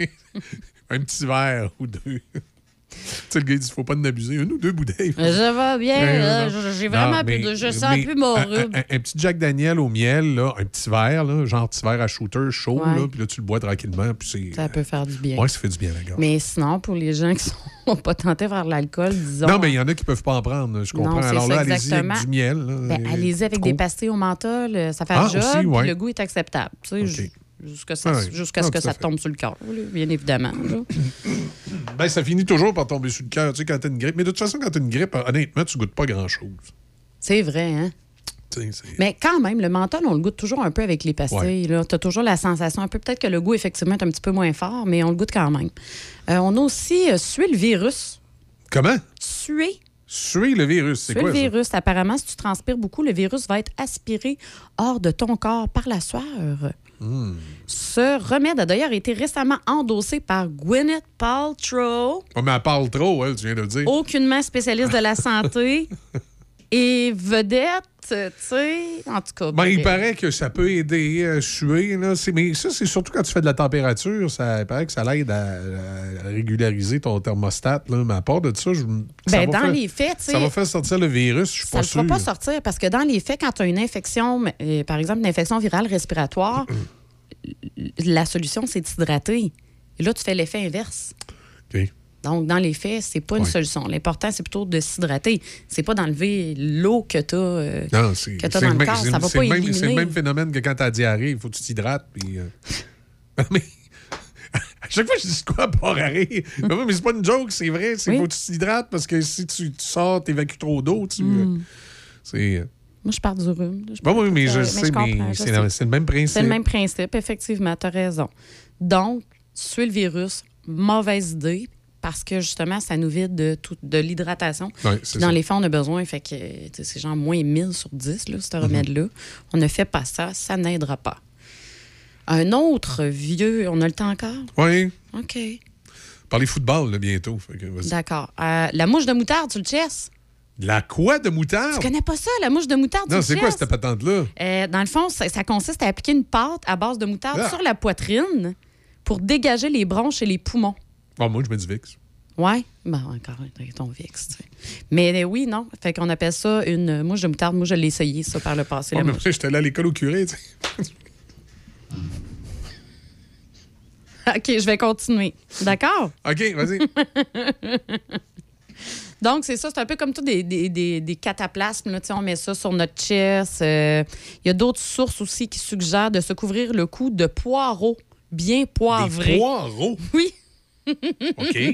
un petit verre ou deux. Tu sais, le gars, il dit, faut pas en abuser. Une ou deux bouteilles. Je vais bien, Euh, là, non. j'ai Non, vraiment mais- plus de... Je sens mais plus mon un, rhume. un- un petit Jack Daniel au miel, là, un petit verre, là, genre petit verre à shooter chaud, Ouais. là, puis là, tu le bois tranquillement. Puis c'est, Ça peut faire du bien. ouais, ça fait du bien à la gorge. Mais sinon, pour les gens qui sont pas tentés vers l'alcool, disons... Non, mais il y en a qui peuvent pas en prendre, là, je comprends. Non, c'est Alors ça, là, allez-y exactement. avec du miel. là, Ben, et- allez-y avec du des coup. pastilles au menthol, euh, ça fait Ah, le job, aussi, puis ouais. le goût est acceptable. Tu sais, OK. ju- Jusqu'à, ça, Ah oui. jusqu'à Ah, ce que tout à ça fait. tombe sur le cœur, là, bien évidemment. là. Ben, ça finit toujours par tomber sur le cœur, tu sais, quand t'as une grippe. Mais de toute façon, quand t'as une grippe, honnêtement, tu goûtes pas grand-chose. C'est vrai, hein? Tu sais, c'est- Mais quand même, le menthol, on le goûte toujours un peu avec les pastilles. Tu as toujours la sensation un peu. Peut-être que le goût, effectivement, est un petit peu moins fort, mais on le goûte quand même. Euh, on a aussi euh, sué le virus. Comment? Suer. Suer le virus, c'est Suer quoi le ça? virus. Apparemment, si tu transpires beaucoup, le virus va être aspiré hors de ton corps par la sueur. Hmm. Ce remède a d'ailleurs été récemment endossé par Gwyneth Paltrow, Oh, mais elle parle trop, elle, tu viens de le dire. aucunement spécialiste de la santé et vedette, tu sais, en tout cas. Ben, il bref. paraît que ça peut aider à suer. Là. C'est- mais ça, c'est surtout quand tu fais de la température. Ça il paraît que ça l'aide à, à régulariser ton thermostat. Là. Mais à part de ça, je, ça, Ben, va dans faire, les faits, tu sais, ça va faire sortir le virus, je suis ça pas ne sûr. fera pas sortir parce que dans les faits, quand tu as une infection, euh, par exemple une infection virale respiratoire, la solution, c'est de s'hydrater. Et là, tu fais l'effet inverse. OK. Donc, dans les faits, c'est pas une Ouais. solution. L'important, c'est plutôt de s'hydrater. C'est pas d'enlever l'eau que tu as, euh, Non, c'est, que t'as c'est dans le le même, corps. c'est- Ça va c'est pas le même, éliminer. c'est le même phénomène que quand tu as diarrhée. Il faut que tu t'hydrates. Puis, euh... mais à chaque fois, je dis quoi pour arrêter. Mais, oui, mais c'est pas une joke, c'est vrai. Il Oui. faut que tu t'hydrates parce que si tu, tu sors, tu évacues trop d'eau. Tu, Mm. c'est... euh, Moi, je pars du rhume. Je Bon, oui, mais Euh, je mais sais, je comprends, mais je c'est, sais. la- c'est le même principe. C'est le même principe, effectivement, tu as raison. Donc, suer le virus, mauvaise idée, parce que justement, ça nous vide de, tout, de l'hydratation. Ouais, Puis c'est dans ça. les faits, on a besoin, fait que tu sais, c'est genre moins mille sur dix, là, Mhm. ce remède-là. On ne fait pas ça, ça n'aidera pas. Un autre vieux, on a le temps encore? Oui. OK. Parler football, là, bientôt. Fait que, vas-y. D'accord. Euh, la mouche de moutarde sur le chest. La quoi de moutarde? Tu connais pas ça, la mouche de moutarde Non, sur c'est le quoi chest? cette patente-là? Euh, dans le fond, ça, ça consiste à appliquer une pâte à base de moutarde Ah. sur la poitrine pour dégager les bronches et les poumons. Bon, moi, je mets du Vicks. Ouais, ben encore ton Vicks. Tu sais. Mais euh, oui, non. Fait qu'on appelle ça une mouche de moutarde. Moi, je l'ai essayé, ça, par le passé. Oh, la mais mouche. moi, j'étais allé à l'école au curé, tu sais. OK, je vais continuer. D'accord? OK, vas-y. Donc, c'est ça. C'est un peu comme tout des, des, des, des cataplasmes. Là. Tu sais, on met ça sur notre chest. Euh, Il y a d'autres sources aussi qui suggèrent de se couvrir le cou de poireaux bien poivrés. Des poireaux? Oui. OK.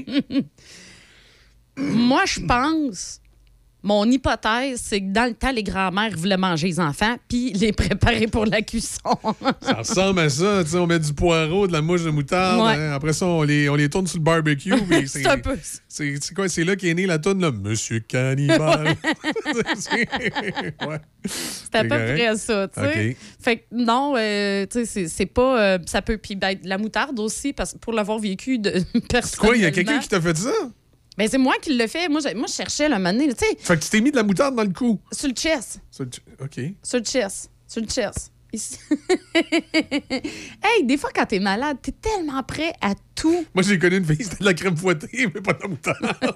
Moi, je pense, mon hypothèse, c'est que dans le temps, les grands-mères voulaient manger les enfants puis les préparer pour la cuisson. Ça ressemble à ça. Tu sais, on met du poireau, de la mouche de moutarde. Ouais. Hein. Après ça, on les, on les tourne sur le barbecue. puis C'est un peu ça. C'est, c'est quoi? C'est là qu'est née la toune, là? Monsieur Cannibal. C'est- ouais. C'est à peu correct? près ça, tu sais. OK. Fait que non, euh, tu sais, c'est, c'est pas... euh, ça peut... Puis ben, de la moutarde aussi, parce que pour l'avoir vécu de personnellement... Quoi, il y a quelqu'un qui t'a fait ça? Ben, c'est moi qui le fais. Moi, je, moi, je cherchais, le moment donné, tu sais, Fait que tu t'es mis de la moutarde dans le cou. sur le chest. Ça, tu- OK. Sur le chest. Sur le chest. Ici. Hey, des fois, quand t'es malade, t'es tellement prêt à tout. Moi, j'ai connu une fille, c'était de la crème fouettée, mais pas de la moutarde.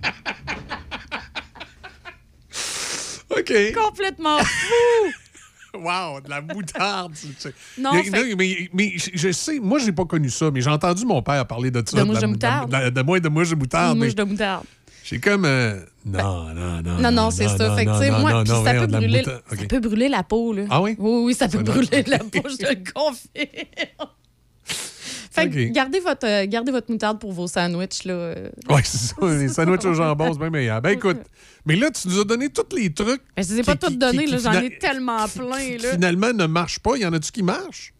OK. Complètement fou! Wow, de la moutarde. Non, mais, fait... mais, mais je sais, moi, j'ai pas connu ça, mais j'ai entendu mon père parler de ça. De mouche de, de moutarde? De, de, de moi, de mouche de moutarde. Mouche de moutarde. J'ai comme... Euh, non, non, non. Non, non, c'est ça. Non, fait que, tu sais, non, moi, non, puis non, ça, non, peut de la brûler, moutarde. ça Okay. peut brûler la peau, là. Ah oui? Oui, oui, ça peut Ça brûler doit... la peau, je te le confirme. Fait que okay. gardez votre, euh, gardez votre moutarde pour vos sandwichs, là. Oui, c'est ça. Les sandwichs au jambon, c'est bien meilleur. Ben écoute, mais là, tu nous as donné tous les trucs. Ben, je ne les ai pas tous donnés, là. J'en fina... ai tellement plein, là. Finalement, ne marchent pas. Y en a-tu qui marchent?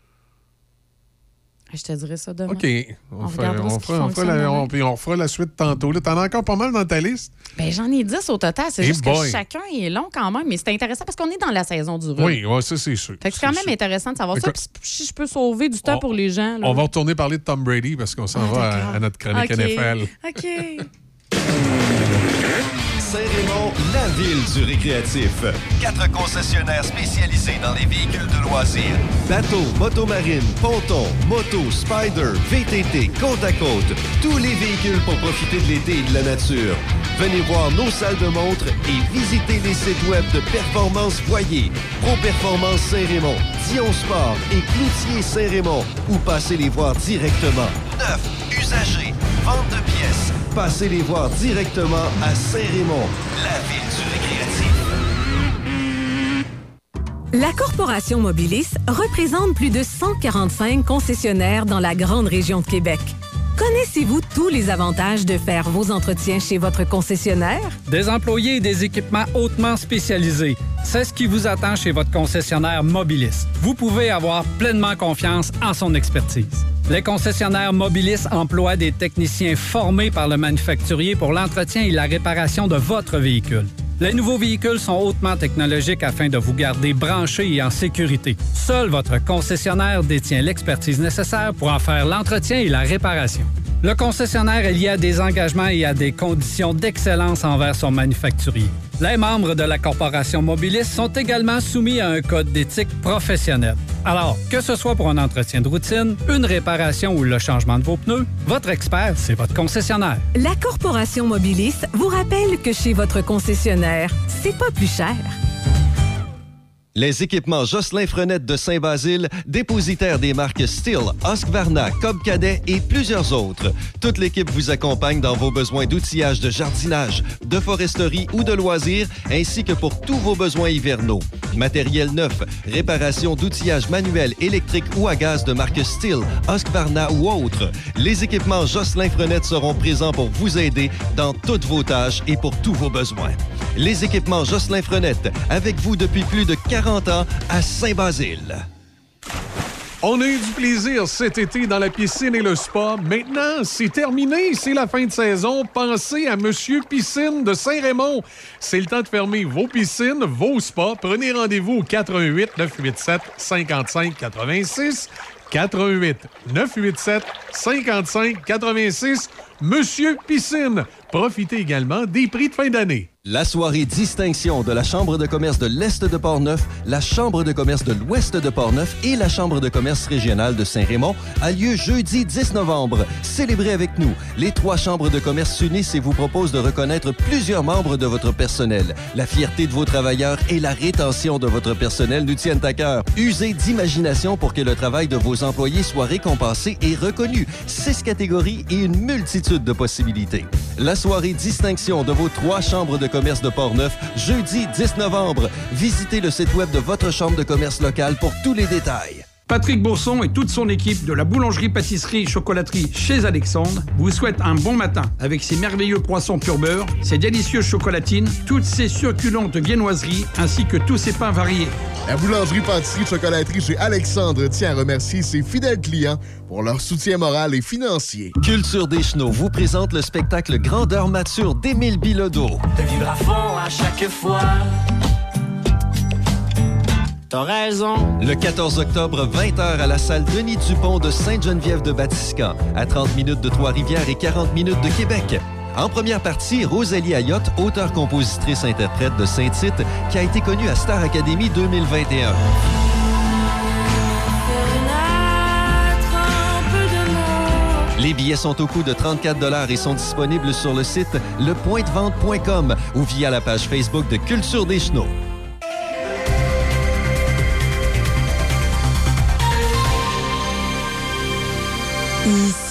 Je te dirais ça demain. OK. On, on, fait, on, fera, on, fera la, on, puis on fera la suite tantôt. Là, t'en as encore pas mal dans ta liste? Ben, j'en ai dix au total. C'est hey juste boy. que chacun est long quand même. Mais c'est intéressant parce qu'on est dans la saison du rhume. Oui, ouais, ça, c'est sûr. Fait que c'est quand même sûr. Intéressant de savoir Écoute, ça. Puis si je peux sauver du temps on, pour les gens. Là, on va retourner parler de Tom Brady parce qu'on s'en ah, va à, à notre chronique okay. N F L. OK. Saint-Raymond, la ville du récréatif. Quatre concessionnaires spécialisés dans les véhicules de loisirs. Bateaux, motomarines, pontons, motos, Spider, V T T, côte à côte. Tous les véhicules pour profiter de l'été et de la nature. Venez voir nos salles de montre et visitez les sites web de Performance Voyer, Pro Performance Saint-Raymond, Dion Sport et Cloutier Saint-Raymond. Ou passez les voir directement. Neuf, usagers, vente de pièces. Passez les voir directement à Saint-Raymond, la ville du récréatif. La Corporation Mobilis représente plus de cent quarante-cinq concessionnaires dans la grande région de Québec. Connaissez-vous tous les avantages de faire vos entretiens chez votre concessionnaire? Des employés et des équipements hautement spécialisés. C'est ce qui vous attend chez votre concessionnaire Mobilis. Vous pouvez avoir pleinement confiance en son expertise. Les concessionnaires Mobilis emploient des techniciens formés par le manufacturier pour l'entretien et la réparation de votre véhicule. Les nouveaux véhicules sont hautement technologiques afin de vous garder branchés et en sécurité. Seul votre concessionnaire détient l'expertise nécessaire pour en faire l'entretien et la réparation. Le concessionnaire est lié à des engagements et à des conditions d'excellence envers son manufacturier. Les membres de la Corporation Mobilis sont également soumis à un code d'éthique professionnelle. Alors, que ce soit pour un entretien de routine, une réparation ou le changement de vos pneus, votre expert, c'est votre concessionnaire. La Corporation Mobilis vous rappelle que chez votre concessionnaire, c'est pas plus cher. Les équipements Jocelyn Frenette de Saint-Basile, dépositaires des marques Stihl, Husqvarna, Cobb Cadet et plusieurs autres. Toute l'équipe vous accompagne dans vos besoins d'outillage de jardinage, de foresterie ou de loisirs, ainsi que pour tous vos besoins hivernaux. Matériel neuf, réparation d'outillage manuel, électrique ou à gaz de marque Stihl, Husqvarna ou autres. Les équipements Jocelyn Frenette seront présents pour vous aider dans toutes vos tâches et pour tous vos besoins. Les équipements Jocelyn Frenette, avec vous depuis plus de quarante ans à Saint-Basile. On a eu du plaisir cet été dans la piscine et le spa. Maintenant, c'est terminé. C'est la fin de saison. Pensez à Monsieur Piscine de Saint-Raymond. C'est le temps de fermer vos piscines, vos spas. Prenez rendez-vous au quatre un huit neuf huit sept cinq cinq huit six. quatre un huit neuf huit sept cinq cinq huit six. Monsieur Piscine. Profitez également des prix de fin d'année. La soirée distinction de la Chambre de commerce de l'Est de Portneuf, la Chambre de commerce de l'Ouest de Portneuf et la Chambre de commerce régionale de Saint-Raymond a lieu jeudi dix novembre. Célébrez avec nous. Les trois chambres de commerce s'unissent et vous proposent de reconnaître plusieurs membres de votre personnel. La fierté de vos travailleurs et la rétention de votre personnel nous tiennent à cœur. Usez d'imagination pour que le travail de vos employés soit récompensé et reconnu. Six catégories et une multitude de possibilités. La soirée distinction de vos trois chambres de commerce de Portneuf, jeudi dix novembre. Visitez le site web de votre chambre de commerce locale pour tous les détails. Patrick Bourson et toute son équipe de la boulangerie-pâtisserie-chocolaterie chez Alexandre vous souhaitent un bon matin avec ses merveilleux poissons pur beurre, ses délicieuses chocolatines, toutes ses succulentes viennoiseries ainsi que tous ses pains variés. La boulangerie-pâtisserie-chocolaterie chez Alexandre tient à remercier ses fidèles clients pour leur soutien moral et financier. Culture des Chenaux vous présente le spectacle Grandeur mature d'Émile Bilodeau. De vivre à fond à chaque fois. T'as raison. Le quatorze octobre, vingt heures à la salle Denis Dupont de Sainte-Geneviève-de-Batiscan, à trente minutes de Trois-Rivières et quarante minutes de Québec. En première partie, Rosalie Ayotte, auteure-compositrice-interprète de Saint-Tite, qui a été connue à Star Academy deux mille vingt et un. Les billets sont au coût de trente-quatre dollars et sont disponibles sur le site le point de vente point com ou via la page Facebook de Culture des Chenaux.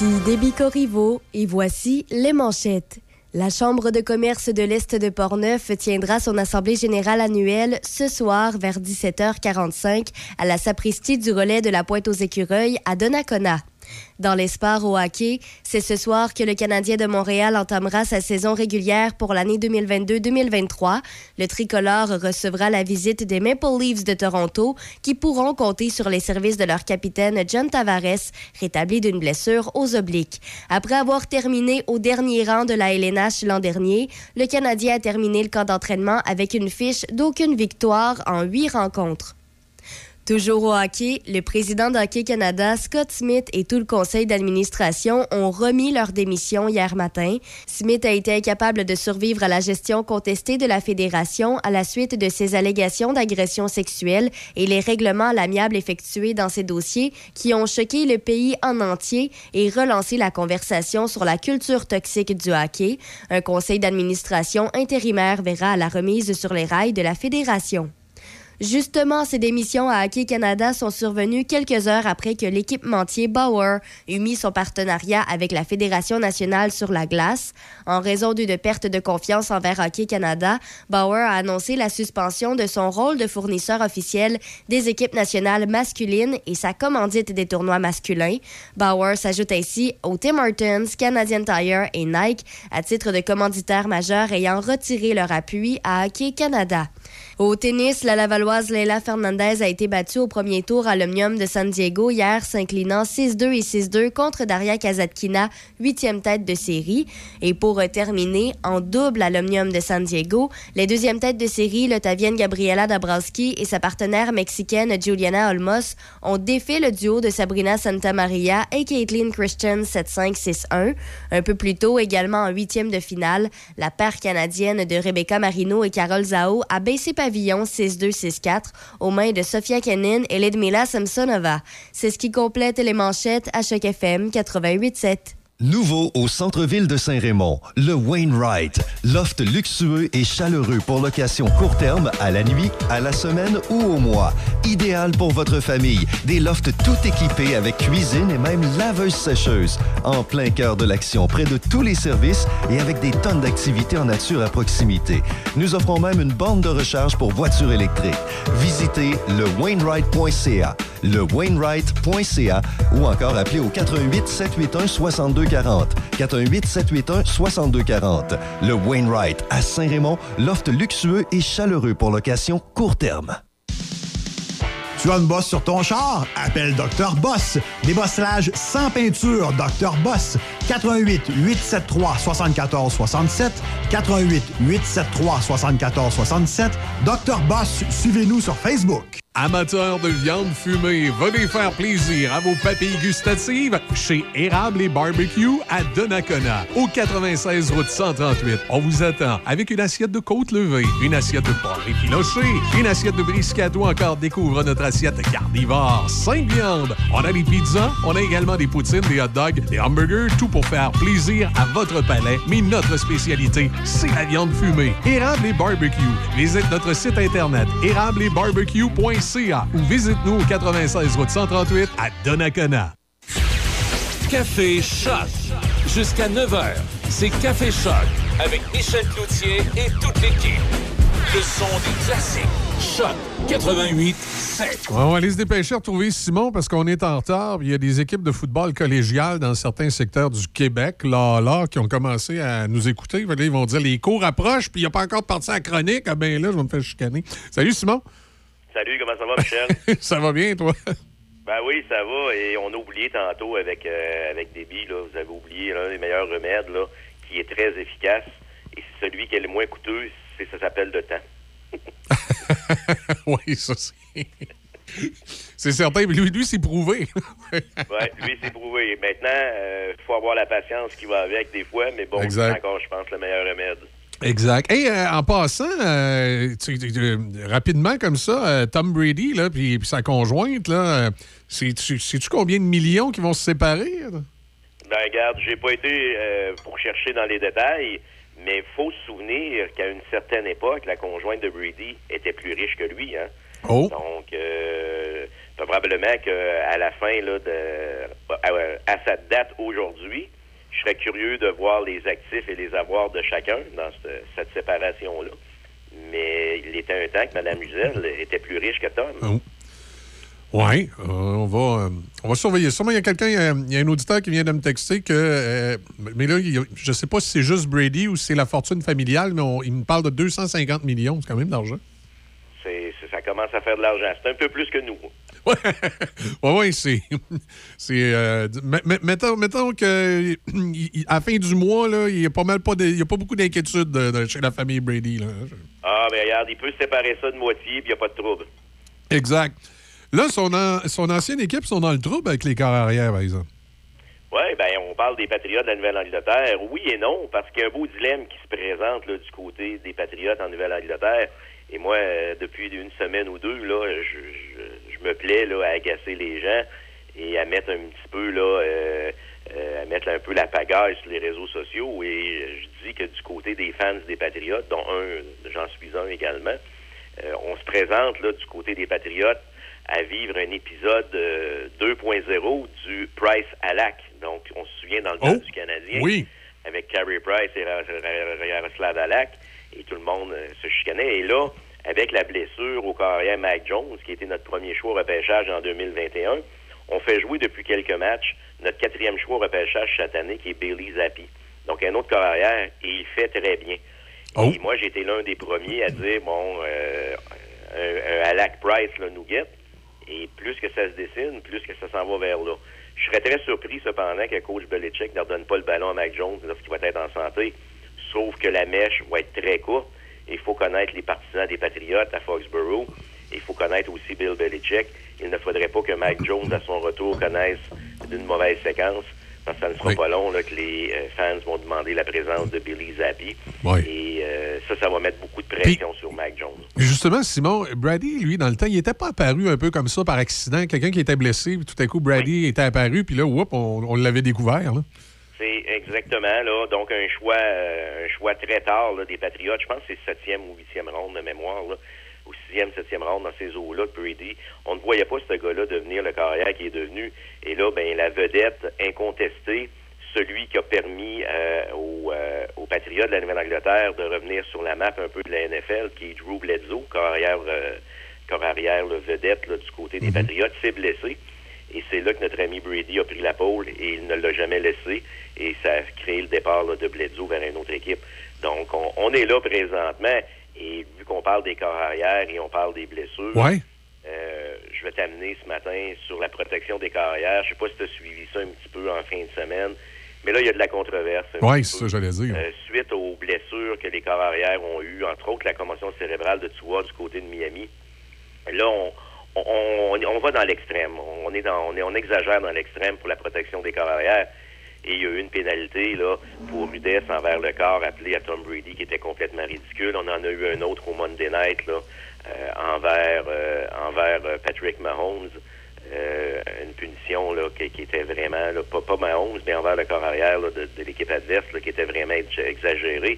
Ici Déby Corriveau et voici les manchettes. La Chambre de commerce de l'Est de Portneuf tiendra son assemblée générale annuelle ce soir vers dix-sept heures quarante-cinq à la sacristie du relais de la Pointe-aux-Écureuils à Donnacona. Dans les sports au hockey, c'est ce soir que le Canadien de Montréal entamera sa saison régulière pour l'année deux mille vingt-deux deux mille vingt-trois. Le tricolore recevra la visite des Maple Leafs de Toronto qui pourront compter sur les services de leur capitaine John Tavares, rétabli d'une blessure aux obliques. Après avoir terminé au dernier rang de la L N H l'an dernier, le Canadien a terminé le camp d'entraînement avec une fiche d'aucune victoire en huit rencontres. Toujours au hockey, le président d'Hockey Canada, Scott Smith, et tout le conseil d'administration ont remis leur démission hier matin. Smith a été incapable de survivre à la gestion contestée de la fédération à la suite de ses allégations d'agression sexuelle et les règlements à l'amiable effectués dans ces dossiers qui ont choqué le pays en entier et relancé la conversation sur la culture toxique du hockey. Un conseil d'administration intérimaire verra à la remise sur les rails de la fédération. Justement, ces démissions à Hockey Canada sont survenues quelques heures après que l'équipementier Bauer eut mis son partenariat avec la Fédération nationale sur la glace. En raison d'une perte de confiance envers Hockey Canada, Bauer a annoncé la suspension de son rôle de fournisseur officiel des équipes nationales masculines et sa commandite des tournois masculins. Bauer s'ajoute ainsi aux Tim Hortons, Canadian Tire et Nike à titre de commanditaires majeurs ayant retiré leur appui à Hockey Canada. Au tennis, la Lavalloise Leylah Fernandez a été battue au premier tour à l'Omnium de San Diego hier, s'inclinant six deux et six deux contre Daria Kasatkina, huitième tête de série. Et pour terminer, en double à l'Omnium de San Diego, les deuxièmes têtes de série, l'Ottavienne Gabriela Dabrowski et sa partenaire mexicaine Juliana Olmos, ont défait le duo de Sabrina Santamaria et Caitlin Christian sept cinq six un. Un peu plus tôt, également en huitième de finale, la paire canadienne de Rebecca Marino et Carol Zhao a baissé pavillon six deux six quatre aux mains de Sofia Kenin et Ludmila Samsonova. C'est ce qui complète les manchettes à Choc F M quatre-vingt-huit sept. Nouveau au centre-ville de Saint-Raymond, le Wainwright. Loft luxueux et chaleureux pour location court terme, à la nuit, à la semaine ou au mois. Idéal pour votre famille. Des lofts tout équipés avec cuisine et même laveuse-sécheuse. En plein cœur de l'action, près de tous les services et avec des tonnes d'activités en nature à proximité. Nous offrons même une borne de recharge pour voitures électriques. Visitez le wainwright point c a, le wainwright point c a ou encore appelez au quatre un huit sept huit un six deux quatre zéro. quatre un huit sept huit un six deux quatre zéro. Le Wainwright à Saint-Raymond, loft luxueux et chaleureux pour location court terme. Tu as une bosse sur ton char? Appelle docteur Boss. Débossage sans peinture, docteur Boss. quatre un huit huit sept trois sept quatre six sept. quatre un huit huit sept trois sept quatre six sept. docteur Boss, suivez-nous sur Facebook. Amateurs de viande fumée, venez faire plaisir à vos papilles gustatives chez Érable et Barbecue à Donnacona, au quatre-vingt-seize route cent trente-huit. On vous attend avec une assiette de côte levée, une assiette de porc effiloché, une assiette de brisket ou encore découvre notre assiette carnivore, cinq viandes. On a des pizzas, on a également des poutines, des hot dogs, des hamburgers, tout pour faire plaisir à votre palais. Mais notre spécialité, c'est la viande fumée. Érable et Barbecue. Visite notre site internet érable et barbecue point c a ou visite-nous au quatre-vingt-seize route cent trente-huit à Donnacona. Café Choc. Jusqu'à neuf heures, c'est Café Choc avec Michel Cloutier et toute l'équipe. Le son des classiques. Choc quatre-vingt-huit sept. On va aller se dépêcher à retrouver Simon parce qu'on est en retard. Il y a des équipes de football collégial dans certains secteurs du Québec, là, là, qui ont commencé à nous écouter. Ils vont dire les cours approchent, puis il n'y a pas encore de partie à la chronique. Ah ben là, je vais me faire chicaner. Salut Simon. Salut, comment ça va, Michel? Ça va bien, toi? Ben oui, ça va. Et on a oublié tantôt avec, euh, avec Déby, là, vous avez oublié l'un des meilleurs remèdes, là, qui est très efficace. Et c'est celui qui est le moins coûteux, c'est ça s'appelle le temps. Oui, ça c'est... C'est certain, mais lui, lui c'est prouvé. Oui, lui, c'est prouvé. Maintenant, il euh, faut avoir la patience qui va avec des fois, mais bon, exact. C'est encore, je pense, le meilleur remède. Exact. Et euh, en passant, euh, tu, tu, tu, rapidement comme ça, euh, Tom Brady là, puis sa conjointe, là, euh, sais-tu, sais-tu combien de millions qui vont se séparer? Là? Ben, regarde, j'ai pas été euh, pour chercher dans les détails, mais il faut se souvenir qu'à une certaine époque, la conjointe de Brady était plus riche que lui. Hein? Oh. Donc, euh, probablement qu'à la fin, là, de, à, à sa date aujourd'hui, je serais curieux de voir les actifs et les avoirs de chacun dans cette, cette séparation-là. Mais il était un temps que Mme Gisèle était plus riche que Tom. Oh. Oui, euh, on, va, euh, on va surveiller ça. Moi, il y a quelqu'un, il y a un auditeur qui vient de me texter que... Euh, mais là, il, je ne sais pas si c'est juste Brady ou si c'est la fortune familiale, mais on, il me parle de deux cent cinquante millions. C'est quand même d'argent. C'est, c'est, ça commence à faire de l'argent. C'est un peu plus que nous. Oui, ouais, ouais, c'est... c'est euh, mettons, mettons que à la fin du mois, là, il n'y a pas mal pas de, il y a pas beaucoup d'inquiétude de, de, chez la famille Brady. Là. Ah, mais regarde, il peut se séparer ça de moitié, puis il n'y a pas de trouble. Exact. Là, son, an, son ancienne équipe sont dans le trouble avec les corps arrière, par exemple. Oui, bien, on parle des Patriotes de la Nouvelle-Angleterre. Oui et non, parce qu'il y a un beau dilemme qui se présente là, du côté des Patriotes en Nouvelle-Angleterre. Et moi, euh, depuis une semaine ou deux, là, je, je, je me plais là, à agacer les gens et à mettre un petit peu, là, euh, euh, à mettre un peu la pagaille sur les réseaux sociaux. Et je dis que du côté des fans des Patriotes, dont un, j'en suis un également, euh, on se présente là, du côté des Patriotes à vivre un épisode euh, deux point zéro du Price Alak. Donc, on se souvient dans le temps oh, du Canadien, oui. avec Carey Price et Jaroslav Alak, et tout le monde euh, se chicanait. Et là, avec la blessure au carrière Mac Jones, qui était notre premier choix au repêchage en deux mille vingt et un, on fait jouer depuis quelques matchs notre quatrième choix au repêchage cette année, qui est Bailey Zappi. Donc, un autre carrière, et il fait très bien. Oh. Et moi, j'ai été l'un des premiers à dire, bon, euh, un, un Alak Price, là, nous guette. Et plus que ça se dessine, plus que ça s'en va vers là. Je serais très surpris, cependant, que coach Belichick ne redonne pas le ballon à Mac Jones lorsqu'il va être en santé. Sauf que la mèche va être très courte. Il faut connaître les partisans des Patriotes à Foxborough. Il faut connaître aussi Bill Belichick. Il ne faudrait pas que Mac Jones, à son retour, connaisse d'une mauvaise séquence. Parce que ça ne sera oui. pas long là, que les euh, fans vont demander la présence de Billy Zappi. Oui. Et euh, ça, ça va mettre beaucoup de pression Puis, sur Mac Jones. Justement, Simon, Brady, lui, dans le temps, il n'était pas apparu un peu comme ça par accident. Quelqu'un qui était blessé, puis tout à coup, Brady oui. était apparu, puis là, whoop, on, on l'avait découvert. Là. C'est exactement, là. Donc, un choix euh, un choix très tard là, des Patriotes. Je pense que c'est septième ou huitième ronde de mémoire, là. Ou sixième, septième ronde dans ces eaux-là de Brady. On ne voyait pas ce gars-là devenir le carrière qui est devenu. Et là, ben la vedette incontestée, celui qui a permis euh, aux, euh, aux Patriotes de la Nouvelle-Angleterre de revenir sur la map un peu de la N F L, qui est Drew Bledsoe, carrière, euh, carrière le vedette là, du côté des mm-hmm. Patriotes, s'est blessé. Et c'est là que notre ami Brady a pris la pôle et il ne l'a jamais laissé. Et ça a créé le départ là, de Bledsoe vers une autre équipe. Donc, on, on est là présentement. Et vu qu'on parle des corps arrière et on parle des blessures, ouais. euh, je vais t'amener ce matin sur la protection des corps arrière. Je sais pas si tu as suivi ça un petit peu en fin de semaine, mais là, il y a de la controverse. Oui, c'est ça, j'allais dire. Euh, suite aux blessures que les corps arrière ont eues, entre autres la commotion cérébrale de Tua du côté de Miami. Là, on, on, on, on va dans l'extrême. On, est dans, on, est, on exagère dans l'extrême pour la protection des corps arrière. Et il y a eu une pénalité là pour rudesse envers le corps appelé à Tom Brady qui était complètement ridicule. On en a eu un autre au Monday Night là, euh, envers euh, envers Patrick Mahomes. Euh, une punition là, qui, qui était vraiment, là, pas, pas Mahomes, mais envers le corps arrière là, de, de l'équipe adverse là, qui était vraiment exagérée.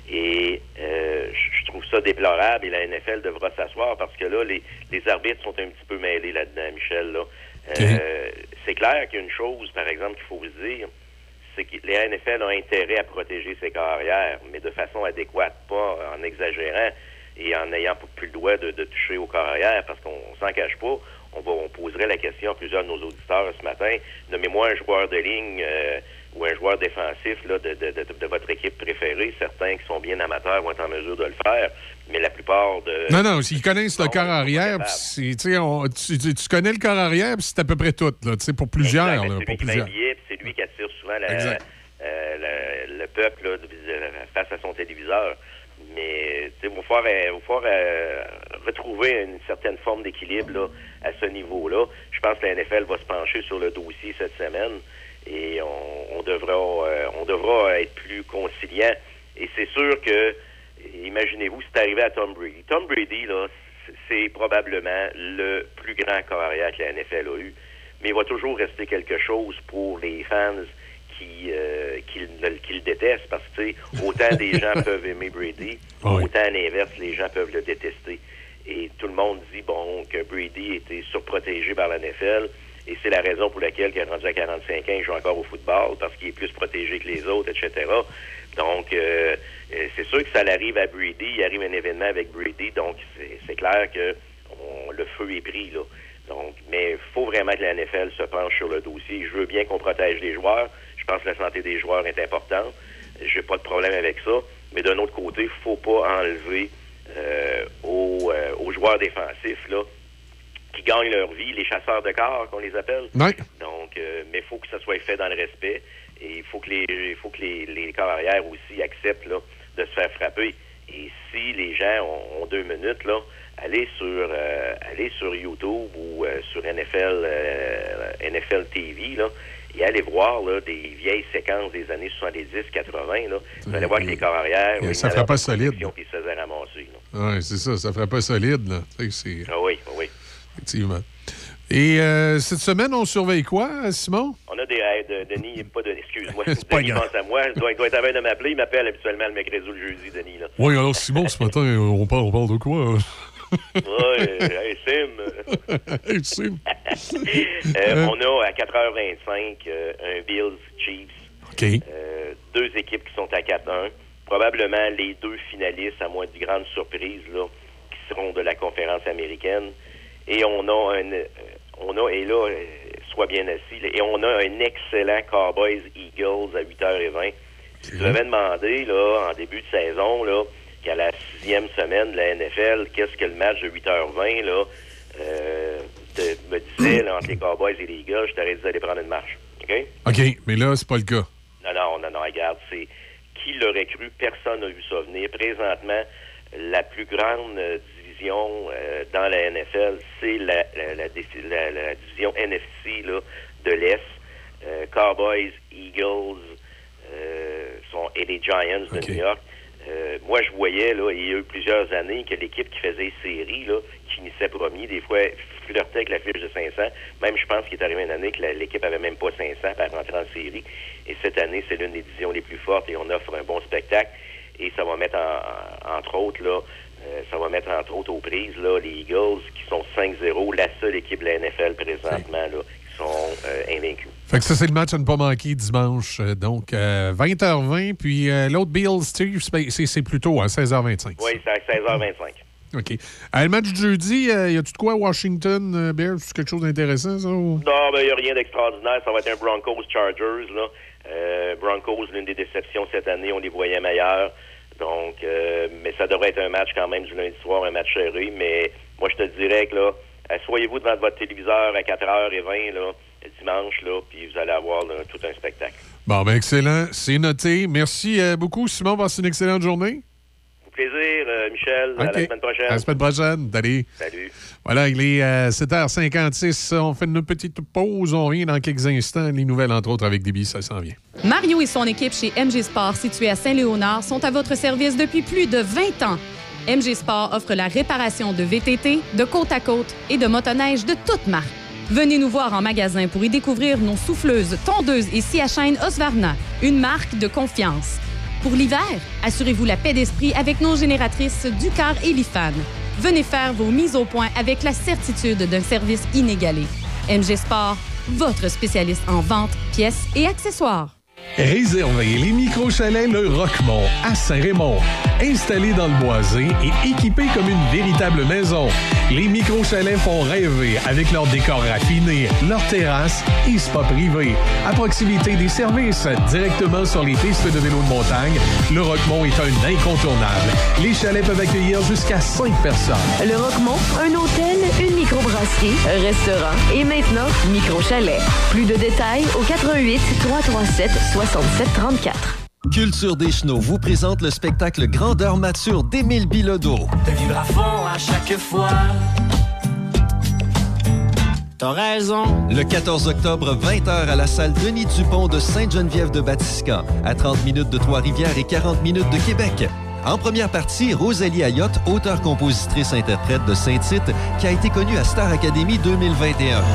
Et euh, je trouve ça déplorable et la N F L devra s'asseoir parce que là, les, les arbitres sont un petit peu mêlés là-dedans, Michel. Là. Euh, okay. C'est clair qu'il y a une chose, par exemple, qu'il faut se dire, c'est que les N F L ont intérêt à protéger ses carrières, mais de façon adéquate, pas en exagérant et en n'ayant plus le droit de, de toucher aux carrières, parce qu'on s'en cache pas. On, va, on poserait la question à plusieurs de nos auditeurs ce matin. Nommez-moi un joueur de ligne euh, ou un joueur défensif là, de, de, de, de votre équipe préférée. Certains qui sont bien amateurs vont être en mesure de le faire, mais la plupart de... Non, non, s'ils connaissent le corps arrière, c'est, on, tu, tu, tu connais le corps arrière, c'est à peu près tout, là, pour plusieurs. Exact, là, c'est pour lui plusieurs. qui billet, c'est lui qui attire souvent la, euh, le, le peuple là, face à son téléviseur. Mais il va falloir, va falloir euh, retrouver une certaine forme d'équilibre là, à ce niveau-là. Je pense que la N F L va se pencher sur le dossier cette semaine et on, on devra euh, on devra être plus conciliant. Et c'est sûr que, imaginez-vous, c'est arrivé à Tom Brady. Tom Brady, là, c'est probablement le plus grand carrière que la N F L a eu. Mais il va toujours rester quelque chose pour les fans qui, euh, qui, le, qui le détestent, parce que, tu sais, autant des gens peuvent aimer Brady, oui. autant à l'inverse, les gens peuvent le détester. Et tout le monde dit, bon, que Brady était surprotégé par la N F L, Et c'est la raison pour laquelle, qu'il est rendu à quarante-cinq ans, il joue encore au football, parce qu'il est plus protégé que les autres, et cetera. Donc, euh, c'est sûr que ça arrive à Brady. Il arrive un événement avec Brady, donc c'est, c'est clair que on, le feu est pris, là. Donc, mais il faut vraiment que la N F L se penche sur le dossier. Je veux bien qu'on protège les joueurs. Je pense que la santé des joueurs est importante. J'ai pas de problème avec ça. Mais d'un autre côté, il faut pas enlever euh, aux, euh, aux joueurs défensifs, là, qui gagnent leur vie, les chasseurs de corps, qu'on les appelle. Oui. Donc, euh, mais il faut que ça soit fait dans le respect. Et il faut que les il faut que les, les corps arrière aussi acceptent là, de se faire frapper. Et si les gens ont, ont deux minutes, là, allez sur euh, allez sur YouTube ou euh, sur N F L euh, N F L T V là, et allez voir là, des vieilles séquences des années soixante-dix quatre-vingt. Là. Vous allez voir que les corps arrière, oui, ça ferait pas solide. Puis ils se faisaient ramasser. Oui, c'est ça, ça ferait pas solide. Là. C'est... Ah oui, oui. Effectivement. Et euh, cette semaine, on surveille quoi, Simon? On a des aides. Denis, pas de. Excuse-moi. C'est pas Denis grave. pense à moi. Il doit, il doit être à veille de m'appeler. Il m'appelle habituellement le mercredi ou le jeudi, Denis. Là. Oui, alors Simon, ce matin, on parle, on parle de quoi? Oui, hey, Sim. Hey, Sim. euh, on a à quatre heures vingt-cinq euh, un Bills Chiefs. OK. Euh, deux équipes qui sont à quatre un. Probablement les deux finalistes, à moins de grandes surprises, là, qui seront de la conférence américaine. Et on a un, euh, on a, et là, euh, sois bien assis, là, et on a un excellent Cowboys Eagles à huit heures vingt. Si tu m'avais demandé, là, en début de saison, là, qu'à la sixième semaine de la N F L, qu'est-ce que le match de huit heures vingt, là, euh, te, me disait, là, entre les Cowboys et les Eagles, je t'aurais dit d'aller prendre une marche. OK? OK, mais là, c'est pas le cas. Non, non, non, non, regarde, c'est qui l'aurait cru, personne n'a vu ça venir. Présentement, la plus grande euh, division euh, dans la N F L, c'est la, la, la, la, la division N F C là, de l'Est. Euh, Cowboys, Eagles euh, sont, et les Giants de okay. New York. Euh, moi, je voyais, là, il y a eu plusieurs années, que l'équipe qui faisait série, là, qui finissait premier, des fois, flirtait avec la fiche de cinq cents. Même, je pense qu'il est arrivé une année que la, l'équipe avait même pas cinq cents pour rentrer en série. Et cette année, c'est l'une des divisions les plus fortes et on offre un bon spectacle. Et ça va mettre, en, en, entre autres, là, euh, ça va mettre, entre autres, aux prises, là, les Eagles, qui sont cinq zéro, la seule équipe de la N F L présentement, là, qui sont euh, invaincus. Fait que ça, c'est le match à ne pas manquer dimanche. Euh, donc, euh, vingt heures vingt. Puis euh, l'autre Bills, Steve, c'est, c'est plus tôt, hein, seize heures vingt-cinq. Oui, c'est à seize heures vingt-cinq. OK. Euh, le match du jeudi, euh, y a-tu de quoi Washington, euh, Bears? C'est quelque chose d'intéressant, ça? Ou... Non, ben, il n'y a rien d'extraordinaire. Ça va être un Broncos-Chargers, là. Euh, Broncos, l'une des déceptions cette année, on les voyait meilleurs. Donc, euh, mais ça devrait être un match quand même du lundi soir, un match serré. Mais moi, je te dirais que là, soyez-vous devant votre téléviseur à quatre heures vingt, là, dimanche, là, puis vous allez avoir là, tout un spectacle. Bon, ben excellent. C'est noté. Merci euh, beaucoup, Simon. Passe une excellente journée. Au plaisir, euh, Michel. Okay. À la semaine prochaine. À la semaine prochaine. Salut. Salut. Voilà, il est euh, sept heures cinquante-six. On fait une petite pause. On revient dans quelques instants. Les nouvelles, entre autres, avec Déby, ça s'en vient. Mario et son équipe chez M G Sport, situé à Saint-Léonard, sont à votre service depuis plus de vingt ans. M G Sport offre la réparation de V T T, de côte à côte et de motoneige de toutes marques. Venez nous voir en magasin pour y découvrir nos souffleuses, tondeuses et scie à chaîne Husqvarna, une marque de confiance. Pour l'hiver, assurez-vous la paix d'esprit avec nos génératrices Ducar et Lifan. Venez faire vos mises au point avec la certitude d'un service inégalé. M G Sport, votre spécialiste en vente, pièces et accessoires. Réservez les micro-chalets Le Roquemont à Saint-Raymond. Installés dans le boisé et équipés comme une véritable maison, les micro-chalets font rêver avec leur décor raffiné, leur terrasse et spa privé. À proximité des services, directement sur les pistes de vélo de montagne, Le Roquemont est un incontournable. Les chalets peuvent accueillir jusqu'à cinq personnes. Le Roquemont, un hôtel, une microbrasserie, un restaurant et maintenant micro-chalet. Plus de détails au quatre un huit, trois trois sept, soixante-sept trente-quatre. Culture des Chenaux vous présente le spectacle Grandeur mature d'Émile Bilodeau. De vivre à fond à chaque fois. T'as raison. Le quatorze octobre, vingt heures à la salle Denis Dupont de Sainte-Geneviève-de-Batiscan, à trente minutes de Trois-Rivières et quarante minutes de Québec. En première partie, Rosalie Ayotte, auteure-compositrice-interprète de Saint-Tite, qui a été connue à Star Academy deux mille vingt et un.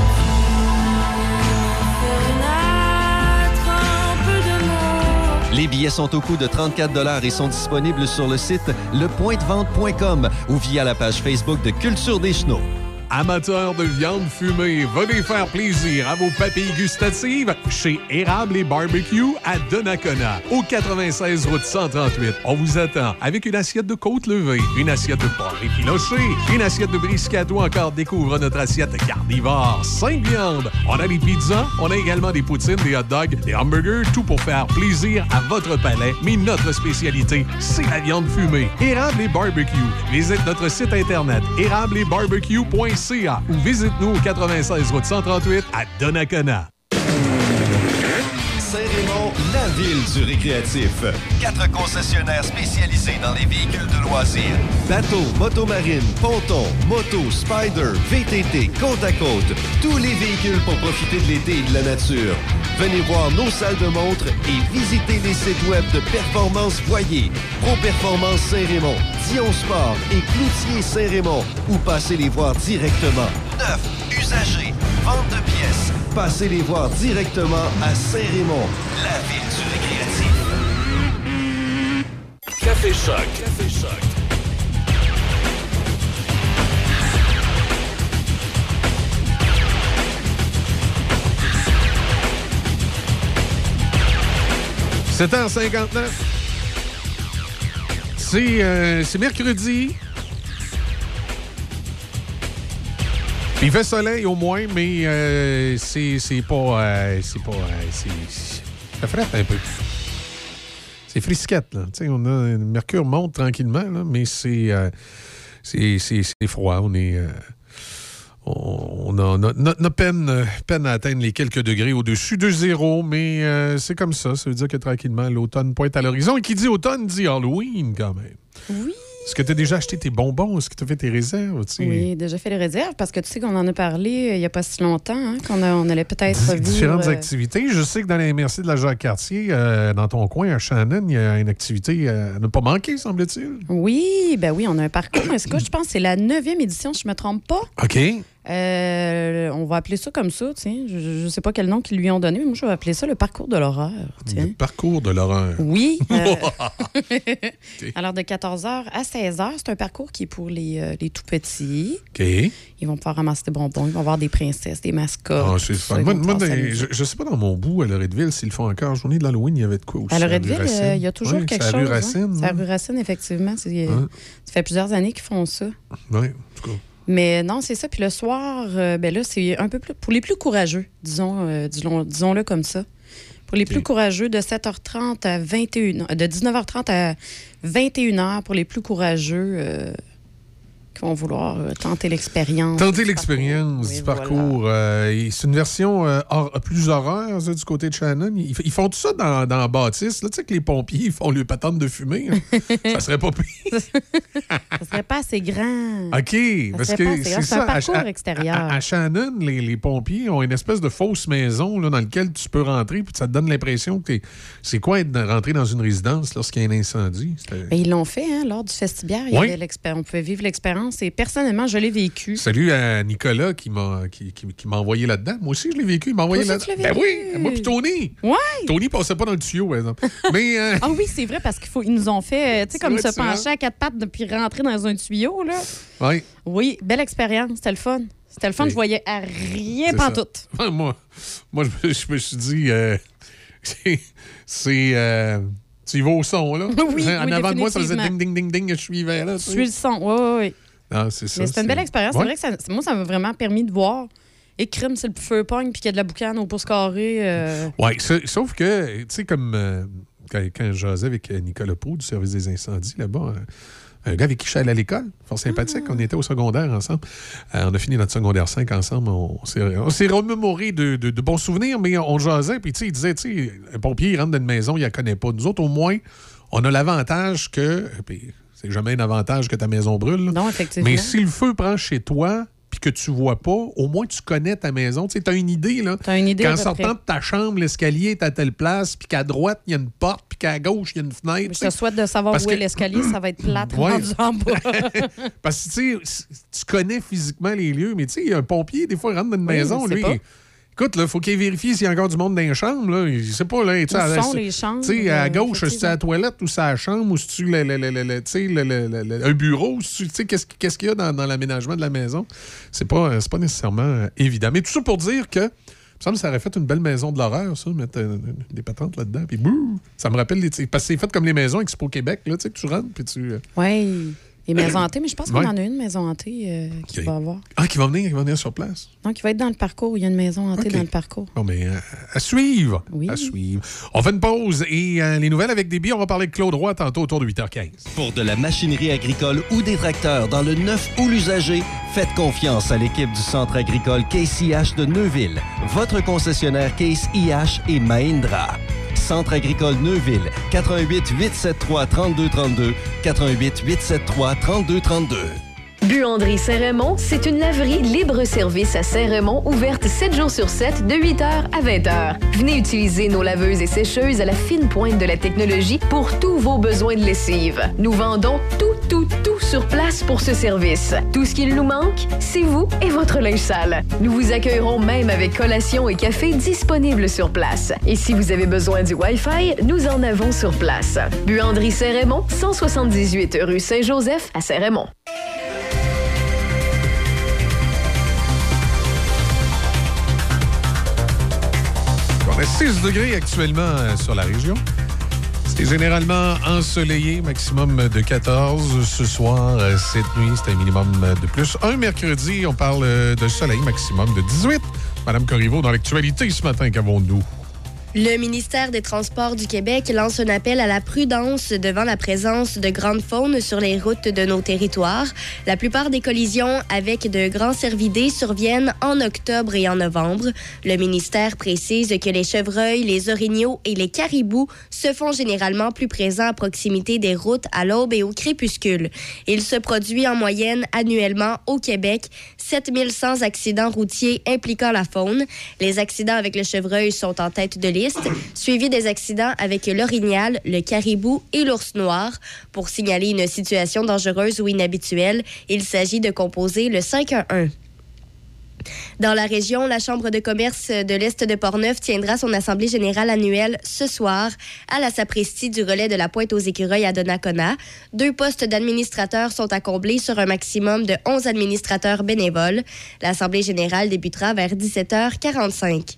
Les billets sont au coût de trente-quatre dollars et sont disponibles sur le site le point de vente point com ou via la page Facebook de Culture des Chenaux. Amateurs de viande fumée, venez faire plaisir à vos papilles gustatives chez Érable et Barbecue à Donnacona, au quatre-vingt-seize route cent trente-huit. On vous attend avec une assiette de côte levée, une assiette de porc effiloché, une assiette de brisket ou encore découvre notre assiette carnivore. Cinq viandes. On a des pizzas, on a également des poutines, des hot dogs, des hamburgers, tout pour faire plaisir à votre palais. Mais notre spécialité, c'est la viande fumée. Érable et Barbecue. Visite notre site internet érable et barbecue point c a ou visite-nous au quatre-vingt-seize route cent trente-huit à Donnacona. Saint-Raymond, la ville du récréatif. Quatre concessionnaires spécialisés dans les véhicules de loisirs. Bateaux, motomarines, pontons, motos, Spider, V T T, côte à côte. Tous les véhicules pour profiter de l'été et de la nature. Venez voir nos salles de montre et visitez les sites web de Performance Voyer, Pro Performance Saint-Raymond, Dion Sport et Cloutier Saint-Raymond. Ou passez les voir directement. Neuf, usagers, vente de pièces. Passez les voir directement à Saint-Raymond, la ville du récréatif. Café Choc. Café Choc. sept heures cinquante-neuf. C'est, euh, c'est mercredi. Il fait soleil au moins, mais euh, c'est, c'est pas... Euh, c'est pas... Euh, c'est, ça frette un peu. C'est frisquette, là. T'sais, on a, le mercure monte tranquillement, là, mais c'est, euh, c'est, c'est, c'est froid. On est... Euh, on a, on a, on a peine, peine à atteindre les quelques degrés au-dessus de zéro, mais euh, c'est comme ça. Ça veut dire que tranquillement, l'automne pointe à l'horizon. Et qui dit automne dit Halloween, quand même. Oui. Est-ce que tu as déjà acheté tes bonbons? Est-ce que tu as fait tes réserves? T'sais? Oui, déjà fait les réserves parce que tu sais qu'on en a parlé il n'y a pas si longtemps, hein, qu'on a, on allait peut-être D- vivre... Différentes euh... activités. Je sais que dans les M R C de la Jacques-Cartier, euh, dans ton coin, à Shannon, il y a une activité à ne pas manquer, semble-t-il. Oui, ben oui, on a un parcours. Est-ce que je pense que c'est la neuvième édition, si je ne me trompe pas. OK. Euh, on va appeler ça comme ça, tiens. Je ne sais pas quel nom qu'ils lui ont donné, mais moi, je vais appeler ça le parcours de l'horreur. Tiens. Le parcours de l'horreur. Oui. Euh... okay. Alors, de quatorze heures à seize heures, c'est un parcours qui est pour les, euh, les tout-petits. OK. Ils vont pouvoir ramasser des bonbons, ils vont avoir des princesses, des mascottes. Ah, c'est fun. Moi, moi des, je ne sais pas dans mon bout, à Loretteville, s'ils le font encore. Journée de l'Halloween, il y avait de quoi aussi? À Loretteville, il euh, y a toujours oui, quelque chose. C'est à rue Racine. Hein? C'est à rue Racine, effectivement. C'est, hein? Ça fait plusieurs années qu'ils font ça. Oui, en tout cas. Mais non, c'est ça. Puis le soir, euh, ben là, c'est un peu plus... Pour les plus courageux, disons, euh, disons, disons-le comme ça. Pour les okay. plus courageux, de sept heures trente à vingt et une heures, de dix-neuf heures trente à vingt et une heures, pour les plus courageux euh, qui vont vouloir euh, tenter l'expérience. Tenter l'expérience oui, du parcours. Voilà. Euh, c'est une version euh, or, plus horreur, ça, du côté de Shannon. Ils, ils font tout ça dans, dans la bâtisse. Tu sais que les pompiers ils font le patente de fumée. Hein. Ça serait pas pire. Ça serait pas assez grand. OK, ça parce que c'est, c'est ça. un parcours à, extérieur. À, à Shannon, les, les pompiers ont une espèce de fausse maison là, dans laquelle tu peux rentrer puis ça te donne l'impression que t'es... c'est quoi être rentré dans une résidence lorsqu'il y a un incendie? Ben, ils l'ont fait, hein, lors du festibiaire. Il y oui. avait l'expér... On pouvait vivre l'expérience et personnellement, je l'ai vécu. Salut à Nicolas qui m'a, qui, qui, qui m'a envoyé là-dedans. Moi aussi, je l'ai vécu. Il m'a envoyé là-dedans. Ben oui, moi puis Tony. Ouais. Tony passait pas dans le tuyau, par exemple. Mais, euh... ah oui, c'est vrai, parce qu'ils faut... ils nous ont fait, tu sais, comme se pencher à quatre pattes puis rentrer dans un tuyau, là. Oui. Oui, belle expérience. C'était le fun. C'était le fun. Oui. Je voyais à rien c'est pantoute. Ouais, moi, moi je, je me suis dit, euh, c'est... c'est euh... Tu y vas au son, là? Oui, en oui, avant de moi, ça faisait ding, ding, ding, ding, je suivais, là. Je suis le son, oui, oui, oui. Ah, c'est ça. Mais c'était c'est... une belle expérience. Ouais. C'est vrai que ça, moi, ça m'a vraiment permis de voir. Et crime, c'est le feu pogne, puis qu'il y a de la boucane au pouce carré. Euh... Oui, sauf que, tu sais, comme euh, quand, quand je jasais avec Nicolas Proulx du service des incendies là-bas, euh, un gars avec qui je suis allé à l'école, fort sympathique, ah. on était au secondaire ensemble. Euh, on a fini notre secondaire cinq ensemble. On, on, s'est, on s'est remémoré de, de, de bons souvenirs, mais on, on jasait, puis tu sais, il disait, tu sais, un pompier, il rentre dans une maison, il la connaît pas. Nous autres, au moins, on a l'avantage que. Puis, c'est jamais un avantage que ta maison brûle. Non, effectivement. Mais si le feu prend chez toi, puis que tu vois pas, au moins tu connais ta maison. Tu sais, t'as une idée, là. T'as une idée. Qu'en sortant de ta chambre, l'escalier est à telle place, puis qu'à droite, il y a une porte, puis qu'à gauche, il y a une fenêtre. Je te souhaite de savoir Parce où que... est l'escalier, ça va être plate ouais. rendu en bas. Parce que, tu sais, tu connais physiquement les lieux, mais tu sais, un pompier, des fois, il rentre dans une oui, maison, lui, pas. Écoute, il faut qu'il vérifie s'il y a encore du monde dans les chambres. Là. Je sais pas, là. Où sont les chambres? Tu sais, à euh, gauche, c'est la toilette ou c'est la chambre ou c'est-tu le, le, le, le, le, le, le, le, un bureau? Tu sais, qu'est-ce, qu'est-ce qu'il y a dans, dans l'aménagement de la maison? C'est pas, c'est pas nécessairement euh, évident. Mais tout ça pour dire que, il me semble que ça aurait fait une belle maison de l'horreur, ça, mettre euh, des patentes là-dedans. Puis, bouh! Ça me rappelle, les, parce que c'est fait comme les maisons Expo Québec, là, tu sais, que tu rentres, puis tu. Euh... Oui. Les maisons hantées, mais je pense qu'on Ouais. en a une maison hantée euh, qui Okay. va avoir. Ah, qui va venir, qui va venir sur place. Donc, il va être dans le parcours. Il y a une maison hantée OK. dans le parcours. Bon, mais euh, à suivre. Oui. À suivre. On fait une pause et euh, les nouvelles avec Déby, on va parler de Claude Roy tantôt autour de huit heures quinze. Pour de la machinerie agricole ou des tracteurs dans le neuf ou l'usager, faites confiance à l'équipe du Centre agricole Case I H de Neuville, votre concessionnaire Case I H et Mahindra. Centre agricole Neuville, quatre un huit, huit sept trois, trois deux trois deux, quatre un huit, huit sept trois, trois deux trois deux. Buanderie Saint-Raymond, c'est une laverie libre-service à Saint-Raymond, ouverte sept jours sur sept, de huit heures à vingt heures. Venez utiliser nos laveuses et sécheuses à la fine pointe de la technologie pour tous vos besoins de lessive. Nous vendons tout, tout, tout sur place pour ce service. Tout ce qu'il nous manque, c'est vous et votre linge sale. Nous vous accueillerons même avec collation et café disponibles sur place. Et si vous avez besoin du Wi-Fi, nous en avons sur place. Buanderie Saint-Raymond, cent soixante-dix-huit rue Saint-Joseph à Saint-Raymond. On a six degrés actuellement euh, sur la région. C'est généralement ensoleillé, maximum de quatorze. Ce soir, euh, cette nuit, c'est un minimum de plus. Un mercredi, on parle euh, de soleil, maximum de dix-huit. Madame Corriveau, dans l'actualité ce matin, qu'avons-nous? Le ministère des Transports du Québec lance un appel à la prudence devant la présence de grandes faunes sur les routes de nos territoires. La plupart des collisions avec de grands cervidés surviennent en octobre et en novembre. Le ministère précise que les chevreuils, les orignaux et les caribous se font généralement plus présents à proximité des routes à l'aube et au crépuscule. Il se produit en moyenne annuellement au Québec sept mille cent accidents routiers impliquant la faune. Les accidents avec le chevreuil sont en tête de liste, suivi des accidents avec l'orignal, le caribou et l'ours noir. Pour signaler une situation dangereuse ou inhabituelle, il s'agit de composer le cinq un un. Dans la région, la Chambre de commerce de l'Est de Portneuf tiendra son assemblée générale annuelle ce soir à la sacristie du relais de la Pointe-aux-Écureuils à Donnacona. Deux postes d'administrateurs sont à combler sur un maximum de onze administrateurs bénévoles. L'assemblée générale débutera vers dix-sept heures quarante-cinq.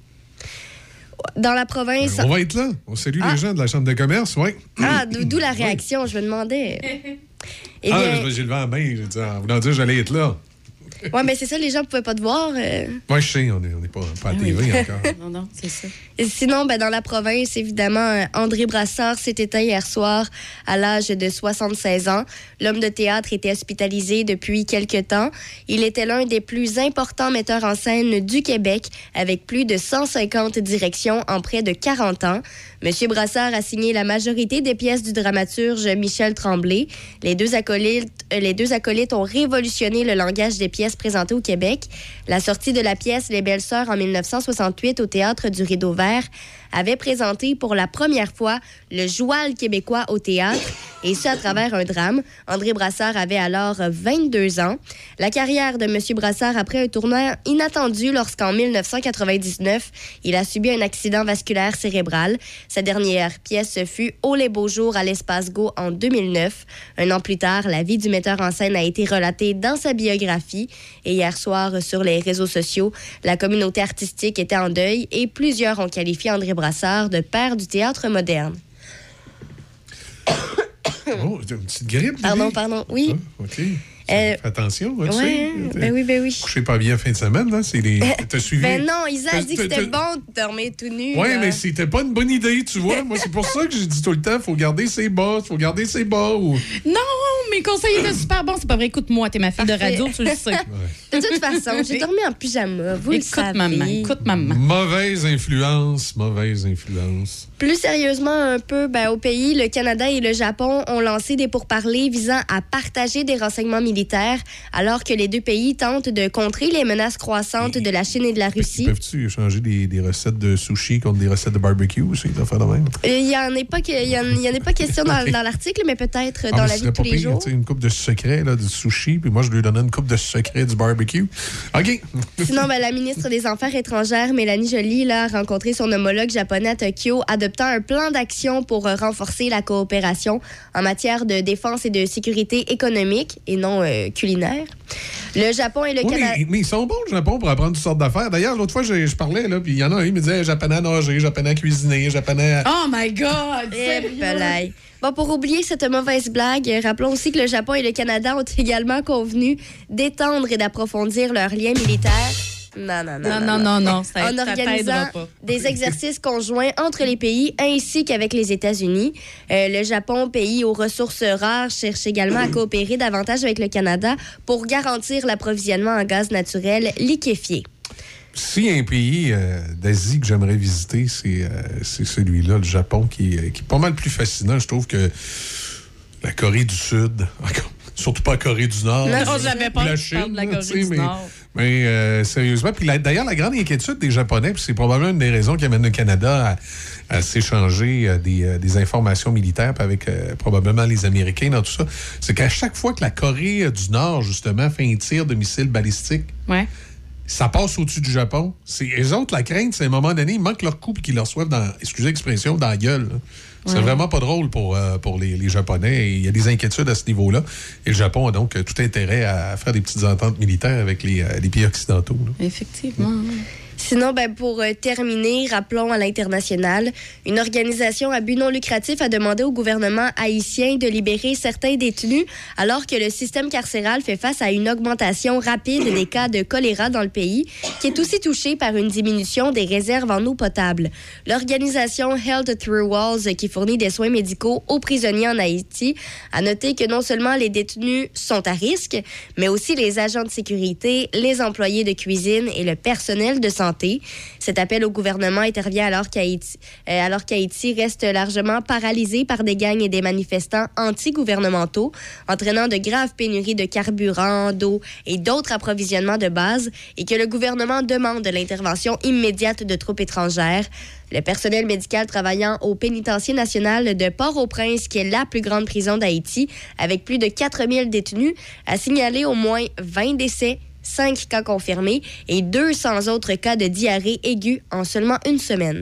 Dans la province... On va être là. On salue Ah. les gens de la Chambre de commerce, oui. Ah, d'o- d'où la réaction, je me demandais. Eh ah, bien, j'ai levé la main, j'ai dit, en voulant dire j'allais être là. ouais, mais c'est ça, les gens ne pouvaient pas te voir. euh. Moi, je sais, on n'est on est pas, pas à T V encore. Non, non, c'est ça. Et sinon, ben, dans la province, évidemment, euh, André Brassard s'est éteint hier soir à l'âge de soixante-seize ans. L'homme de théâtre était hospitalisé depuis quelque temps. Il était l'un des plus importants metteurs en scène du Québec, avec plus de cent cinquante directions en près de quarante ans. Monsieur Brassard a signé la majorité des pièces du dramaturge Michel Tremblay. Les deux acolytes, euh, les deux acolytes ont révolutionné le langage des pièces présentées au Québec. La sortie de la pièce Les Belles Sœurs en mille neuf cent soixante-huit au Théâtre du Rideau Vert avait présenté pour la première fois le joual québécois au théâtre, et ce à travers un drame. André Brassard avait alors vingt-deux ans. La carrière de M. Brassard après un tournant inattendu lorsqu'en mille neuf cent quatre-vingt-dix-neuf, il a subi un accident vasculaire cérébral. Sa dernière pièce fut « Oh les beaux jours » à l'Espace Go en deux mille neuf. Un an plus tard, la vie du metteur en scène a été relatée dans sa biographie. Et hier soir, sur les réseaux sociaux, la communauté artistique était en deuil et plusieurs ont qualifié André Brassard de père du théâtre moderne. Oh, t'as une petite grippe, Pardon, Lily? pardon, oui. Ah, OK. Euh, Fais attention, hein, tu ouais, sais. ben oui, ben oui. Couchez pas bien fin de semaine, là. C'est les... T'as suivi... Ben non, Isa a dit que T'as- c'était t'as- bon de dormir tout nu. Oui, là. mais c'était pas une bonne idée, tu vois. Moi, c'est pour ça que j'ai dit tout le temps, faut garder ses bas, faut garder ses bas. Ou... Non, mes conseils étaient super bons. C'est pas vrai. Écoute-moi, t'es ma fille de Parfait. radio, tu le sais. De toute façon, j'ai dormi en pyjama, vous Écoute, le savez. maman, écoute, maman. Mauvaise influence, mauvaise influence. Plus sérieusement un peu, ben, au pays, le Canada et le Japon ont lancé des pourparlers visant à partager des renseignements militaires militaire, alors que les deux pays tentent de contrer les menaces croissantes de la Chine et de la Russie. Peuvent-tu échanger des, des recettes de sushi contre des recettes de barbecue aussi, ça fait de même? Il n'y en, en a pas question dans, dans l'article, mais peut-être ah, dans mais la vie de tous les pire, jours. Une coupe de secret là, du sushi, puis moi, je lui donnais une coupe de secret du barbecue. OK. Sinon, ben, la ministre des Affaires étrangères, Mélanie Joly, là, a rencontré son homologue japonais à Tokyo, adoptant un plan d'action pour euh, renforcer la coopération en matière de défense et de sécurité économique et non euh, culinaire. Le Japon et le oui, Canada... Mais, mais ils sont bons, le Japon, pour apprendre toutes sortes d'affaires. D'ailleurs, l'autre fois, je, je parlais, là, puis il y en a un, il me disait japonais à nager, japonais à cuisiner, japonais à... Oh my God! Eh, bon, pour oublier cette mauvaise blague, rappelons aussi que le Japon et le Canada ont également convenu d'étendre et d'approfondir leurs liens militaires. Non, non, non. Non, non, non, non. Ça, en ça organisant pas. des exercices conjoints entre les pays ainsi qu'avec les États-Unis. Euh, le Japon, pays aux ressources rares, cherche également à coopérer davantage avec le Canada pour garantir l'approvisionnement en gaz naturel liquéfié. S'il y a un pays euh, d'Asie que j'aimerais visiter, c'est, euh, c'est celui-là, le Japon, qui, euh, qui est pas mal plus fascinant. Je trouve que la Corée du Sud, surtout pas la Corée du Nord. Non, j'avais pas la Chine, de la Corée du mais, Nord. Mais euh, sérieusement, puis la, d'ailleurs, la grande inquiétude des Japonais, puis c'est probablement une des raisons qui amène le Canada à, à s'échanger euh, des, euh, des informations militaires avec euh, probablement les Américains dans tout ça, c'est qu'à chaque fois que la Corée euh, du Nord, justement, fait un tir de missiles balistiques, ouais. ça passe au-dessus du Japon. C'est, eux autres, la crainte, c'est à un moment donné, il manque leur coup et qu'ils leur reçoivent, dans, excusez l'expression, dans la gueule. Là. C'est ouais. vraiment pas drôle pour, euh, pour les, les Japonais. Il y a des inquiétudes à ce niveau-là. Et le Japon a donc tout intérêt à faire des petites ententes militaires avec les, euh, les pays occidentaux. Là. Effectivement. Sinon, ben, pour euh, terminer, rappelons à l'international, une organisation à but non lucratif a demandé au gouvernement haïtien de libérer certains détenus alors que le système carcéral fait face à une augmentation rapide des cas de choléra dans le pays, qui est aussi touché par une diminution des réserves en eau potable. L'organisation Health Through Walls, qui fournit des soins médicaux aux prisonniers en Haïti, a noté que non seulement les détenus sont à risque, mais aussi les agents de sécurité, les employés de cuisine et le personnel de santé. Cet appel au gouvernement intervient alors qu'Haïti, euh, alors qu'Haïti reste largement paralysé par des gangs et des manifestants anti-gouvernementaux, entraînant de graves pénuries de carburant, d'eau et d'autres approvisionnements de base, et que le gouvernement demande l'intervention immédiate de troupes étrangères. Le personnel médical travaillant au pénitencier national de Port-au-Prince, qui est la plus grande prison d'Haïti, avec plus de quatre mille détenus, a signalé au moins vingt décès, cinq cas confirmés et deux cents autres cas de diarrhée aiguë en seulement une semaine.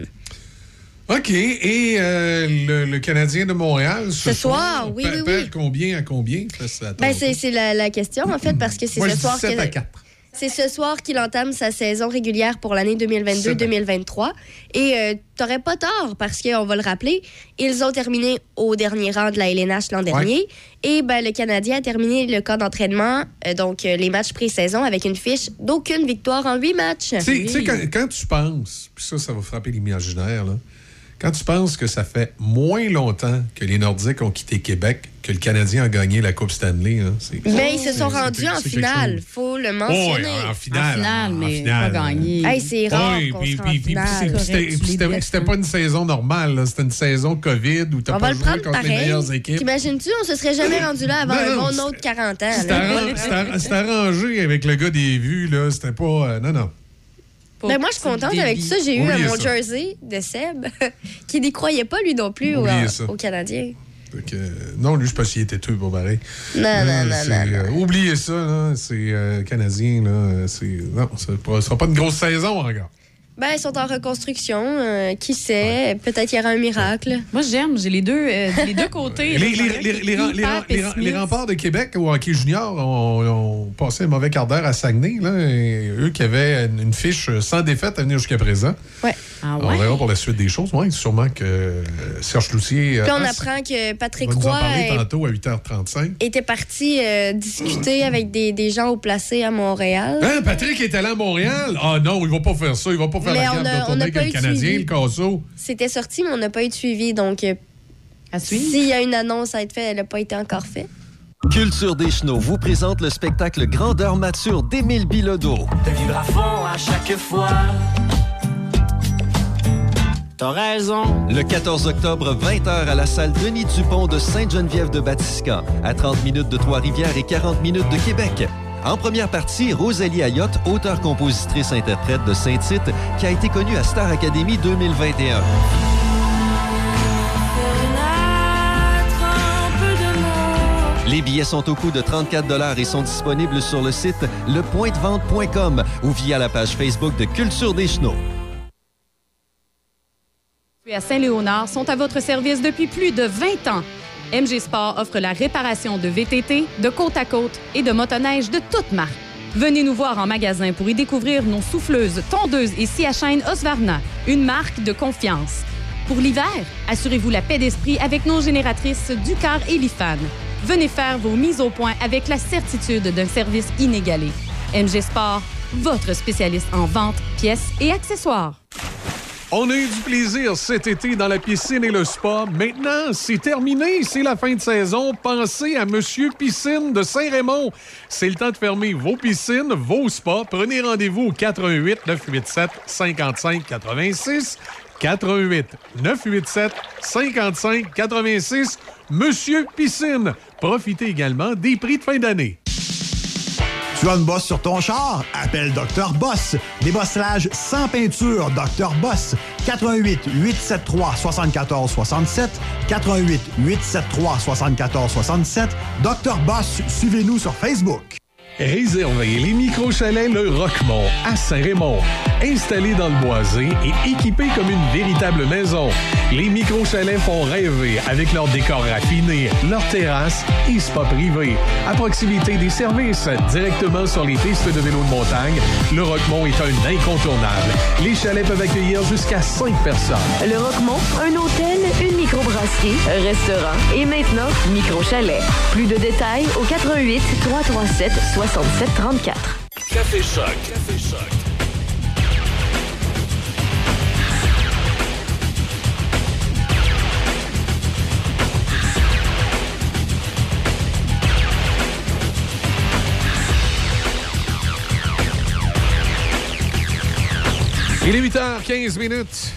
OK. Et euh, le, le Canadien de Montréal, ce, ce soir, soir oui, perd, oui, oui. perd combien à combien? Ça, ben, c'est, c'est la, la question, en fait, parce que c'est Moi, ce je soir dis sept que... à quatre. C'est ce soir qu'il entame sa saison régulière pour l'année deux mille vingt-deux deux mille vingt-trois. Et euh, t'aurais pas tort, parce qu'on va le rappeler, ils ont terminé au dernier rang de la L N H l'an dernier. Ouais. Et ben, le Canadien a terminé le camp d'entraînement, euh, donc euh, les matchs pré-saison, avec une fiche d'aucune victoire en huit matchs. Tu sais, oui. quand, quand tu penses, puis ça, ça va frapper l'imaginaire, là, quand tu penses que ça fait moins longtemps que les Nordiques ont quitté Québec que le Canadien a gagné la Coupe Stanley. Hein, c'est, mais ils se sont c'est, rendus c'est, en c'est finale. Faut le mentionner. Oh, en finale. En finale, mais en finale, pas gagné. Hey, c'est rare oui, qu'on puis, se puis, rende en finale. Puis c'était, c'était, c'était pas une saison normale. Là. C'était une saison COVID où t'as on pas va joué le prendre contre pareil. les meilleures équipes. T'imagines-tu, on se serait jamais rendu là avant non, un bon autre quarante ans. C'était, arrangé, c'était, c'était arrangé avec le gars des vues. Là. C'était pas... Euh, non, non. Ben moi, je suis contente avec ça. J'ai eu mon jersey de Seb qui n'y croyait pas, lui non plus, au, au Canadien. Donc, euh, non, lui, je sais pas s'il était tout pour pareil. Non, non, non, non, euh, non. Oubliez ça, là. C'est euh, Canadien, là. C'est, non, ça ne sera pas une grosse saison encore. Ben, ils sont en reconstruction. Euh, qui sait? Ouais. Peut-être qu'il y aura un miracle. Moi, j'aime. J'ai les deux, euh, les deux côtés. les, les, les, les, les, les, les remparts de Québec au hockey junior ont, ont passé un mauvais quart d'heure à Saguenay. Là, et eux qui avaient une fiche sans défaite à venir jusqu'à présent. Ouais. Ah ouais? On verra pour la suite des choses. Oui, sûrement que Serge Cloutier... Puis on ah, apprend que Patrick Roy... On va nous en parler est... tantôt à huit heures trente-cinq. était parti euh, discuter avec des, des gens au placé à Montréal. Hein, Patrick est allé à Montréal? Ah non, il va pas faire ça. Il va pas faire mais la carte de tournée avec le Canadien, le Casso. C'était sorti, mais on n'a pas eu de suivi. Donc, euh, s'il y a une annonce à être faite, elle n'a pas été encore faite. Culture des Chenaux vous présente le spectacle Grandeur mature d'Émile Bilodeau. De vivre à fond à chaque fois. T'as raison. Le quatorze octobre, vingt heures à la salle Denis Dupont de Sainte-Geneviève-de-Batiscan, à trente minutes de Trois-Rivières et quarante minutes de Québec. En première partie, Rosalie Ayotte, auteure-compositrice-interprète de Saint-Tite, qui a été connue à Star Academy deux mille vingt et un. Les billets sont au coût de trente-quatre dollars et sont disponibles sur le site le point de vente point com ou via la page Facebook de Culture des Chenaux. À Saint-Léonard sont à votre service depuis plus de vingt ans. M G Sport offre la réparation de V T T, de côte à côte et de motoneige de toutes marques. Venez nous voir en magasin pour y découvrir nos souffleuses, tondeuses et scie à chaîne Husqvarna, une marque de confiance. Pour l'hiver, assurez-vous la paix d'esprit avec nos génératrices Ducar et Lifan. Venez faire vos mises au point avec la certitude d'un service inégalé. M G Sport, votre spécialiste en vente, pièces et accessoires. On a eu du plaisir cet été dans la piscine et le spa. Maintenant, c'est terminé. C'est la fin de saison. Pensez à Monsieur Piscine de Saint-Raymond. C'est le temps de fermer vos piscines, vos spas. Prenez rendez-vous au quatre un huit neuf huit sept cinq cinq huit six. quatre un huit neuf huit sept cinq cinq huit six. Monsieur Piscine. Profitez également des prix de fin d'année. Tu as une bosse sur ton char? Appelle docteur Boss. Débossage sans peinture, docteur Boss. quatre un huit huit sept trois sept quatre six sept. quatre un huit huit sept trois sept quatre six sept. docteur Boss, suivez-nous sur Facebook. Réservez les micro-chalets Le Roquemont à Saint-Raymond. Installés dans le boisé et équipés comme une véritable maison, les micro-chalets font rêver avec leurs décors raffinés, leurs terrasses et spa privés. À proximité des services, directement sur les pistes de vélo de montagne, Le Roquemont est un incontournable. Les chalets peuvent accueillir jusqu'à cinq personnes. Le Roquemont, un hôtel, une microbrasserie, un restaurant et maintenant micro-chalet. Plus de détails au quatre un huit trois trois sept soixante-sept trente-quatre. Café Choc. Café Choc. Il est huit heures quinze minutes.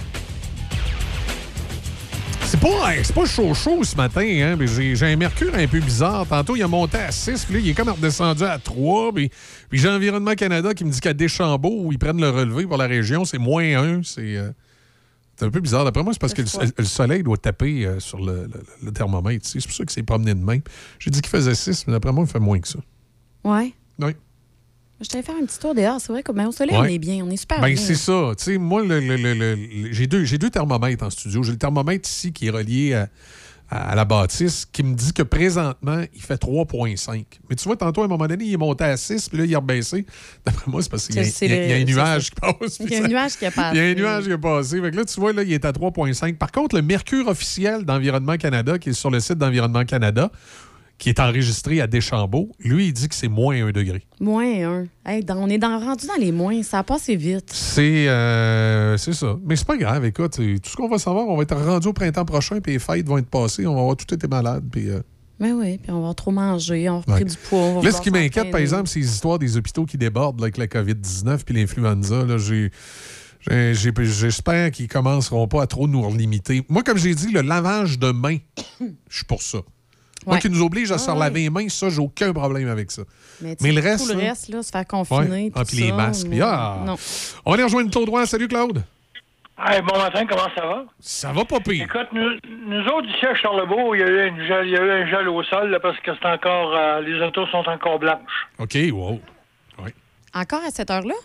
C'est pas, c'est pas chaud chaud ce matin, hein? J'ai, j'ai un mercure un peu bizarre. Tantôt, il a monté à six, puis là, il est comme redescendu à trois. Puis, puis j'ai Environnement Canada qui me dit qu'à Deschambault, où ils prennent le relevé pour la région, c'est moins un. C'est, euh, c'est un peu bizarre. D'après moi, c'est parce que le, le soleil doit taper euh, sur le, le, le thermomètre. C'est pour ça que c'est promené de même. J'ai dit qu'il faisait six, mais d'après moi, il fait moins que ça. Ouais. Oui. Je t'allais faire un petit tour dehors. C'est vrai qu'au ben, soleil, ouais. on est bien. On est super ben, bien. C'est ça. Tu sais, moi, le, le, le, le, j'ai, deux, j'ai deux thermomètres en studio. J'ai le thermomètre ici qui est relié à, à, à la bâtisse qui me dit que présentement, il fait trois virgule cinq. Mais tu vois, tantôt, à un moment donné, il est monté à six, puis là, il a rebaissé. D'après moi, c'est parce qu'il y a, il y a, il y a un nuage qui passe. Il y a un nuage qui a passé. Il y a un nuage qui a passé. Fait que là, tu vois, là, il est à trois virgule cinq. Par contre, le mercure officiel d'Environnement Canada, qui est sur le site d'Environnement Canada, qui est enregistré à Deschambault, lui, il dit que c'est moins un degré. Moins un. Hey, dans, on est dans, rendu dans les moins. Ça a passé vite. C'est, euh, c'est ça. Mais c'est pas grave. Écoute, tout ce qu'on va savoir, on va être rendu au printemps prochain, puis les fêtes vont être passées. On va avoir tout été malade. Puis, euh... Mais oui, puis on va trop manger, on va repris ouais. du poids. On va là, ce qui m'inquiète, par exemple, c'est les histoires des hôpitaux qui débordent là, avec la covid dix-neuf puis l'influenza. Là, j'ai... J'ai, j'ai, j'espère qu'ils commenceront pas à trop nous limiter. Moi, comme j'ai dit, le lavage de mains, je suis pour ça. Moi, ouais. qui nous oblige à se faire ouais. laver les mains, ça, j'ai aucun problème avec ça. Mais, Mais le reste. Tout le reste, là, se faire confiner. Ouais. Ah, puis les masques. Mais... Ah. Non. On va aller rejoindre Claude Roy. Salut, Claude. Hey, bon matin, comment ça va? Ça va pas pire. Écoute, nous, nous autres, ici à Charlebourg, il y a eu, une gel, il y a eu un gel au sol là, parce que c'est encore. Euh, les autos sont encore blanches. OK, wow. Ouais. Encore à cette heure-là?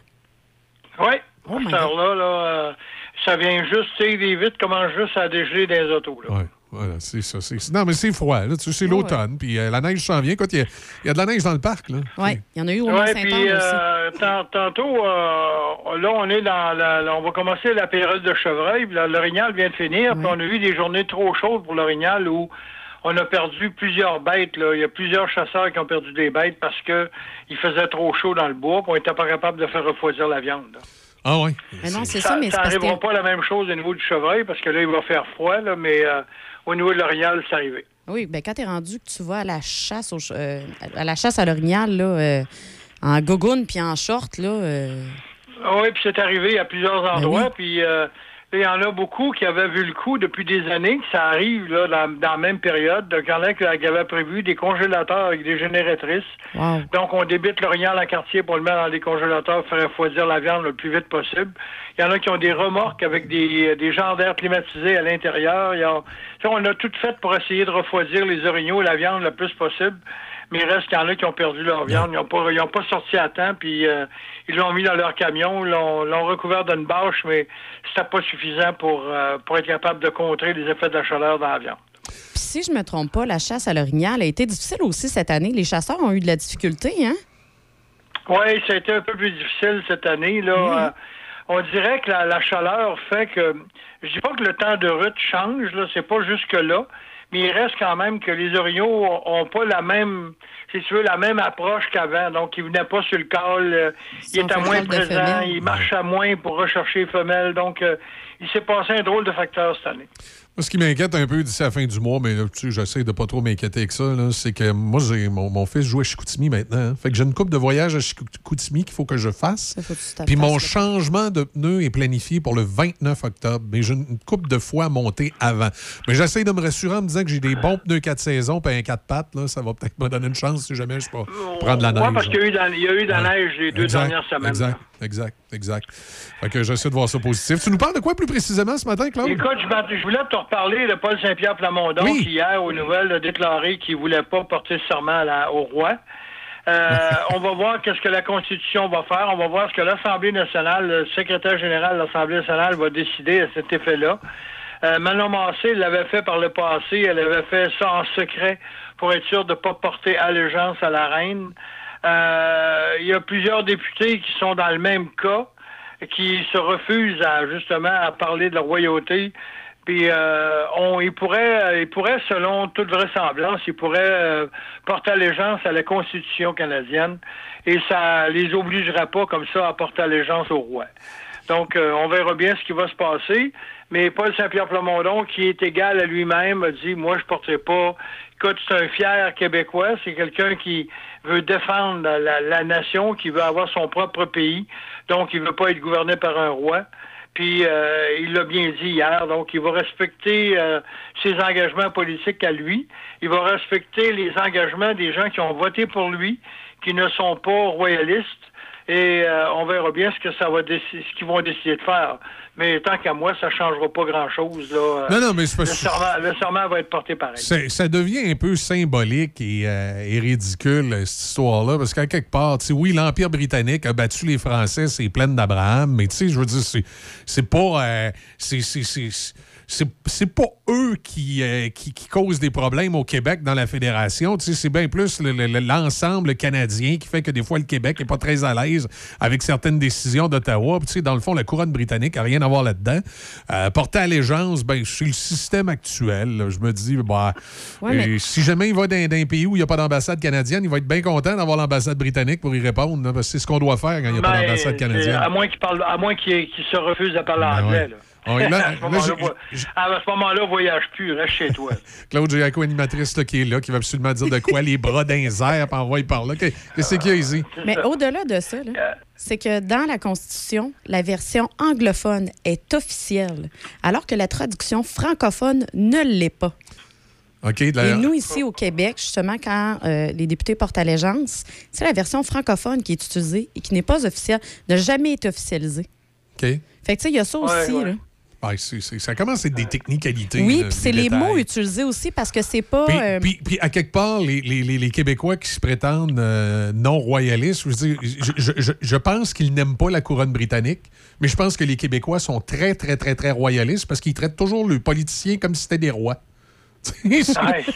Oui. Oh à cette heure-là, là, euh, ça vient juste, tu sais, les vitres commencent juste à dégeler des autos. Là. Ouais. Voilà, c'est ça. C'est... Non, mais c'est froid. Là. Tu sais, c'est oh, l'automne. Ouais. Puis euh, la neige s'en vient. Écoute, il y, y a de la neige dans le parc. Oui, il y en a eu au Mont-Saint-Anne puis, euh, aussi. T- tantôt, euh, là, on est dans la, là, on va commencer la période de chevreuil. Puis l'orignal vient de finir. Ouais. Puis on a eu des journées trop chaudes pour l'orignal où on a perdu plusieurs bêtes. Là. Il y a plusieurs chasseurs qui ont perdu des bêtes parce que il faisait trop chaud dans le bois. Puis on n'était pas capable de faire refroidir la viande. Là. Ah oui. Mais non, c'est ça, ça, mais ça n'arrivera que... pas la même chose au niveau du chevreuil parce que là, il va faire froid, là, mais euh, au niveau de l'orignal, c'est arrivé. Oui, bien quand t'es rendu que tu vas à la chasse au, euh, à la chasse à l'orignal, là, euh, en gogoune puis en short, là. Euh... Oui, puis c'est arrivé à plusieurs endroits, ben oui. puis euh, Il y en a beaucoup qui avaient vu le coup depuis des années, que ça arrive là, dans, dans la même période. Donc, il y en a qui avaient prévu des congélateurs avec des génératrices. Wow. Donc, on débite l'orignal en quartier pour le mettre dans des congélateurs pour faire refroidir la viande le plus vite possible. Il y en a qui ont des remorques avec des, des genres d'air climatisés à l'intérieur. Il y a, on a tout fait pour essayer de refroidir les orignaux et la viande le plus possible. Mais il reste qu'il y en a qui ont perdu leur viande. Ils n'ont pas, ils ont pas sorti à temps, puis euh, ils l'ont mis dans leur camion, l'ont, l'ont recouvert d'une bâche, mais c'était pas suffisant pour, euh, pour être capable de contrer les effets de la chaleur dans la viande. Puis si je me trompe pas, la chasse à l'orignal a été difficile aussi cette année. Les chasseurs ont eu de la difficulté, hein? Oui, ça a été un peu plus difficile cette année, là. Mmh. Euh, on dirait que la, la chaleur fait que... Je dis pas que le temps de route change, là, c'est pas jusque-là, mais il reste quand même que les orignaux ont pas la même, si tu veux, la même approche qu'avant. Donc, ils venaient pas sur le col, euh, ils étaient moins présents, ils marchaient moins pour rechercher les femelles. Donc, euh, il s'est passé un drôle de facteur cette année. Moi, ce qui m'inquiète un peu d'ici à la fin du mois, mais tu sais, j'essaie de pas trop m'inquiéter avec ça, là, c'est que moi, j'ai mon, mon fils joue à Chicoutimi maintenant. Hein. Fait que j'ai une couple de voyages à Chicoutimi qu'il faut que je fasse. Puis mon changement de pneu est planifié pour le vingt-neuf octobre. Mais j'ai une couple de fois monté avant. Mais j'essaie de me rassurer en me disant que j'ai des bons pneus quatre saisons puis un quatre pattes. Là, ça va peut-être me donner une chance si jamais je peux prendre la neige. Oui, parce qu'il y a eu, dans, il y a eu de la ouais. neige les deux exact, dernières semaines. Exact. Exact, exact. Fait que j'essaie de voir ça positif. Tu nous parles de quoi plus précisément ce matin, Claude? Écoute, je, je voulais te reparler de Paul Saint-Pierre Plamondon, oui. qui hier, aux nouvelles, a déclaré qu'il ne voulait pas porter serment à la, au roi. Euh, on va voir qu'est-ce que la Constitution va faire. On va voir ce que l'Assemblée nationale, le secrétaire général de l'Assemblée nationale va décider à cet effet-là. Euh, Manon Massé l'avait fait par le passé. Elle avait fait ça en secret pour être sûre de ne pas porter allégeance à la reine. Euh, il y a plusieurs députés qui sont dans le même cas, qui se refusent à, justement, à parler de la royauté. Puis, euh, on, ils pourraient, ils pourraient, selon toute vraisemblance, ils pourraient euh, porter allégeance à la Constitution canadienne et ça les obligerait pas, comme ça, à porter allégeance au roi. Donc, euh, on verra bien ce qui va se passer. Mais Paul Saint-Pierre Plamondon, qui est égal à lui-même, a dit, moi, je ne porterai pas. Écoute, c'est un fier Québécois. C'est quelqu'un qui veut défendre la, la nation, qui veut avoir son propre pays. Donc, il ne veut pas être gouverné par un roi. Puis, euh, il l'a bien dit hier. Donc, il va respecter euh, ses engagements politiques à lui. Il va respecter les engagements des gens qui ont voté pour lui, qui ne sont pas royalistes. Et euh, on verra bien ce que ça va décider, ce qu'ils vont décider de faire. Mais tant qu'à moi, ça ne changera pas grand-chose. Là. Non, non, mais c'est pas... le, serment, le serment va être porté pareil. C'est, ça devient un peu symbolique et, euh, et ridicule, cette histoire-là, parce qu'à quelque part, tu sais, oui, l'Empire britannique a battu les Français, c'est plaine d'Abraham, mais tu sais, je veux dire, c'est, c'est pas... Euh, c'est, c'est, c'est, c'est, c'est pas eux qui, euh, qui, qui causent des problèmes au Québec dans la fédération. Tu sais, c'est bien plus le, le, l'ensemble canadien qui fait que des fois, le Québec n'est pas très à l'aise avec certaines décisions d'Ottawa. Puis, tu sais, dans le fond, la couronne britannique n'a rien à voir là-dedans. Euh, porter allégeance, ben, c'est le système actuel. Là. Je me dis, bah, ouais, mais... si jamais il va dans, dans un pays où il n'y a pas d'ambassade canadienne, il va être bien content d'avoir l'ambassade britannique pour y répondre. Là, parce que c'est ce qu'on doit faire quand il n'y a ben, pas d'ambassade canadienne. À moins qu'il parle, à moins qu'il, qu'il se refuse à parler ben, anglais. Ouais. Là. Oh, là, à, ce là, je, je... à ce moment-là, voyage plus, reste chez toi. Claude, j'ai la co-animatrice là, qui est là, qui va absolument dire de quoi les bras d'un air, puis envoyer par là. Qu'est-ce qu'il y a ici? Mais au-delà de ça, là, c'est que dans la Constitution, la version anglophone est officielle, alors que la traduction francophone ne l'est pas. Okay, la... Et nous, ici au Québec, justement, quand euh, les députés portent allégeance, c'est la version francophone qui est utilisée et qui n'est pas officielle, n'a jamais été officialisée. OK. Fait que, tu sais, il y a ça aussi, ouais, ouais. là. Ah, c'est, c'est, ça commence à être des technicalités. Oui, puis c'est les mots utilisés aussi parce que c'est pas... Puis, euh... puis, puis à quelque part, les, les, les Québécois qui se prétendent euh, non-royalistes, je, veux dire, je, je, je pense qu'ils n'aiment pas la couronne britannique, mais je pense que les Québécois sont très, très, très, très royalistes parce qu'ils traitent toujours le politicien comme si c'était des rois. c'est, ouais,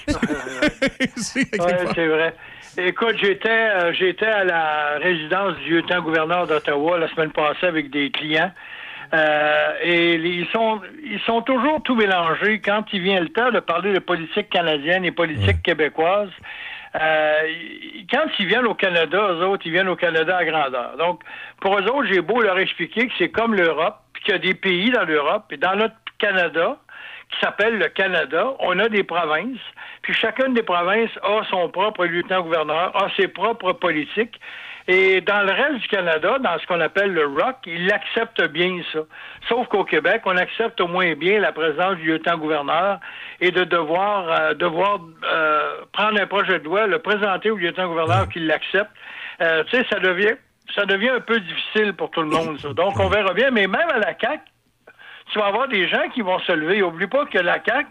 c'est, ouais, c'est vrai. Écoute, j'étais, euh, j'étais à la résidence du lieutenant-gouverneur d'Ottawa la semaine passée avec des clients. Euh, et ils sont ils sont toujours tout mélangés quand il vient le temps de parler de politique canadienne et politique mmh. québécoise. Euh, quand ils viennent au Canada, eux autres, ils viennent au Canada à grandeur. Donc, pour eux autres, j'ai beau leur expliquer que c'est comme l'Europe, puis qu'il y a des pays dans l'Europe, et dans notre Canada, qui s'appelle le Canada, on a des provinces, puis chacune des provinces a son propre lieutenant-gouverneur, a ses propres politiques. Et dans le reste du Canada, dans ce qu'on appelle le R O C, ils l'acceptent bien, ça. Sauf qu'au Québec, on accepte au moins bien la présence du lieutenant-gouverneur et de devoir, euh, devoir euh, prendre un projet de loi, le présenter au lieutenant-gouverneur qu'il l'accepte. Euh, tu sais, ça devient, ça devient un peu difficile pour tout le monde, ça. Donc, on verra bien. Mais même à la C A Q, tu vas avoir des gens qui vont se lever. Oublie pas que la C A Q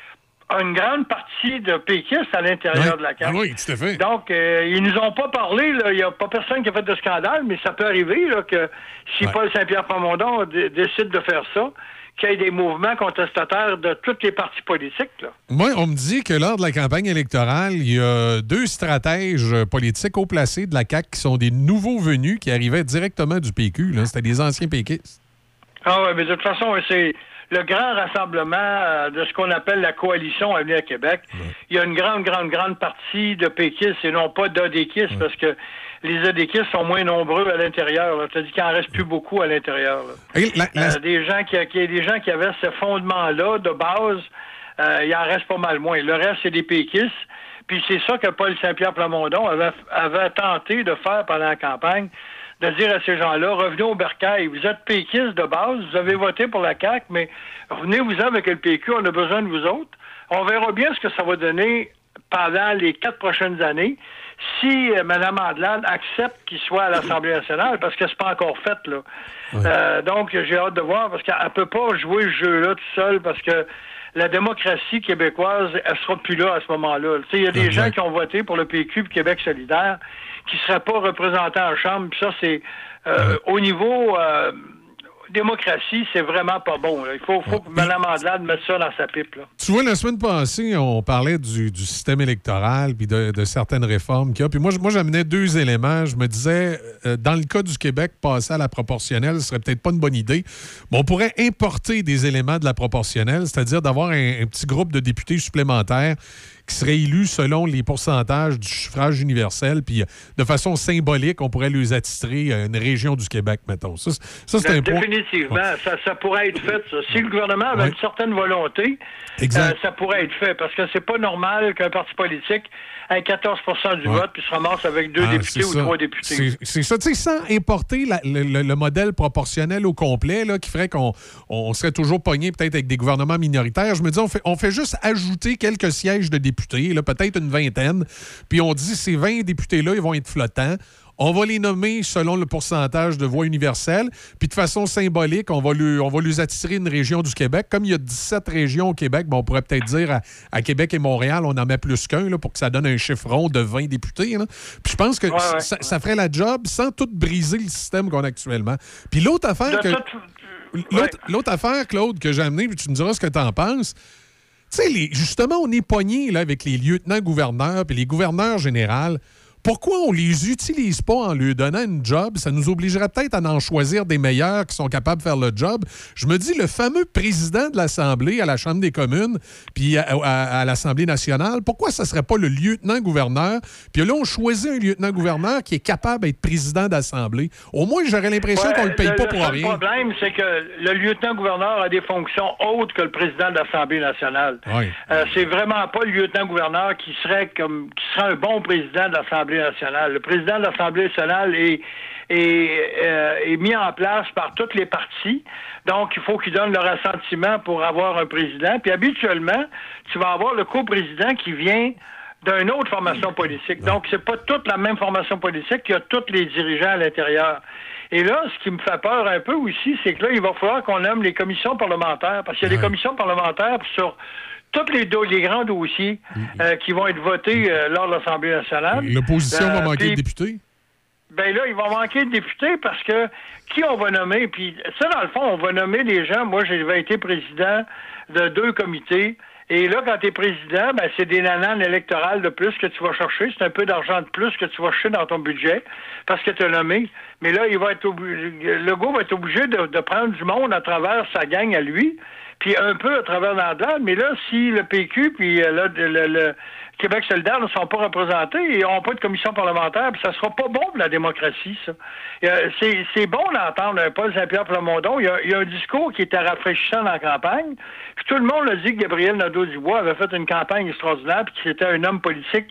a une grande partie de péquistes à l'intérieur oui. de la C A Q. Oui, tout à fait. Donc, euh, ils nous ont pas parlé, là. Il n'y a pas personne qui a fait de scandale, mais ça peut arriver, là, que si ouais. Paul Saint-Pierre Plamondon d- décide de faire ça, qu'il y ait des mouvements contestataires de tous les partis politiques, là. Moi, on me dit que lors de la campagne électorale, il y a deux stratèges politiques haut placés de la C A Q qui sont des nouveaux venus qui arrivaient directement du P Q, là. C'était des anciens péquistes. Ah oui, mais de toute façon, c'est le grand rassemblement euh, de ce qu'on appelle la coalition Avenir Québec. Ouais. Il y a une grande, grande, grande partie de péquistes et non pas d'adéquistes, ouais. parce que les adéquistes sont moins nombreux à l'intérieur. Tu as dit qu'il n'en reste plus beaucoup à l'intérieur. Et la, la... Euh, des gens qui, qui, des gens qui avaient ce fondement-là de base, euh, il en reste pas mal moins. Le reste, c'est des péquistes. Puis c'est ça que Paul Saint-Pierre Plamondon avait, avait tenté de faire pendant la campagne, de dire à ces gens-là, revenez au bercail, vous êtes péquistes de base, vous avez voté pour la C A Q, mais revenez-vous avec le P Q, on a besoin de vous autres. On verra bien ce que ça va donner pendant les quatre prochaines années si euh, Mme Andelade accepte qu'il soit à l'Assemblée nationale, parce que c'est pas encore fait, là. Ouais. Euh, donc, j'ai hâte de voir, parce qu'elle peut pas jouer ce jeu-là tout seul, parce que la démocratie québécoise, elle sera plus là à ce moment-là. Tu sais, il y a des ouais. gens qui ont voté pour le P Q et Québec solidaire qui ne seraient pas représentés en Chambre, puis ça, c'est euh, ouais. au niveau euh, démocratie, c'est vraiment pas bon, là. Il faut, faut que Mme Andelade mette ça dans sa pipe, là. Tu vois, la semaine passée, on parlait du, du système électoral puis de, de certaines réformes qu'il y a. Puis moi, moi, j'amenais deux éléments. Je me disais, euh, dans le cas du Québec, passer à la proportionnelle, ce serait peut-être pas une bonne idée. Mais on pourrait importer des éléments de la proportionnelle, c'est-à-dire d'avoir un, un petit groupe de députés supplémentaires qui seraient élus selon les pourcentages du suffrage universel, puis de façon symbolique, on pourrait les attitrer à une région du Québec, mettons. Ça, ça c'est ben, un point. Définitivement, ouais. ça, ça pourrait être fait, ça. Si le gouvernement avait ouais. une certaine volonté, euh, ça pourrait être fait, parce que c'est pas normal qu'un parti politique ait quatorze pour cent du ouais. vote, puis se ramasse avec deux ah, députés ou ça. trois députés. C'est, c'est ça, tu sais, sans importer la, le, le, le modèle proportionnel au complet, là, qui ferait qu'on on serait toujours pogné peut-être avec des gouvernements minoritaires. Je me dis, on fait, on fait juste ajouter quelques sièges de députés, là, peut-être une vingtaine, puis on dit ces vingt députés-là, ils vont être flottants. On va les nommer selon le pourcentage de voix universelles, puis de façon symbolique, on va lui, on va lui attirer une région du Québec. Comme il y a dix-sept régions au Québec, ben on pourrait peut-être dire à, à Québec et Montréal, on en met plus qu'un là, pour que ça donne un chiffre rond de vingt députés. Là. Puis je pense que ouais, ouais, ça, ouais. ça ferait la job sans tout briser le système qu'on a actuellement. Puis l'autre affaire, que, tout... l'autre, ouais. l'autre affaire, Claude, que j'ai amenée, puis tu me diras ce que tu en penses. Tu sais, les, justement, on est pognés là, avec les lieutenants-gouverneurs puis les gouverneurs généraux. Pourquoi on les utilise pas en lui donnant une job? Ça nous obligerait peut-être à en choisir des meilleurs qui sont capables de faire le job. Je me dis, le fameux président de l'Assemblée à la Chambre des communes puis à, à, à l'Assemblée nationale, pourquoi ça serait pas le lieutenant-gouverneur? Puis là, on choisit un lieutenant-gouverneur qui est capable d'être président d'Assemblée. Au moins, j'aurais l'impression ouais, qu'on le paye le, pas pour rien. Le problème, c'est que le lieutenant-gouverneur a des fonctions autres que le président de l'Assemblée nationale. Oui. Euh, c'est vraiment pas le lieutenant-gouverneur qui serait comme qui serait un bon président de l'Assemblée nationale. Le président de l'Assemblée nationale est, est, euh, est mis en place par tous les partis. Donc, il faut qu'ils donnent leur assentiment pour avoir un président. Puis, habituellement, tu vas avoir le coprésident qui vient d'une autre formation politique. Donc, c'est pas toute la même formation politique qu'il y a tous les dirigeants à l'intérieur. Et là, ce qui me fait peur un peu aussi, c'est que là, il va falloir qu'on nomme les commissions parlementaires, parce qu'il y a des commissions parlementaires sur tous les, do- les grands dossiers euh, qui vont être votés euh, lors de l'Assemblée nationale. L'opposition euh, va manquer puis, de députés? Ben là, il va manquer de députés parce que qui on va nommer? Puis ça, dans le fond, on va nommer les gens. Moi, j'avais été président de deux comités. Et là, quand tu es président, ben, c'est des nananes électorales de plus que tu vas chercher. C'est un peu d'argent de plus que tu vas chercher dans ton budget parce que tu as nommé. Mais là, il va être obligé, Legault va être obligé de, de prendre du monde à travers sa gang à lui, puis un peu à travers l'Andelade. Mais là, si le P Q puis là, le, le, le Québec solidaire ne sont pas représentés et n'ont pas de commission parlementaire, puis ça sera pas bon pour la démocratie, ça. Euh, c'est, c'est bon d'entendre Paul Saint-Pierre Plamondon. Il y a, il y a un discours qui était rafraîchissant dans la campagne. Puis tout le monde a dit que Gabriel Nadeau-Dubois avait fait une campagne extraordinaire puis qu'il était un homme politique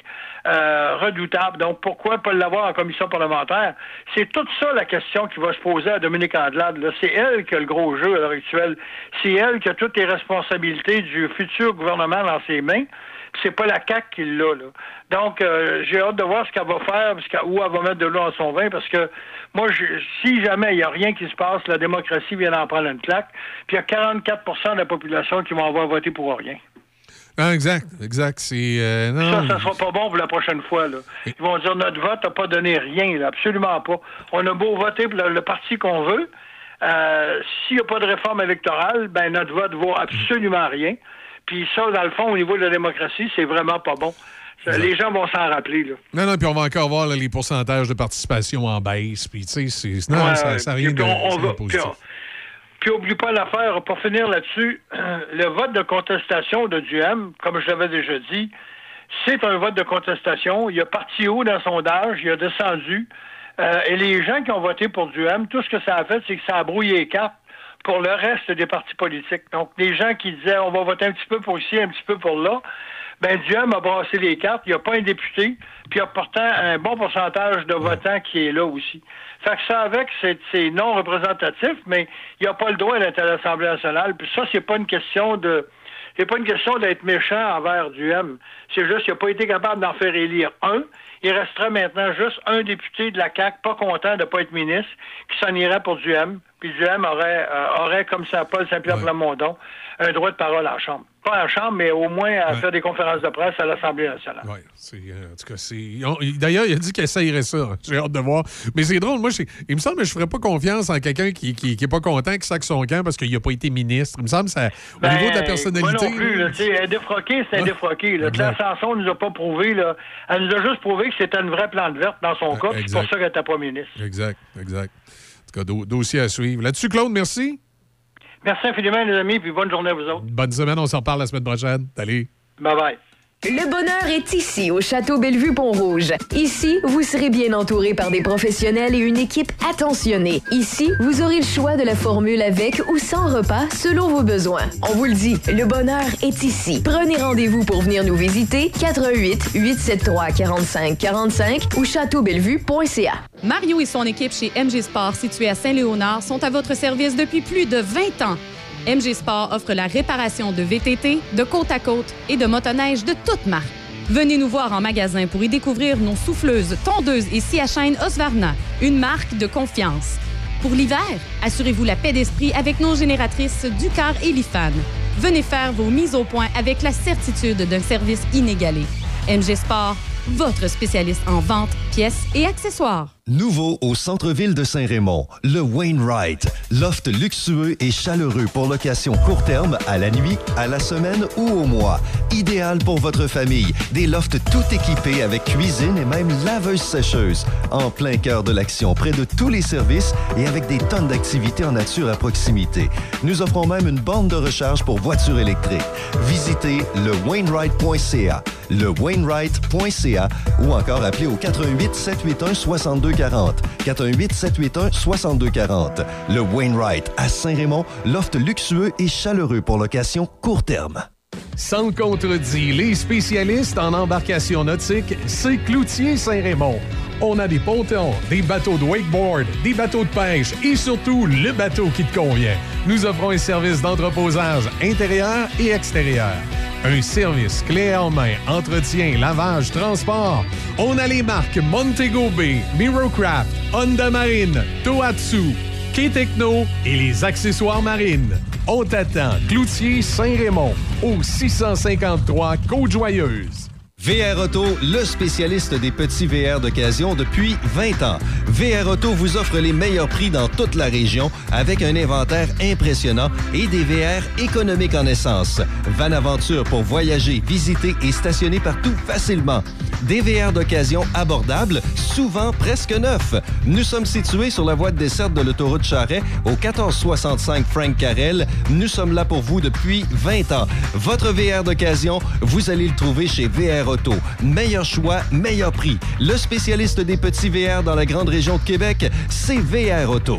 euh, redoutable. Donc, pourquoi pas l'avoir en commission parlementaire? C'est toute ça la question qui va se poser à Dominique Andelade. Là. C'est elle qui a le gros jeu à l'heure actuelle. C'est elle qui a toutes les responsabilités du futur gouvernement dans ses mains. C'est pas la C A Q qui l'a, là. Donc, euh, j'ai hâte de voir ce qu'elle va faire, parce qu'elle, où elle va mettre de l'eau dans son vin, parce que moi, je, si jamais il n'y a rien qui se passe, la démocratie vient d'en prendre une claque, puis il y a quarante-quatre pour cent de la population qui vont avoir voté pour rien. Ah, exact, exact. C'est, euh, non, ça, ça sera pas bon pour la prochaine fois, là. Ils vont dire, notre vote n'a pas donné rien, là, absolument pas. On a beau voter pour le, le parti qu'on veut, euh, s'il n'y a pas de réforme électorale, ben notre vote vaut absolument rien. Puis ça, dans le fond, au niveau de la démocratie, c'est vraiment pas bon. Ça, les gens vont s'en rappeler, là. Non, non, puis on va encore voir là, les pourcentages de participation en baisse. Puis, tu sais, c'est... Non, ouais, ça n'a rien de, on, on va, positif. Puis, on, puis, oublie pas l'affaire, pour finir là-dessus, le vote de contestation de Duhem, comme je l'avais déjà dit, c'est un vote de contestation. Il a parti haut dans le sondage, il a descendu. Euh, et les gens qui ont voté pour Duhem, tout ce que ça a fait, c'est que ça a brouillé les cartes pour le reste des partis politiques. Donc, les gens qui disaient on va voter un petit peu pour ici, un petit peu pour là, ben Duhem a brassé les cartes, il n'y a pas un député, puis il y a pourtant un bon pourcentage de votants qui est là aussi. Fait que ça avec, c'est, c'est non représentatif, mais il n'y a pas le droit d'être à l'Assemblée nationale. Puis ça, c'est pas une question de c'est pas une question d'être méchant envers Duhem. C'est juste qu'il n'a pas été capable d'en faire élire un. Il resterait maintenant juste un député de la C A Q pas content de ne pas être ministre, qui s'en irait pour Duhem. Puis Duhem aurait, euh, aurait comme ça, Paul Saint-Pierre Plamondon, un droit de parole en Chambre. Pas en Chambre, mais au moins à ouais. faire des conférences de presse à l'Assemblée nationale. Oui, c'est, euh, en tout cas, c'est... On, d'ailleurs, il a dit qu'il essayerait ça. J'ai hâte de voir. Mais c'est drôle, moi, il me semble que je ne ferais pas confiance en quelqu'un qui n'est qui, qui pas content, qui sac son camp parce qu'il n'a pas été ministre. Il me semble que ça, au ben, niveau de la personnalité... Moi non plus, là, là, un défroqué, c'est un ouais. défroqué. Là. Claire Sanson ne nous a pas prouvé, là, elle nous a juste prouvé que c'était une vraie plante verte dans son cas, c'est pour ça qu'elle n'était pas ministre. Exact, exact. En tout cas, do- dossier à suivre. Là-dessus, Claude, merci. Merci infiniment, les amis, puis bonne journée à vous autres. Bonne semaine, on s'en reparle la semaine prochaine. Salut. Bye-bye. Le bonheur est ici, au Château Bellevue-Pont-Rouge. Ici, vous serez bien entouré par des professionnels et une équipe attentionnée. Ici, vous aurez le choix de la formule avec ou sans repas, selon vos besoins. On vous le dit, le bonheur est ici. Prenez rendez-vous pour venir nous visiter, quatre un huit, huit sept trois, quatre cinq quatre cinq ou château bellevue point c a. Mario et son équipe chez M G Sport, située à Saint-Léonard, sont à votre service depuis plus de vingt ans. M G Sport offre la réparation de V T T, de côte à côte et de motoneige de toutes marques. Venez nous voir en magasin pour y découvrir nos souffleuses, tondeuses et scie à chaîne Husqvarna, une marque de confiance. Pour l'hiver, assurez-vous la paix d'esprit avec nos génératrices Ducar et Lifan. Venez faire vos mises au point avec la certitude d'un service inégalé. M G Sport, votre spécialiste en vente, pièces et accessoires. Nouveau au centre-ville de Saint-Raymond, le Wainwright. Loft luxueux et chaleureux pour location court terme, à la nuit, à la semaine ou au mois. Idéal pour votre famille. Des lofts tout équipés avec cuisine et même laveuse-sécheuse. En plein cœur de l'action, près de tous les services et avec des tonnes d'activités en nature à proximité. Nous offrons même une borne de recharge pour voitures électriques. Visitez le wainwright point c a, le wainwright point c a ou encore appelez au quatre un huit, sept huit un, six deux quatre zéro. quatre un huit, sept huit un, six deux quatre zéro. Le Wainwright à Saint-Raymond, loft luxueux et chaleureux pour location court terme. Sans le contredit, les spécialistes en embarcation nautique, c'est Cloutier Saint-Raymond. On a des pontons, des bateaux de wakeboard, des bateaux de pêche et surtout le bateau qui te convient. Nous offrons un service d'entreposage intérieur et extérieur. Un service clé en main, entretien, lavage, transport. On a les marques Montego Bay, Mirocraft, Honda Marine, Tohatsu, K-Techno et les accessoires marines. On t'attend, Cloutier Saint-Raymond, au six cent cinquante-trois Côte-Joyeuse. V R Auto, le spécialiste des petits V R d'occasion depuis vingt ans. V R Auto vous offre les meilleurs prix dans toute la région avec un inventaire impressionnant et des V R économiques en essence. Van Aventure pour voyager, visiter et stationner partout facilement. Des V R d'occasion abordables, souvent presque neufs. Nous sommes situés sur la voie de desserte de l'autoroute Charret au quatorze soixante-cinq Frank Carrel. Nous sommes là pour vous depuis vingt ans. Votre V R d'occasion, vous allez le trouver chez V R Auto. Meilleur choix, meilleur prix. Le spécialiste des petits V R dans la grande région de Québec, c'est V R Auto.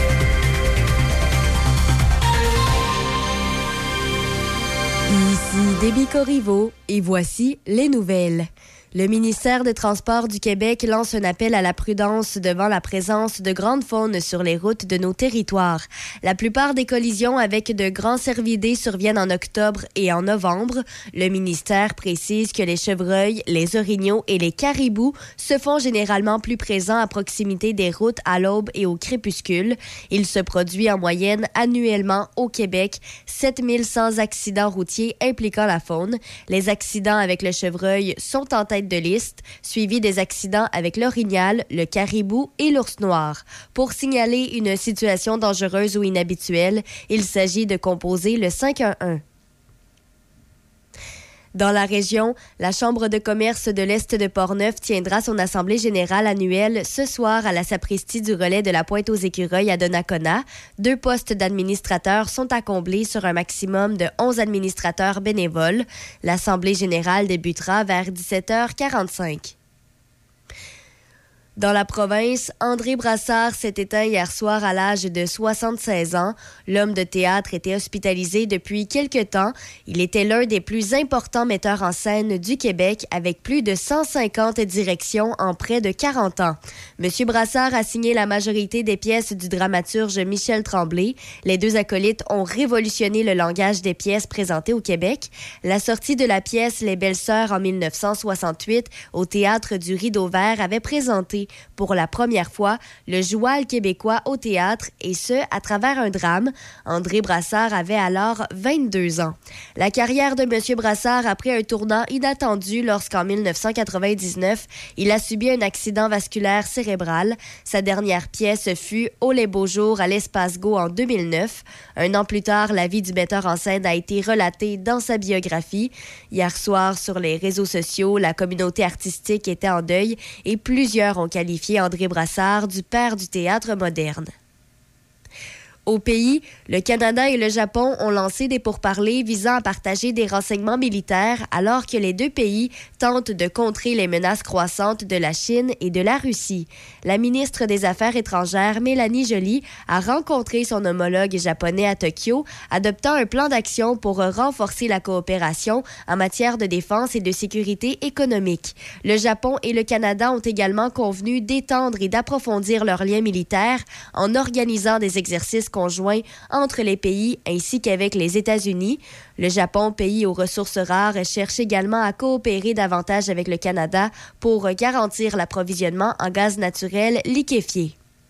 Ici Déby Corriveau et voici les nouvelles. Le ministère des Transports du Québec lance un appel à la prudence devant la présence de grandes faunes sur les routes de nos territoires. La plupart des collisions avec de grands cervidés surviennent en octobre et en novembre. Le ministère précise que les chevreuils, les orignaux et les caribous se font généralement plus présents à proximité des routes à l'aube et au crépuscule. Il se produit en moyenne annuellement au Québec sept mille cent accidents routiers impliquant la faune. Les accidents avec le chevreuil sont en tête de liste, suivi des accidents avec l'orignal, le caribou et l'ours noir. Pour signaler une situation dangereuse ou inhabituelle, il s'agit de composer le cinq un un. Dans la région, la Chambre de commerce de l'Est de Portneuf tiendra son assemblée générale annuelle ce soir à la sacristie du relais de la Pointe-aux-Écureuils à Donnacona. Deux postes d'administrateurs sont à combler sur un maximum de onze administrateurs bénévoles. L'assemblée générale débutera vers dix-sept heures quarante-cinq. Dans la province, André Brassard s'est éteint hier soir à l'âge de soixante-seize ans. L'homme de théâtre était hospitalisé depuis quelque temps. Il était l'un des plus importants metteurs en scène du Québec avec plus de cent cinquante directions en près de quarante ans. Monsieur Brassard a signé la majorité des pièces du dramaturge Michel Tremblay. Les deux acolytes ont révolutionné le langage des pièces présentées au Québec. La sortie de la pièce Les Belles-Sœurs en mille neuf cent soixante-huit au Théâtre du Rideau Vert avait présenté pour la première fois le joual québécois au théâtre, et ce, à travers un drame. André Brassard avait alors vingt-deux ans. La carrière de M. Brassard a pris un tournant inattendu lorsqu'en mille neuf cent quatre-vingt-dix-neuf, il a subi un accident vasculaire cérébral. Sa dernière pièce fut « Oh les beaux jours » à l'Espace Go en deux mille neuf. Un an plus tard, la vie du metteur en scène a été relatée dans sa biographie. Hier soir, sur les réseaux sociaux, la communauté artistique était en deuil et plusieurs ont qualifié André Brassard du père du théâtre moderne. Au pays, le Canada et le Japon ont lancé des pourparlers visant à partager des renseignements militaires alors que les deux pays tentent de contrer les menaces croissantes de la Chine et de la Russie. La ministre des Affaires étrangères, Mélanie Joly, a rencontré son homologue japonais à Tokyo, adoptant un plan d'action pour renforcer la coopération en matière de défense et de sécurité économique. Le Japon et le Canada ont également convenu d'étendre et d'approfondir leurs liens militaires en organisant des exercices conjoints entre les pays ainsi qu'avec les États-Unis. Le Japon, pays aux ressources rares, cherche également à coopérer davantage avec le Canada pour garantir l'approvisionnement en gaz naturel liquéfié.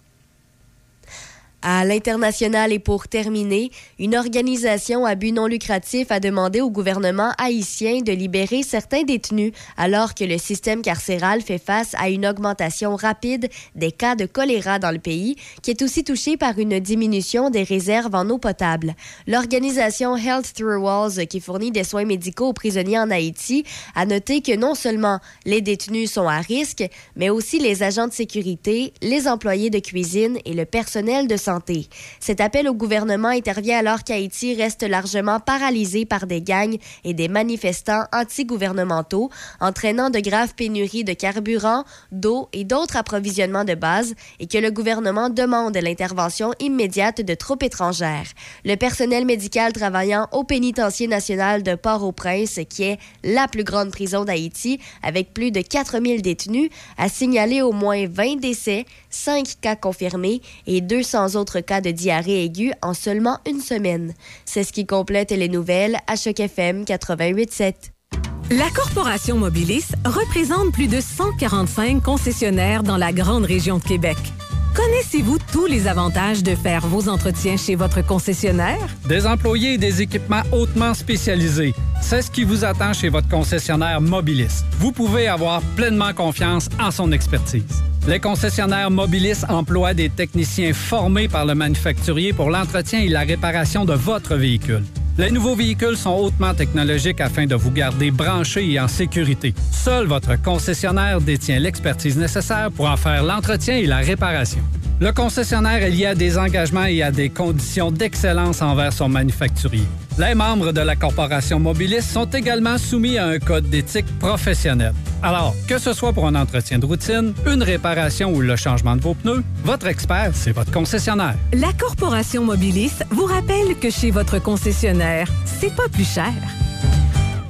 À l'international et pour terminer, une organisation à but non lucratif a demandé au gouvernement haïtien de libérer certains détenus alors que le système carcéral fait face à une augmentation rapide des cas de choléra dans le pays, qui est aussi touché par une diminution des réserves en eau potable. L'organisation Health Through Walls, qui fournit des soins médicaux aux prisonniers en Haïti, a noté que non seulement les détenus sont à risque, mais aussi les agents de sécurité, les employés de cuisine et le personnel de santé. Cet appel au gouvernement intervient alors qu'Haïti reste largement paralysé par des gangs et des manifestants anti-gouvernementaux, entraînant de graves pénuries de carburant, d'eau et d'autres approvisionnements de base, et que le gouvernement demande l'intervention immédiate de troupes étrangères. Le personnel médical travaillant au pénitencier national de Port-au-Prince, qui est la plus grande prison d'Haïti, avec plus de quatre mille détenus, a signalé au moins vingt décès, cinq cas confirmés et deux cents autres cas de diarrhée aiguë en seulement une semaine. C'est ce qui complète les nouvelles à Choc F M quatre-vingt-huit sept. La Corporation Mobilis représente plus de cent quarante-cinq concessionnaires dans la grande région de Québec. Connaissez-vous tous les avantages de faire vos entretiens chez votre concessionnaire? Des employés et des équipements hautement spécialisés. C'est ce qui vous attend chez votre concessionnaire Mobilis. Vous pouvez avoir pleinement confiance en son expertise. Les concessionnaires Mobilis emploient des techniciens formés par le manufacturier pour l'entretien et la réparation de votre véhicule. Les nouveaux véhicules sont hautement technologiques afin de vous garder branchés et en sécurité. Seul votre concessionnaire détient l'expertise nécessaire pour en faire l'entretien et la réparation. Le concessionnaire est lié à des engagements et à des conditions d'excellence envers son manufacturier. Les membres de la Corporation Mobilis sont également soumis à un code d'éthique professionnelle. Alors, que ce soit pour un entretien de routine, une réparation ou le changement de vos pneus, votre expert, c'est votre concessionnaire. La Corporation Mobilis vous rappelle que chez votre concessionnaire, c'est pas plus cher.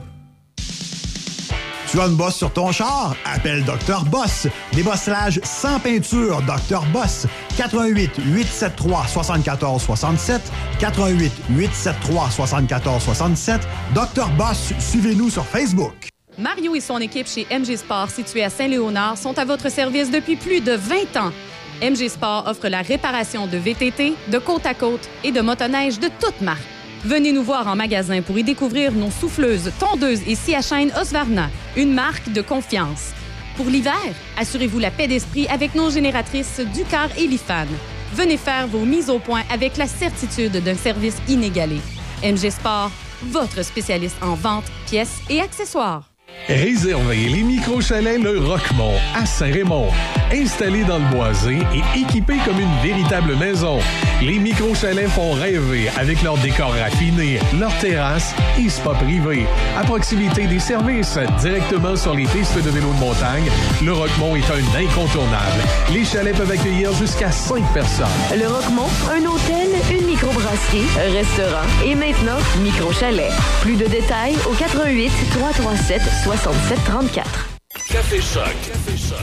Tu as une bosse sur ton char? Appelle docteur Boss. Débossage sans peinture, docteur Boss. quatre un huit, huit sept trois, sept quatre six sept. quatre un huit, huit sept trois, sept quatre six sept. docteur Boss, suivez-nous sur Facebook. Mario et son équipe chez M G Sport, situé à Saint-Léonard, sont à votre service depuis plus de vingt ans. M G Sport offre la réparation de V T T, de côte à côte et de motoneige de toutes marques. Venez nous voir en magasin pour y découvrir nos souffleuses, tondeuses et scie à chaîne Husqvarna, une marque de confiance. Pour l'hiver, assurez-vous la paix d'esprit avec nos génératrices Ducar et Lifan. Venez faire vos mises au point avec la certitude d'un service inégalé. M G Sport, votre spécialiste en vente, pièces et accessoires. Réservez les micro-chalets Le Roquemont à Saint-Raymond. Installés dans le boisé et équipés comme une véritable maison, les micro-chalets font rêver avec leurs décors raffinés, leurs terrasses et spa privés. À proximité des services, directement sur les pistes de vélo de montagne, Le Roquemont est un incontournable. Les chalets peuvent accueillir jusqu'à cinq personnes. Le Roquemont, un hôtel, une microbrasserie, un restaurant et maintenant micro-chalet. Plus de détails au quatre un huit, trois trois sept, soixante-sept trente-quatre. Café Choc. Café Choc.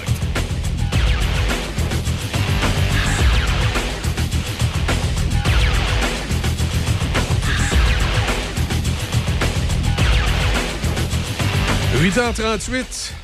huit heures trente-huit.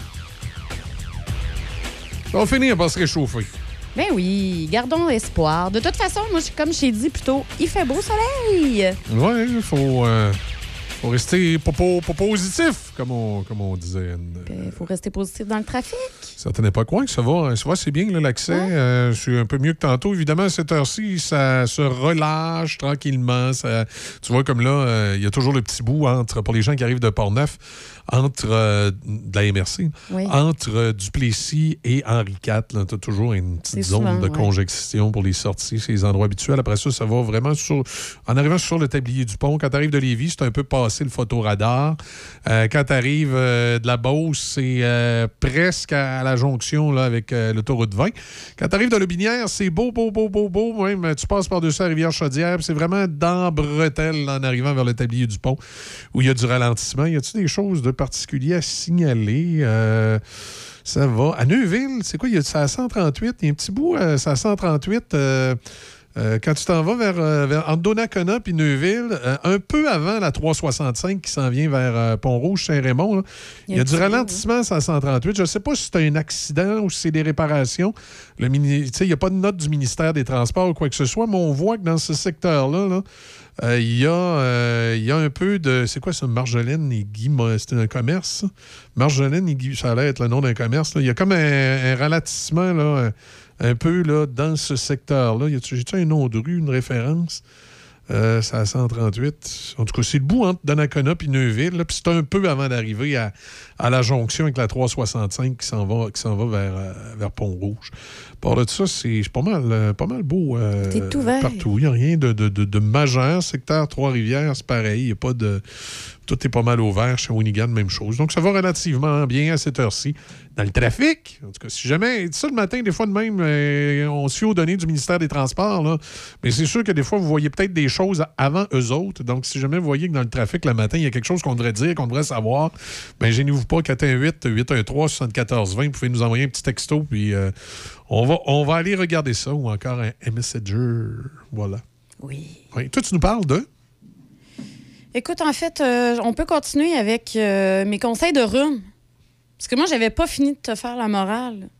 On va finir par se réchauffer. Ben oui, gardons espoir. De toute façon, moi, comme je t'ai dit plus tôt, il fait beau soleil. Ouais, il faut, euh, faut rester popo, popo positif, comme on, comme on disait. Il faut rester positif dans le trafic. Certaines époques, ouais, ça va. Ça va, c'est bien, là, l'accès. Ouais. Euh, je suis un peu mieux que tantôt. Évidemment, à cette heure-ci, ça se relâche tranquillement. Ça, tu vois, comme là, euh, il y a toujours le petit bout entre, pour les gens qui arrivent de Port-Neuf, entre euh, de la M R C, oui. entre euh, Duplessis et Henri quatre. Tu as toujours une petite zone souvent, de ouais. congestion pour les sorties, c'est les endroits habituels. Après ça, ça va vraiment sur... En arrivant sur le tablier du pont, quand tu arrives de Lévis, c'est un peu passé le photoradar. Euh, quand tu arrives euh, de la Beauce, c'est euh, presque à la jonction là, avec euh, l'autoroute vingt. Quand tu arrives de Lobinière, c'est beau, beau, beau, beau, beau. Même, tu passes par-dessus la Rivière-Chaudière, c'est vraiment dans bretelle là, en arrivant vers le tablier du pont où il y a du ralentissement. Y a-t-il des choses de particulier à signaler? Euh, ça va. À Neuville, c'est quoi? C'est à cent trente-huit. Il y a un petit bout, euh, c'est à cent trente-huit. Euh, euh, quand tu t'en vas vers, euh, vers entre Donnacona puis Neuville, euh, un peu avant la trois cent soixante-cinq qui s'en vient vers euh, Pont-Rouge-Saint-Raymond, là, il y a, y a du ralentissement à cent trente-huit. Je ne sais pas si c'est un accident ou si c'est des réparations. Le mini... Il n'y a pas de note du ministère des Transports ou quoi que ce soit, mais on voit que dans ce secteur-là, là, il euh, y, euh, y a un peu de... C'est quoi ça? Marjolaine et Guy... C'est un commerce, ça? Marjolaine et Guy... Ça allait être le nom d'un commerce. Il y a comme un, un ralentissement, là, un, un peu là, dans ce secteur-là. J'ai-tu un nom de rue, une référence? Euh, c'est à cent trente-huit. En tout cas, c'est le bout entre Donnacona et Neuville. Là, puis c'est un peu avant d'arriver à, à la jonction avec la trois cent soixante-cinq qui s'en va, qui s'en va vers, euh, vers Pont-Rouge. Par là de ça, c'est pas mal, euh, pas mal beau euh, c'est tout vert. Partout. Il n'y a rien de, de, de, de majeur. Secteur Trois-Rivières, c'est pareil. Il n'y a pas de... Tout est pas mal au vert. Chez Winigan, même chose. Donc, ça va relativement bien à cette heure-ci. Dans le trafic, en tout cas, si jamais... Ça, le matin, des fois de même, euh, on se fie aux données du ministère des Transports, là. Mais c'est sûr que des fois, vous voyez peut-être des choses avant eux autres. Donc, si jamais vous voyez que dans le trafic, le matin, il y a quelque chose qu'on devrait dire, qu'on devrait savoir, bien, gênez-vous pas, quatre un huit, huit un trois, sept quatre deux zéro. Vous pouvez nous envoyer un petit texto, puis euh, on, va, on va aller regarder ça, ou encore un Messenger. Voilà. Oui. Oui. Toi, tu nous parles de... Écoute, en fait, euh, on peut continuer avec euh, mes conseils de rhume. Parce que moi, j'avais pas fini de te faire la morale.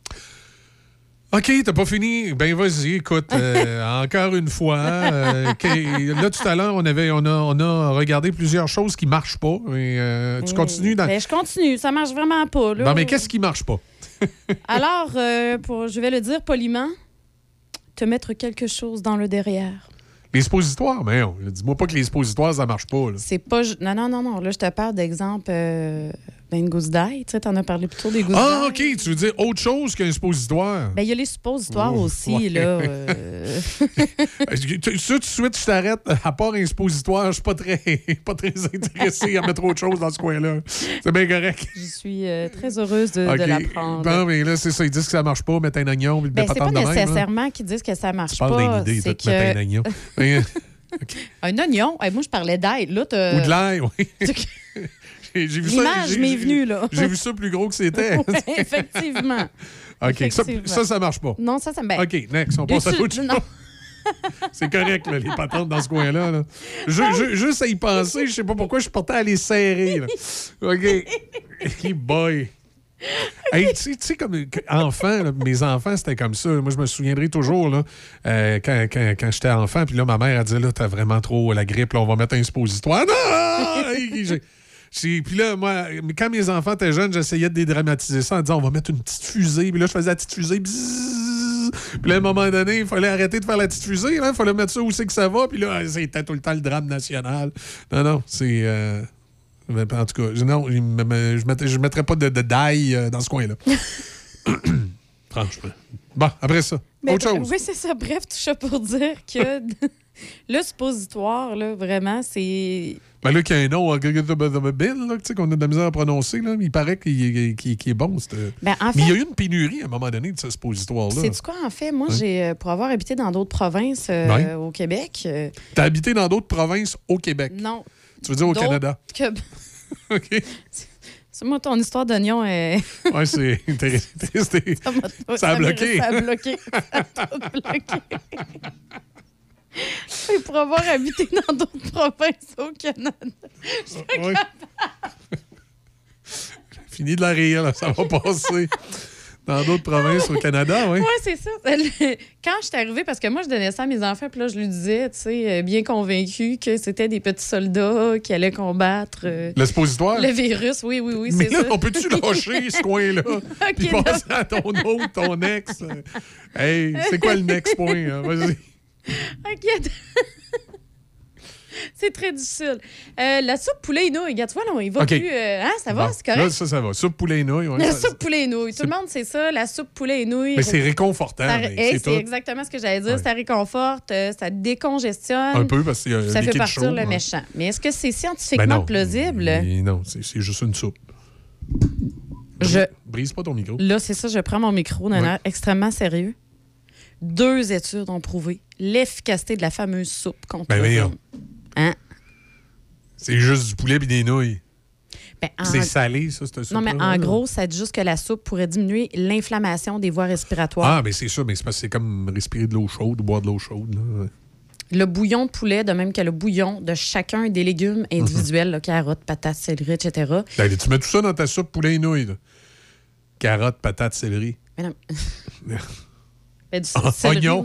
OK, t'as pas fini. Ben vas-y, écoute, euh, encore une fois. Euh, okay, là, tout à l'heure, on avait, on a, on a regardé plusieurs choses qui marchent pas. Et, euh, tu continues dans... Ben, je continue, ça marche vraiment pas. Là. Non, mais qu'est-ce qui marche pas? Alors, euh, pour, je vais le dire poliment, te mettre quelque chose dans le derrière. Les suppositoires? Mais non, dis-moi pas que les suppositoires, ça marche pas. Là. C'est pas... Non, non, non, non. Là, je te parle d'exemple... Euh... Ben, une gousse d'ail, tu sais, t'en as parlé plus tôt des gousses ah, d'ail. OK, tu veux dire autre chose qu'un suppositoire? Ben, il y a les suppositoires oh, aussi, ouais. là. Euh... tout de suite, je t'arrête. À part un suppositoire, je suis pas très, pas très intéressé à mettre autre chose dans ce coin-là. C'est bien correct. Je suis euh, très heureuse de, okay. de l'apprendre. Non, mais là, c'est ça. Ils disent que ça marche pas, mettre un oignon, puis ben, mettre pas de même. C'est pas nécessairement qu'ils disent que ça marche tu pas. Tu parles d'une idée de que... mettre un oignon. Okay. Un oignon? Hey, moi, je parlais d'ail. Là, Ou de l'ail, oui. J'ai vu L'image ça, m'est venue, là. J'ai vu ça plus gros que c'était. Ouais, effectivement. OK, Effectivement. Ça, ça, ça marche pas. Non, ça, ça me... Ben, OK, next, on passe à dessus- autre chose. non. C'est correct, là, les patentes dans ce coin-là. Là. Je- je- juste à y penser, je sais pas pourquoi je suis porté à les serrer. Là. OK. Hey boy. Hey, tu sais- tu sais, comme enfant, là, mes enfants, c'était comme ça. Moi, je me souviendrai toujours, là, euh, quand, quand, quand j'étais enfant, puis là, ma mère a dit, là, t'as vraiment trop la grippe, là, on va mettre un suppositoire. Non! Hey, j'ai- j'ai- Puis là, moi, quand mes enfants étaient jeunes, j'essayais de dédramatiser ça en disant, on va mettre une petite fusée. Puis là, je faisais la petite fusée. Bzzz. Puis là, à un moment donné, il fallait arrêter de faire la petite fusée. Il fallait mettre ça où c'est que ça va. Puis là, c'était tout le temps le drame national. Non, non, c'est... euh, En tout cas, je- non, je ne mettrais, je mettrais pas de, de d'ail euh, dans ce coin-là. Franchement. Bon, après ça, Mais autre bref, chose. Oui, c'est ça. Bref, tout ça pour dire que le suppositoire, là, vraiment, c'est... Ben là, qu'il y a un nom, euh, Bill, là, tu sais, qu'on a de la misère à prononcer, là, il paraît qu'il est, qu'il- qu'il est bon. c'est, euh. Ben, en Mais fait- il y a eu une pénurie à un moment donné de ce suppositoire-là. C'est-tu quoi, en fait? Moi, Ouais. j'ai, euh, pour avoir habité dans d'autres provinces euh, Ouais. au Québec... euh, T'as habité dans d'autres provinces au Québec. non. Tu veux dire au D'autres Canada? que- OK. C'est moi, ton histoire d'oignon est... Ouais, c'est triste. Ça m'a- Ça a bloqué. Ça a bloqué. Ça a tout bloqué. Et pour avoir habité dans d'autres provinces au Canada, je suis pas Ouais. capable. Fini de la rire, là, ça va passer. Dans d'autres provinces au Canada, oui. Oui, c'est ça. Quand je suis arrivée, parce que moi, je donnais ça à mes enfants, puis là, je lui disais, tu sais, euh, bien convaincu que c'était des petits soldats qui allaient combattre euh, Le suppositoire? le virus. Oui, oui, oui, Mais c'est là, ça. on peut-tu lâcher ce coin-là? Puis Ok, passer à ton autre, ton ex? Hey, c'est quoi le next point? hein? Vas-y. OK. C'est très difficile. Euh, la soupe poulet et nouilles, regarde, tu vois, là, on y va OK. plus. euh, hein, ça va, Bon, c'est correct? Là, ça, ça va. Soupe poulet et nouilles. ouais, La ça- soupe poulet et nouilles. Tout le monde sait ça, la soupe poulet et nouilles. Mais c'est réconfortant. Ça- mais hey, c'est c'est tout. exactement ce que j'allais dire. Ouais. Ça réconforte, euh, ça décongestionne. Un peu, parce qu'il y a un Ça fait liquide partir chaud, le ouais. méchant. Mais est-ce que c'est Ben scientifiquement non. plausible? Mais non, c'est c'est juste une soupe. Je... Brise pas ton micro. Là, c'est ça, je prends mon micro d'un Ouais. air extrêmement sérieux. Deux études ont prouvé l'efficacité de la fameuse soupe contre Ben le voyons. rhume. Hein? C'est juste du poulet et des nouilles. Ben, en- C'est salé, ça, cette soupe. Non, mais en gros, ça dit juste que la soupe pourrait diminuer l'inflammation des voies respiratoires. Ah, mais c'est ça, mais c'est parce que c'est comme respirer de l'eau chaude, boire de l'eau chaude. Là. Le bouillon de poulet, de même que le bouillon de chacun des légumes individuels, là, carottes, patates, céleri, et cetera. Ben, tu mets tout ça dans ta soupe poulet et nouilles. là. Carottes, patates, céleri. Mais non. Ben, du Ah, céleri. oignon.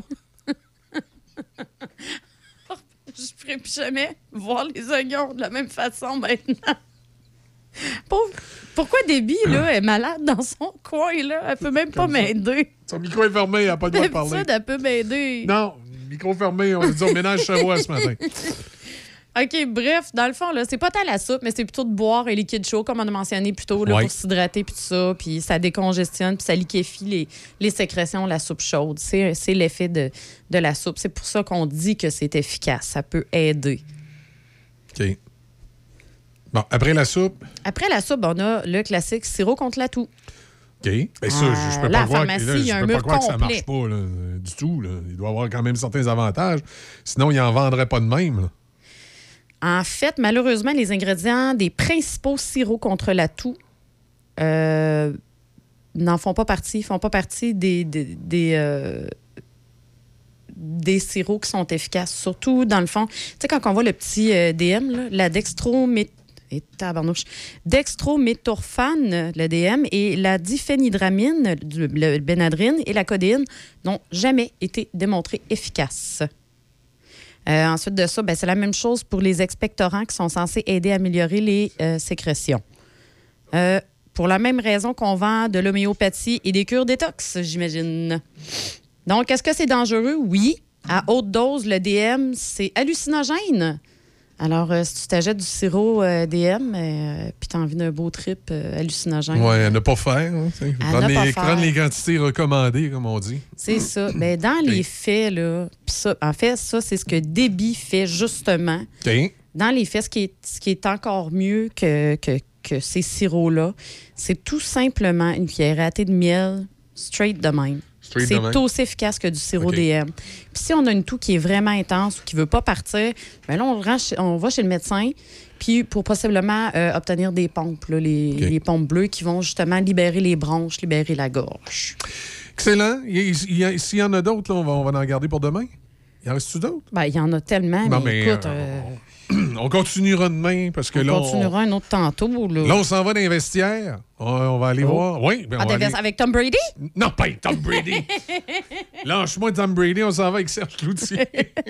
Je ne ferai plus jamais voir les oignons de la même façon maintenant. Pauvre- Pourquoi Debbie là, est malade dans son coin? Là? Elle peut même pas Comme ça. m'aider. Son micro est fermé, elle n'a pas le droit de parler. D'habitude, elle peut m'aider. Non, micro fermé, on va dire ménage Chavois ce matin. OK, bref, dans le fond, là, c'est pas tant la soupe, mais c'est plutôt de boire un liquide chaud, comme on a mentionné plus tôt, là, Ouais. pour s'hydrater, puis tout ça, puis ça décongestionne, puis ça liquéfie les, les sécrétions de la soupe chaude. C'est, c'est l'effet de, de la soupe. C'est pour ça qu'on dit que c'est efficace. Ça peut aider. OK. Bon, après la soupe, Après la soupe, on a le classique sirop contre la toux. OK. Ben ça, Ah, je, je peux là, pas à croire, pharmacie, que, là, il y je a un peux pas mur croire que ça complet. marche pas là, euh, du tout. Là. Il doit avoir quand même certains avantages. Sinon, il n'en vendrait pas de même. là. En fait, malheureusement, les ingrédients des principaux sirops contre la toux euh, n'en font pas partie. Ils font pas partie des, des, des, euh, des sirops qui sont efficaces. Surtout, dans le fond, tu sais, quand on voit le petit euh, D M, là, la dextromé... et tabarnouche. dextrométhorphane, le D M, et la diphénhydramine, du- le Benadryl et la codéine n'ont jamais été démontrés efficaces. Euh, ensuite de ça, ben, c'est la même chose pour les expectorants qui sont censés aider à améliorer les euh, sécrétions. Euh, pour la même raison qu'on vend de l'homéopathie et des cures détox, j'imagine. Donc, est-ce que c'est dangereux? Oui. À haute dose, le D M, c'est hallucinogène. Alors, euh, si tu t'achètes du sirop euh, D M, euh, puis tu as envie d'un beau trip euh, hallucinogène, Ouais, à ne pas faire. Hein, tu sais. À prendre, ne pas les, faire. prendre les quantités recommandées, comme on dit. c'est ça. Mais dans les faits, là, pis ça, en fait, ça, c'est ce que Debbie fait justement. OK. Dans les faits, ce qui est, ce qui est encore mieux que, que, que ces sirops-là, c'est tout simplement une cuillère à thé de miel straight de même. Straight C'est de même. aussi efficace que du sirop OK. D M. Puis si on a une toux qui est vraiment intense ou qui ne veut pas partir, ben là, on, rend chez- on va chez le médecin puis pour possiblement euh, obtenir des pompes, là, les, OK. les pompes bleues qui vont justement libérer les bronches, libérer la gorge. Excellent. Il y a- il y a- S'il y en a d'autres, là, on va, on va en garder pour demain. Il en reste-tu d'autres? Ben, il y en a tellement, Non, mais, mais, écoute, euh, euh, On continuera demain parce que on là, continuera un autre tantôt. Là, là, on s'en va dans les vestiaires. On, on va aller Oh. voir. Oui, ben, Ah, on va avec- aller- avec Tom Brady? Non, pas avec Tom Brady. Lâche-moi Tom Brady, on s'en va avec Serge Cloutier.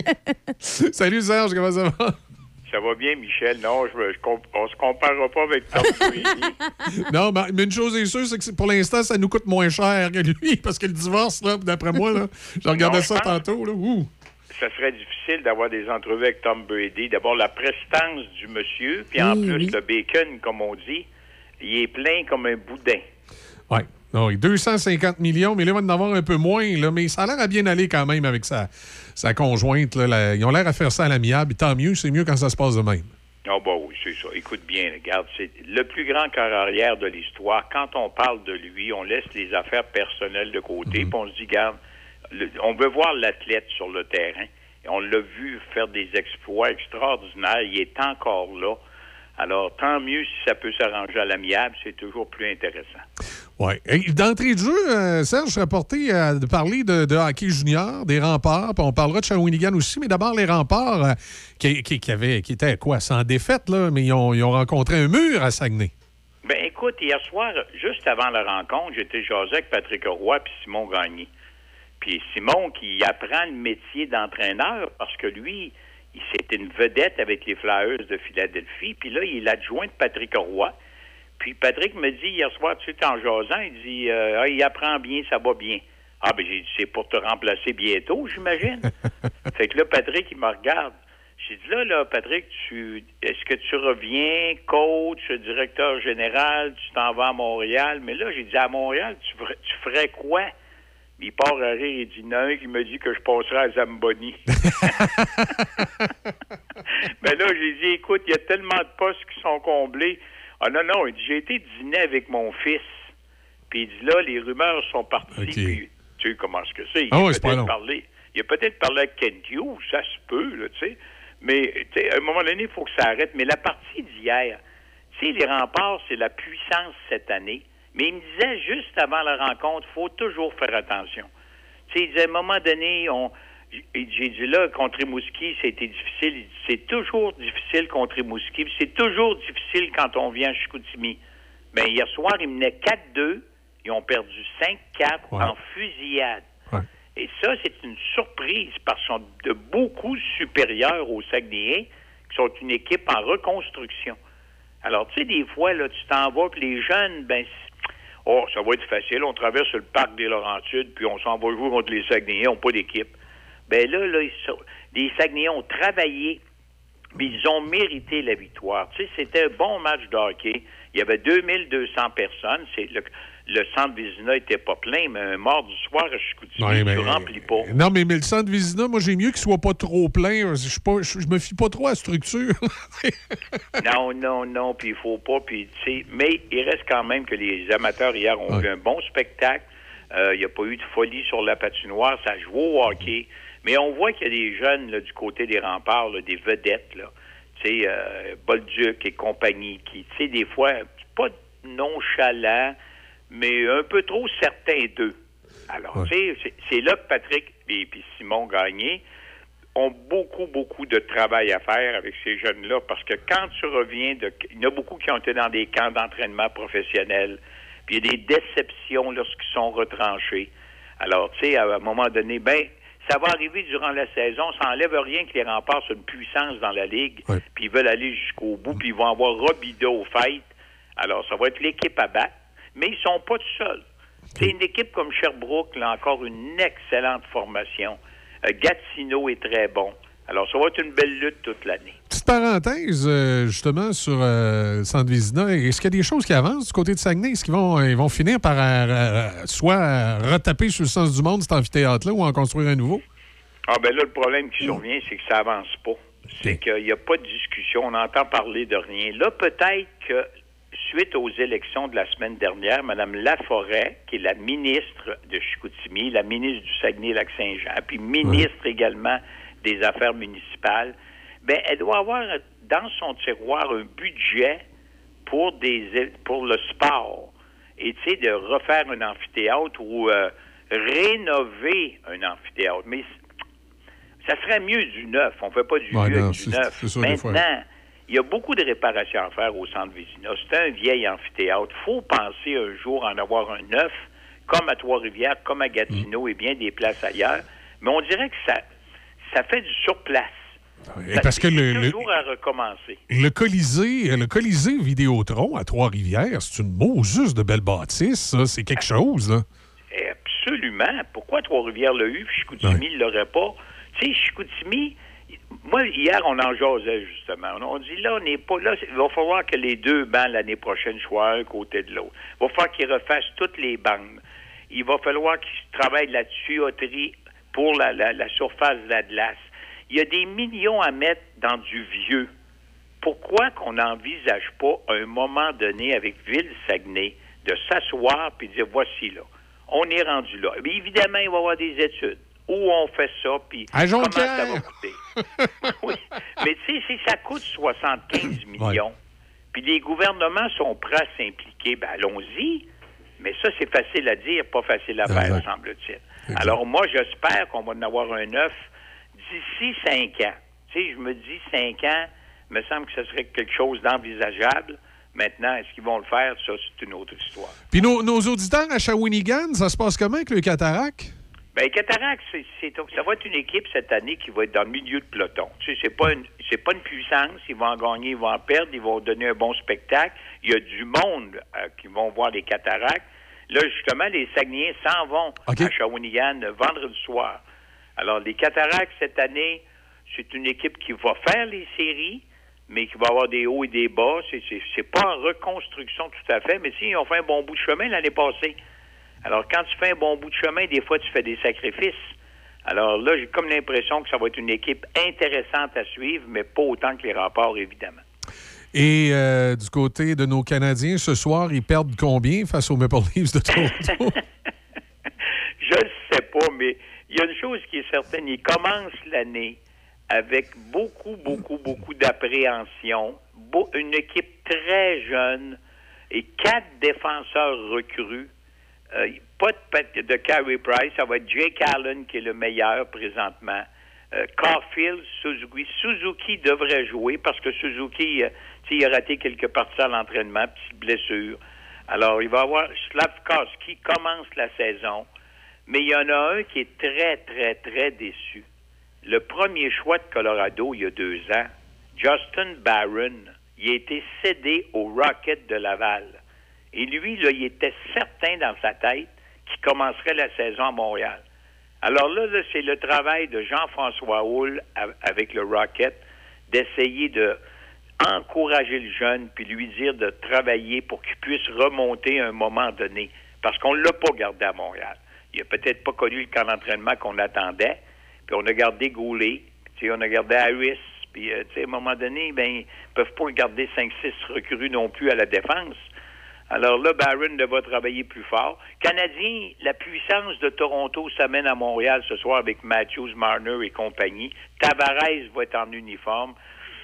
Salut Serge, comment ça va? Ça va bien, Michel. Non, je, me- je comp- on se comparera pas avec Tom Brady. Non, mais mais une chose est sûre, c'est que c'est- pour l'instant, ça nous coûte moins cher que lui parce que le divorce, là, d'après moi, là, je regardais Non, ça je pense- tantôt. Là. Ouh. Ça serait difficile d'avoir des entrevues avec Tom Brady. D'abord, la prestance du monsieur, puis Oui, en plus, oui. le bacon, comme on dit, il est plein comme un boudin. Oui. Non, oui, deux cent cinquante millions, mais là, il va en avoir un peu moins. Là, mais ça a l'air à bien aller quand même avec sa, sa conjointe. Là, la- ils ont l'air à faire ça à l'amiable. Et tant mieux, c'est mieux quand ça se passe de même. Ah bah oui, c'est ça. Écoute bien, regarde, c'est le plus grand corps arrière de l'histoire. Quand on parle de lui, on laisse les affaires personnelles de côté, puis on se dit, regarde, le- on veut voir l'athlète sur le terrain. Et on l'a vu faire des exploits extraordinaires. Il est encore là. Alors, tant mieux si ça peut s'arranger à l'amiable, c'est toujours plus intéressant. Oui. D'entrée de jeu, euh, Serge, je serais porté à de parler de, de hockey junior, des remparts, puis on parlera de Shawinigan aussi, mais d'abord les remparts euh, qui, qui, qui, avaient, qui étaient quoi, sans défaite, là, mais ils ont, ils ont rencontré un mur à Saguenay. Ben écoute, hier soir, juste avant la rencontre, j'étais jasé avec Patrick Roy puis Simon Gagné. Puis Simon qui apprend le métier d'entraîneur parce que lui, il c'était une vedette avec les Flyers de Philadelphie. Puis là, il est l'adjoint de Patrick Roy. Puis Patrick me dit hier soir, tu sais, en jasant, il dit euh, ah, il apprend bien, ça va bien. Ah ben j'ai dit c'est pour te remplacer bientôt, j'imagine. Fait que là, Patrick, il me regarde. J'ai dit là, là, Patrick, tu est-ce que tu reviens, coach, directeur général, tu t'en vas à Montréal? Mais là, j'ai dit à Montréal, tu ferais, tu ferais quoi? Il part à rire, il dit non, il me dit que je passerai à Zamboni. Mais là, j'ai dit, écoute, il y a tellement de postes qui sont comblés. Ah non, non, il dit, j'ai été dîner avec mon fils. Puis il dit, là, les rumeurs sont parties. OK. Puis, tu sais comment est-ce que c'est? Il Ah a ouais, c'est pas peut-être long. parlé. Il a peut-être parlé avec Kent Hughes, ça se peut, là, tu sais. Mais, tu sais, à un moment donné, il faut que ça arrête. Mais la partie d'hier, tu sais, les remparts, c'est la puissance cette année. Mais il me disait, juste avant la rencontre, il faut toujours faire attention. Tu sais, il disait, à un moment donné, on... j'ai dit là, contre Rimouski, c'était difficile. Il dit, c'est toujours difficile contre Rimouski. puis C'est toujours difficile quand on vient à Chicoutimi. Bien, hier soir, ils menaient quatre deux. Ils ont perdu cinq quatre Ouais. en fusillade. Ouais. Et ça, c'est une surprise parce qu'ils sont de beaucoup supérieurs aux Saguenayens, qui sont une équipe en reconstruction. Alors, tu sais, des fois, là, tu t'en vas, puis les jeunes, ben, c'est- oh, ça va être facile. On traverse le parc des Laurentides, puis on s'en va jouer contre les Saguenayens, ils n'ont pas d'équipe. Ben là, là, ils sont- les Saguenayens ont travaillé, puis ils ont mérité la victoire. Tu sais, c'était un bon match de hockey. Il y avait deux mille deux cents personnes. C'est le, le centre Vézina était pas plein, mais un mort du soir à Chicoutimi, Ouais, tu mais- remplis pas. Non, mais, mais le centre Vézina, moi, j'ai mieux qu'il soit pas trop plein. Je, suis pas- je, je me fie pas trop à la structure. Non, non, non, puis il faut pas, puis tu sais, mais il reste quand même que les amateurs hier ont vu un bon spectacle. Euh, Il n'y a pas eu de folie sur la patinoire, ça joue au hockey. Mais on voit qu'il y a des jeunes là, du côté des remparts, là, des vedettes, là. Tu sais, euh, Bolduc et compagnie, qui, tu sais, des fois, pas nonchalants, mais un peu trop certains d'eux. Alors, tu sais, c'est- c'est là que Patrick et puis Simon Gagné ont beaucoup, beaucoup de travail à faire avec ces jeunes-là, parce que quand tu reviens de... Il y en a beaucoup qui ont été dans des camps d'entraînement professionnels, puis il y a des déceptions lorsqu'ils sont retranchés. Alors, tu sais, à un moment donné, ben, ça va arriver durant la saison, ça n'enlève rien que les remparts soient une puissance dans la Ligue, puis ils veulent aller jusqu'au bout, puis ils vont avoir Robidas au fait. Alors, ça va être l'équipe à battre, mais ils sont pas tout seuls. C'est une équipe comme Sherbrooke, là, encore une excellente formation. Euh, Gatineau est très bon. Alors, ça va être une belle lutte toute l'année. Petite parenthèse, euh, justement, sur euh, le centre Vézina. Est-ce qu'il y a des choses qui avancent du côté de Saguenay? Est-ce qu'ils vont, ils vont finir par euh, euh, soit euh, retaper sur le sens du monde, cet amphithéâtre-là, ou en construire un nouveau? Ah ben là, le problème qui survient, c'est que ça avance pas. C'est qu'il n'y a pas de discussion, on entend parler de rien. Là, peut-être que suite aux élections de la semaine dernière, Mme Laforêt, qui est la ministre de Chicoutimi, la ministre du Saguenay-Lac-Saint-Jean, puis ministre ouais. également des Affaires municipales, ben elle doit avoir dans son tiroir un budget pour des pour le sport. Et tu sais, de refaire un amphithéâtre ou euh, rénover un amphithéâtre. Mais ça serait mieux du neuf. On ne fait pas du ouais, vieux non, avec du neuf. C'est, c'est Maintenant, il y a beaucoup de réparations à faire au centre Vézina. C'est un vieil amphithéâtre. Il faut penser un jour en avoir un neuf, comme à Trois-Rivières, comme à Gatineau mm. et bien des places ailleurs. Mais on dirait que ça, ça fait du surplace. Et parce que le, toujours à recommencer. Le Colisée, le Colisée Vidéotron à Trois-Rivières, c'est une Moses de belle bâtisse, ça. C'est quelque chose, là. Absolument. Pourquoi Trois-Rivières l'a eu, puis Chicoutimi ne ouais. l'aurait pas? Tu sais, Chicoutimi, moi, hier, on en jasait, justement. On dit, là, on n'est pas là. Il va falloir que les deux bancs, l'année prochaine, soient un côté de l'autre. Il va falloir qu'ils refassent toutes les bandes. Il va falloir qu'ils travaillent la tuyauterie pour la, la, la surface de la glace. Il y a des millions à mettre dans du vieux. Pourquoi qu'on n'envisage pas, à un moment donné, avec Ville-Saguenay, de s'asseoir et de dire, voici là, on est rendu là. Mais évidemment, il va y avoir des études. Où on fait ça, puis comment ça va coûter. Oui. Mais tu sais, si ça coûte soixante-quinze millions, puis les gouvernements sont prêts à s'impliquer, ben allons-y. Mais ça, c'est facile à dire, pas facile à faire, exact. semble-t-il. Exact. Alors moi, j'espère qu'on va en avoir un neuf d'ici cinq ans. Tu sais, je me dis cinq ans, il me semble que ce serait quelque chose d'envisageable. Maintenant, est-ce qu'ils vont le faire? Ça, c'est une autre histoire. Puis nos, nos auditeurs à Shawinigan, ça se passe comment avec le Cataract? Bien, Cataract, c'est, c'est, ça va être une équipe cette année qui va être dans le milieu de peloton. Tu sais, c'est pas une, c'est pas une puissance. Ils vont en gagner, ils vont en perdre, ils vont donner un bon spectacle. Il y a du monde euh, qui vont voir les Cataractes. Là, justement, les Saguenayens s'en vont okay. à Shawinigan vendredi soir. Alors, les Cataractes, cette année, c'est une équipe qui va faire les séries, mais qui va avoir des hauts et des bas. C'est, c'est, c'est pas en reconstruction tout à fait, mais si, ils ont fait un bon bout de chemin l'année passée. Alors, quand tu fais un bon bout de chemin, des fois, tu fais des sacrifices. Alors là, j'ai comme l'impression que ça va être une équipe intéressante à suivre, mais pas autant que les Remparts, évidemment. Et euh, du côté de nos Canadiens, ce soir, ils perdent combien face aux Maple Leafs de Toronto? Je ne sais pas, mais il y a une chose qui est certaine. Ils commencent l'année avec beaucoup, beaucoup, beaucoup d'appréhension. Be- une équipe très jeune et quatre défenseurs recrues. Euh, pas de, de Carey Price, ça va être Jake Allen qui est le meilleur présentement. Euh, Caulfield, Suzuki. Suzuki devrait jouer parce que Suzuki, euh, il a raté quelques parties à l'entraînement, petite blessure. Alors, il va y avoir Slavkovski commence la saison, mais il y en a un qui est très, très, très déçu. Le premier choix de Colorado il y a deux ans, Justin Barron, il a été cédé au Rocket de Laval. Et lui, là, il était certain dans sa tête qu'il commencerait la saison à Montréal. Alors là, là c'est le travail de Jean-François Houle avec le Rocket d'essayer de encourager le jeune puis lui dire de travailler pour qu'il puisse remonter à un moment donné. Parce qu'on ne l'a pas gardé à Montréal. Il n'a peut-être pas connu le camp d'entraînement qu'on attendait. Puis on a gardé Goulet, puis on a gardé Harris. Puis euh, à un moment donné, ben, ils ne peuvent pas garder cinq six recrues non plus à la défense. Alors là, Barron devra travailler plus fort. Canadien, la puissance de Toronto s'amène à Montréal ce soir avec Matthews, Marner et compagnie. Tavares va être en uniforme.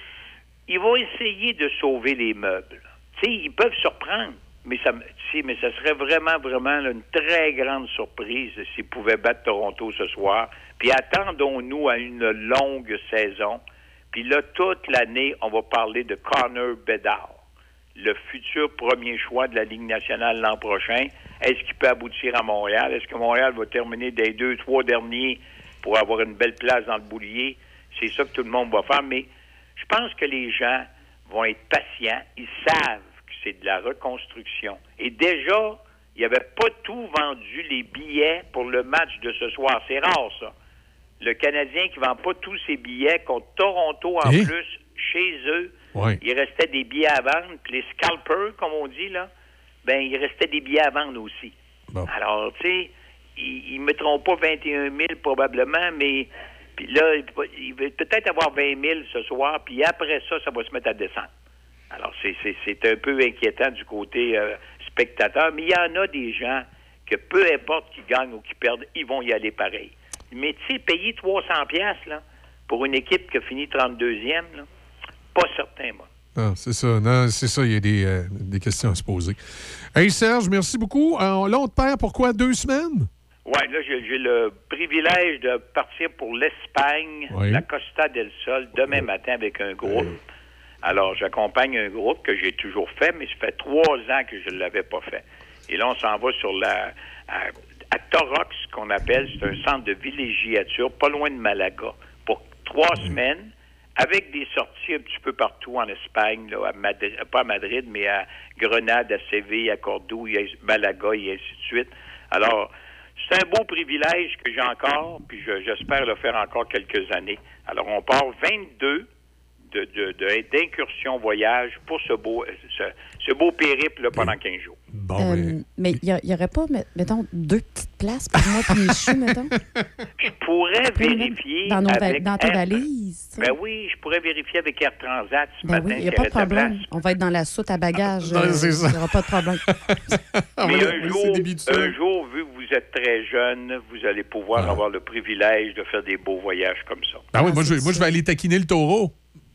Ils vont essayer de sauver les meubles. Tu sais, ils peuvent surprendre, mais ça, mais ça serait vraiment, vraiment là, une très grande surprise s'ils pouvaient battre Toronto ce soir. Puis attendons-nous à une longue saison. Puis là, toute l'année, on va parler de Connor Bedard, le futur premier choix de la Ligue nationale l'an prochain. Est-ce qu'il peut aboutir à Montréal? Est-ce que Montréal va terminer des deux, trois derniers pour avoir une belle place dans le boulier? C'est ça que tout le monde va faire. Mais je pense que les gens vont être patients. Ils savent que c'est de la reconstruction. Et déjà, il n'y avait pas tout vendu les billets pour le match de ce soir. C'est rare, ça. Le Canadien qui ne vend pas tous ses billets contre Toronto en Et? plus, chez eux. Oui. Il restait des billets à vendre. Puis les scalpers, comme on dit, là, ben il restait des billets à vendre aussi. Bon. Alors, tu sais, ils ne mettront pas vingt et un mille probablement, mais puis là, il va peut-être avoir vingt mille ce soir, puis après ça, ça va se mettre à descendre. Alors, c'est, c'est, c'est un peu inquiétant du côté euh, spectateur, mais il y en a des gens que peu importe qui gagnent ou qui perdent, ils vont y aller pareil. Mais tu sais, payer trois cents piastres, là, pour une équipe qui a fini trente-deuxième, là, pas certain, moi. Ah, c'est ça. Non, c'est ça. Il y a des, euh, des questions à se poser. Hey, Serge, merci beaucoup. Alors, là, on te perd pour quoi? Deux semaines? Oui, là, j'ai, j'ai le privilège de partir pour l'Espagne, oui. la Costa del Sol, demain matin avec un groupe. Oui. Alors, j'accompagne un groupe que j'ai toujours fait, mais ça fait trois ans que je ne l'avais pas fait. Et là, on s'en va sur la... à, à Torox, qu'on appelle, c'est un centre de villégiature, pas loin de Malaga, pour trois oui. semaines, avec des sorties un petit peu partout en Espagne, là, à Madrid, pas à Madrid, mais à Grenade, à Séville, à Cordoue, à Malaga, et ainsi de suite. Alors, c'est un beau privilège que j'ai encore, puis je, j'espère le faire encore quelques années. Alors, on part vingt-deux de, de, de, d'incursion voyage pour ce beau, ce, ce beau périple là, pendant quinze jours. Bon, euh, oui. Mais il n'y aurait pas, mettons, deux petites places pour moi et mes choux, mettons? Je pourrais vérifier dans, nos, avec dans ta Air... valise. Ben oui, je pourrais vérifier avec Air Transat ce ben matin. Oui, il n'y a pas de problème. On va être dans la soute à bagages. Non, c'est ça. Il n'y aura pas de problème. Mais un jour, un jour, vu que vous êtes très jeune, vous allez pouvoir ah. avoir le privilège de faire des beaux voyages comme ça. Ah oui, moi, je, moi je vais aller taquiner le taureau.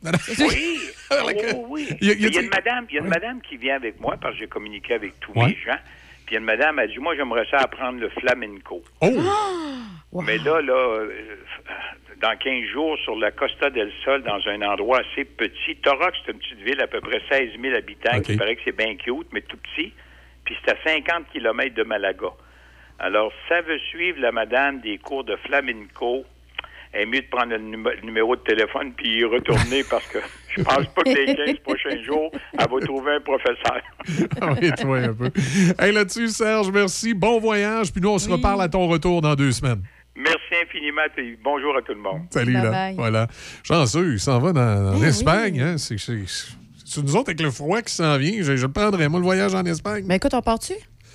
Oui, oh, oui. Il y a, il y a une madame, il y a une madame qui vient avec moi parce que j'ai communiqué avec tous ouais. mes gens. Puis il y a une madame, elle dit, moi, j'aimerais ça apprendre le flamenco. Oh! Wow. Mais là, là, euh, dans quinze jours, sur la Costa del Sol, dans un endroit assez petit. Torox, c'est une petite ville, à peu près seize mille habitants. Okay. Il paraît que c'est bien cute, mais tout petit. Puis c'est à cinquante kilomètres de Malaga. Alors, ça veut suivre la madame des cours de flamenco. Il est mieux de prendre le, numé- le numéro de téléphone puis y retourner parce que je pense pas que les quinze prochains jours, elle va trouver un professeur. Ah oui, toi un peu. Hey, là-dessus, Serge, merci. Bon voyage. Puis nous, on se oui. reparle à ton retour dans deux semaines. Merci infiniment et bonjour à tout le monde. Salut, bye là. Bye. Voilà. Chanceux, il s'en va dans, dans oui, l'Espagne. Oui. Hein? C'est, c'est, c'est nous autres avec le froid qui s'en vient. Je, je le prendrais, moi, le voyage en Espagne. Mais écoute, on part-tu?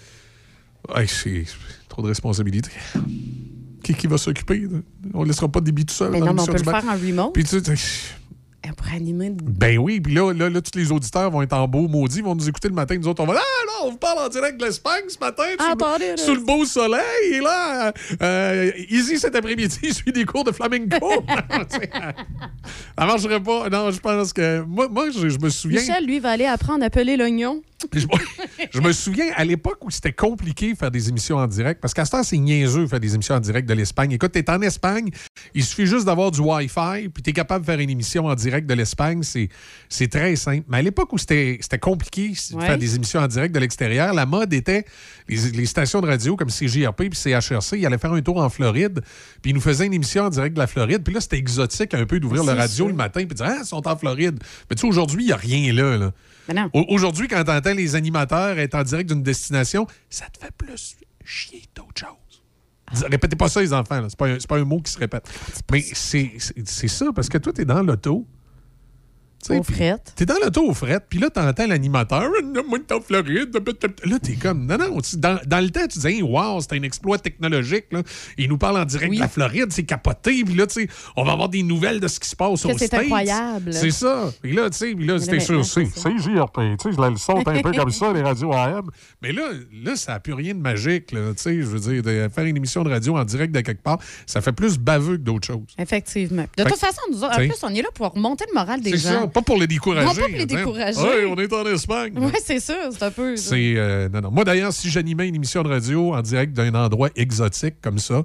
Hey, c'est trop de responsabilités. Qui, qui va s'occuper? On ne laissera pas de débit tout seul. Mais dans non, mais on peut le bac. faire en remote. Puis tu sais... Pour animer. Ben oui, puis là, là, là, tous les auditeurs vont être en beau maudit, ils vont nous écouter le matin. Nous autres, on va là, ah, là, on vous parle en direct de l'Espagne ce matin, ah, sous, le, sous le beau soleil. Et là, euh, Easy cet après-midi, il suit des cours de flamenco. Ça marcherait pas. Non, je pense que. Moi, moi je, je me souviens. Michel, lui, va aller apprendre à peler l'oignon. Je, je me souviens à l'époque où c'était compliqué de faire des émissions en direct, parce qu'à ce temps, c'est niaiseux faire des émissions en direct de l'Espagne. Écoute, t'es en Espagne, il suffit juste d'avoir du Wi-Fi, puis t'es capable de faire une émission en direct de l'Espagne. C'est, c'est très simple. Mais à l'époque où c'était, c'était compliqué de ouais. faire des émissions en direct de l'extérieur, la mode était les, les stations de radio comme C J R P puis C H R C, ils allaient faire un tour en Floride, puis ils nous faisaient une émission en direct de la Floride. Puis là, c'était exotique un peu d'ouvrir le radio sûr. le matin puis de dire « Ah, ils sont en Floride ». Mais tu sais, aujourd'hui, il n'y a rien là. là. Non. Aujourd'hui, quand tu entends les animateurs être en direct d'une destination, ça te fait plus chier d'autres choses. Ah. Répétez pas ça, les enfants. Là. C'est pas un, c'est pas un mot qui se répète. C'est Mais c'est, c'est, c'est ça, parce que toi, t'es dans l'auto. Au fret. T'es dans l'auto au fret, puis là, t'entends l'animateur. Moi, t'es en Floride. Là, t'es comme. Non, non. Dans, dans le temps, tu disais, wow, c'était un exploit technologique. Là. Il nous parle en direct oui. de la Floride, c'est capoté. Puis là, tu sais, on va avoir des nouvelles de ce qui se passe au States. C'est incroyable. C'est ça. Puis là, tu sais, là, c'était sûr. C'est J R P. Tu sais, je la saute un peu comme ça, les radios A M. Mais là, là ça n'a plus rien de magique. Là, tu sais, je veux dire, de faire une émission de radio en direct de quelque part, ça fait plus baveux que d'autres choses. Effectivement. De fait, toute façon, nous autres, en plus, on est là pour remonter le moral des c'est gens. Ça. Pas pour les décourager. Non, pas pour les décourager. Oui, on est en Espagne. Oui, c'est sûr, c'est un peu. C'est, euh, non, non. Moi, d'ailleurs, si j'animais une émission de radio en direct d'un endroit exotique comme ça,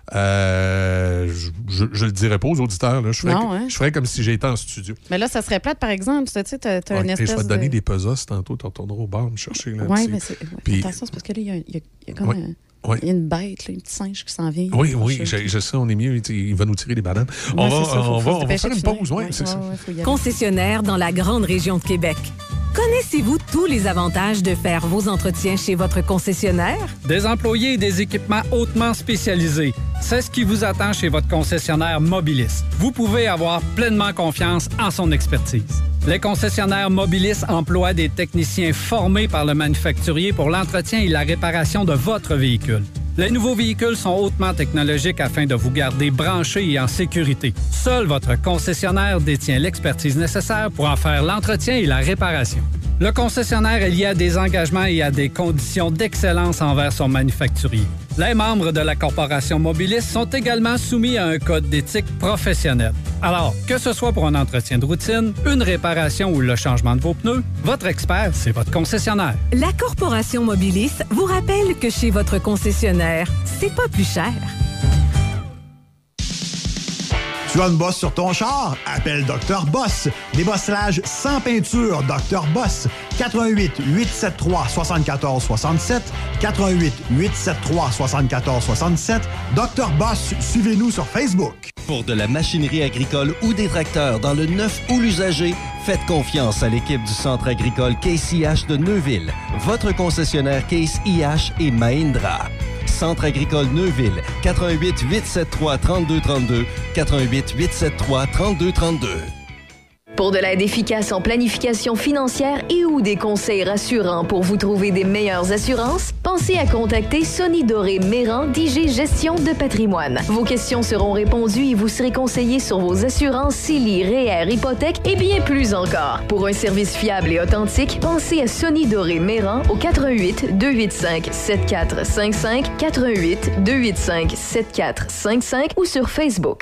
euh, je, je, je le dirais pas aux auditeurs. Là. Je, ferais non, que, hein? je ferais comme si j'étais en studio. Mais là, ça serait plate, par exemple. Tu sais, t'as, t'as ouais, une espèce je vais te donner de... des pesos tantôt. Tu retourneras au bar me chercher. Oui, mais c'est... Puis... attention, c'est parce que là, il y a, y a, y a comme ouais. un... Oui. Il y a une bête, là, une petite singe qui s'en vient. Oui, oui, je, je sais, on est mieux. Il va nous tirer des bananes. On ouais, va, ça, on faut, va, faut on va faire une pause. Ouais, ouais, c'est ouais, ça. Ouais, Concessionnaire dans la grande région de Québec. Connaissez-vous tous les avantages de faire vos entretiens chez votre concessionnaire? Des employés et des équipements hautement spécialisés. C'est ce qui vous attend chez votre concessionnaire Mobilis. Vous pouvez avoir pleinement confiance en son expertise. Les concessionnaires Mobilis emploient des techniciens formés par le manufacturier pour l'entretien et la réparation de votre véhicule. Les nouveaux véhicules sont hautement technologiques afin de vous garder branchés et en sécurité. Seul votre concessionnaire détient l'expertise nécessaire pour en faire l'entretien et la réparation. Le concessionnaire est lié à des engagements et à des conditions d'excellence envers son manufacturier. Les membres de la Corporation Mobilis sont également soumis à un code d'éthique professionnelle. Alors, que ce soit pour un entretien de routine, une réparation ou le changement de vos pneus, votre expert, c'est votre concessionnaire. La Corporation Mobilis vous rappelle que chez votre concessionnaire, c'est pas plus cher. Tu as une bosse sur ton char? Appelle docteur Boss. Débossage sans peinture, docteur Boss. quatre un huit, huit sept trois, sept quatre six sept. quatre un huit, huit sept trois, sept quatre six sept. docteur Boss, suivez-nous sur Facebook. Pour de la machinerie agricole ou des tracteurs dans le neuf ou l'usager, faites confiance à l'équipe du Centre agricole Case I H de Neuville. Votre concessionnaire Case I H et Mahindra. Centre agricole Neuville, quatre un huit, huit sept trois, trois deux trois deux, quatre un huit, huit sept trois, trois deux trois deux. Pour de l'aide efficace en planification financière et ou des conseils rassurants pour vous trouver des meilleures assurances, pensez à contacter Sonny Doré Méran d'I G Gestion de patrimoine. Vos questions seront répondues et vous serez conseillé sur vos assurances C E L I, R E E R, hypothèque et bien plus encore. Pour un service fiable et authentique, pensez à Sonny Doré Méran au quatre un huit, deux huit cinq, sept quatre cinq cinq, quatre un huit, deux huit cinq, sept quatre cinq cinq ou sur Facebook.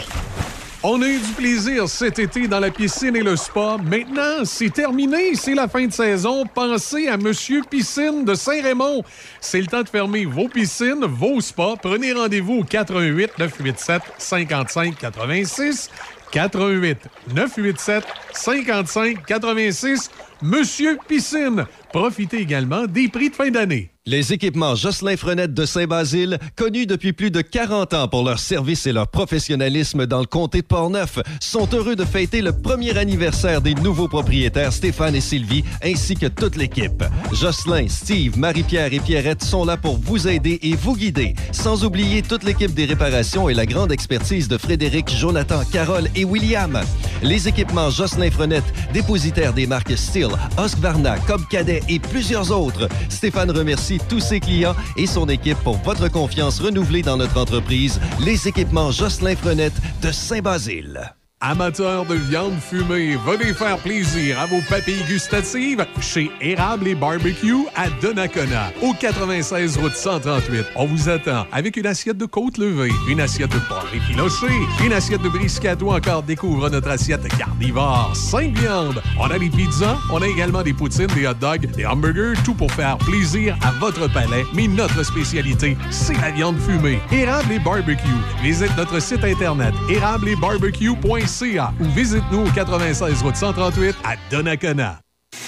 On a eu du plaisir cet été dans la piscine et le spa. Maintenant, c'est terminé. C'est la fin de saison. Pensez à Monsieur Piscine de Saint-Raymond. C'est le temps de fermer vos piscines, vos spas. Prenez rendez-vous au quatre un huit, neuf huit sept, cinq cinq huit six. quatre un huit, neuf huit sept, cinq cinq huit six. Monsieur Piscine. Profitez également des prix de fin d'année. Les équipements Jocelyn Frenette de Saint-Basile, connus depuis plus de quarante ans pour leur service et leur professionnalisme dans le comté de Portneuf, sont heureux de fêter le premier anniversaire des nouveaux propriétaires Stéphane et Sylvie, ainsi que toute l'équipe. Jocelyn, Steve, Marie-Pierre et Pierrette sont là pour vous aider et vous guider, sans oublier toute l'équipe des réparations et la grande expertise de Frédéric, Jonathan, Carole et William. Les équipements Jocelyn Frenette, dépositaires des marques Steel, Husqvarna, Cobb Cadet et plusieurs autres. Stéphane remercie tous ses clients et son équipe pour votre confiance renouvelée dans notre entreprise. Les équipements Jocelyn Frenette de Saint-Basile. Amateurs de viande fumée, venez faire plaisir à vos papilles gustatives chez Érable et Barbecue à Donnacona, au quatre-vingt-seize route cent trente-huit. On vous attend avec une assiette de côte levée, une assiette de porc effiloché, une assiette de brisket ou encore découvre notre assiette carnivore. Cinq viandes. On a des pizzas, on a également des poutines, des hot dogs, des hamburgers, tout pour faire plaisir à votre palais. Mais notre spécialité, c'est la viande fumée. Érable et Barbecue. Visite notre site internet érable et barbecue point c a ou visite-nous au quatre-vingt-seize route cent trente-huit à Donnacona.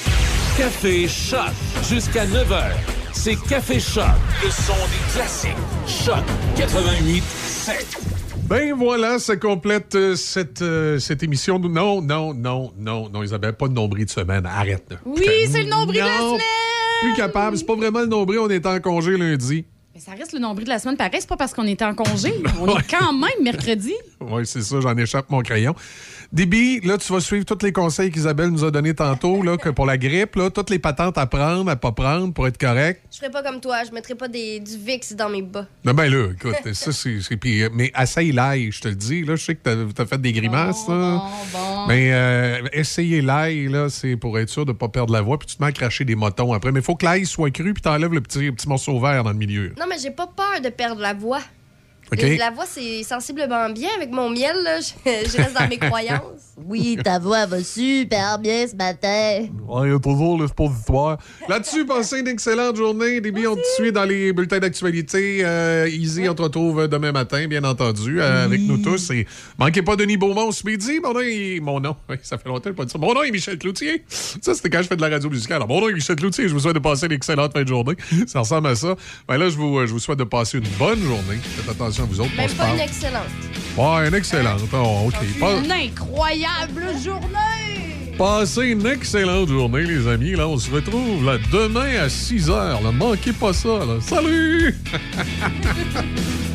Café Choc jusqu'à neuf heures. C'est Café Choc, le son des classiques. Choc quatre-vingt-huit sept. Ben voilà, ça complète euh, cette, euh, cette émission. Non, non, non, non, non, Isabelle, pas de nombril de semaine. Arrête, là. Oui, c'est le nombril de la semaine! Plus capable. C'est pas vraiment le nombril, on est en congé lundi. Mais ça reste le nombril de la semaine. Pareil, c'est pas parce qu'on était en congé. On est quand même mercredi. Oui, c'est ça, j'en échappe mon crayon. Déby, là, tu vas suivre tous les conseils qu'Isabelle nous a donnés tantôt, là, que pour la grippe, là, toutes les patentes à prendre, à pas prendre pour être correct. Je ferai pas comme toi, je mettrai pas des, du Vicks dans mes bas. Ben, ben là, écoute, ça, c'est... c'est pis, mais essaye l'ail, je te le dis, là, je sais que t'as, t'as fait des grimaces, bon, là. Bon, bon. Mais euh, essayer l'ail, là, c'est pour être sûr de pas perdre la voix, puis tu te mets à cracher des motons après. Mais il faut que l'ail soit cru, puis t'enlèves le petit, petit morceau vert dans le milieu. Non, mais j'ai pas peur de perdre la voix. Okay. La voix, c'est sensiblement bien avec mon miel, là. Je, je reste dans mes croyances. Oui, ta voix va super bien ce matin. Ouais, il y a toujours l'espoir d'histoire. Là-dessus, passez une excellente journée. Déby, on te suit dans les bulletins d'actualité. Euh, Easy, oui. On te retrouve demain matin, bien entendu, euh, oui. avec nous tous. Et manquez pas Denis Beaumont ce midi. Mon nom, il... mon nom. Oui, ça fait longtemps que je n'ai pas dit ça. Mon nom est Michel Cloutier. Ça, c'était quand je fais de la radio musicale. Alors, mon nom est Michel Cloutier. Je vous souhaite de passer une excellente fin de journée. Ça ressemble à ça. Ben là, je vous, je vous souhaite de passer une bonne journée. Faites attention à vous autres. Même pas une excellente. Ouais, une excellente. Oh, OK. Pas... Une incroyable journée! Passez une excellente journée, les amis. Là, on se retrouve là, demain à six heures. Ne manquez pas ça. Là. Salut!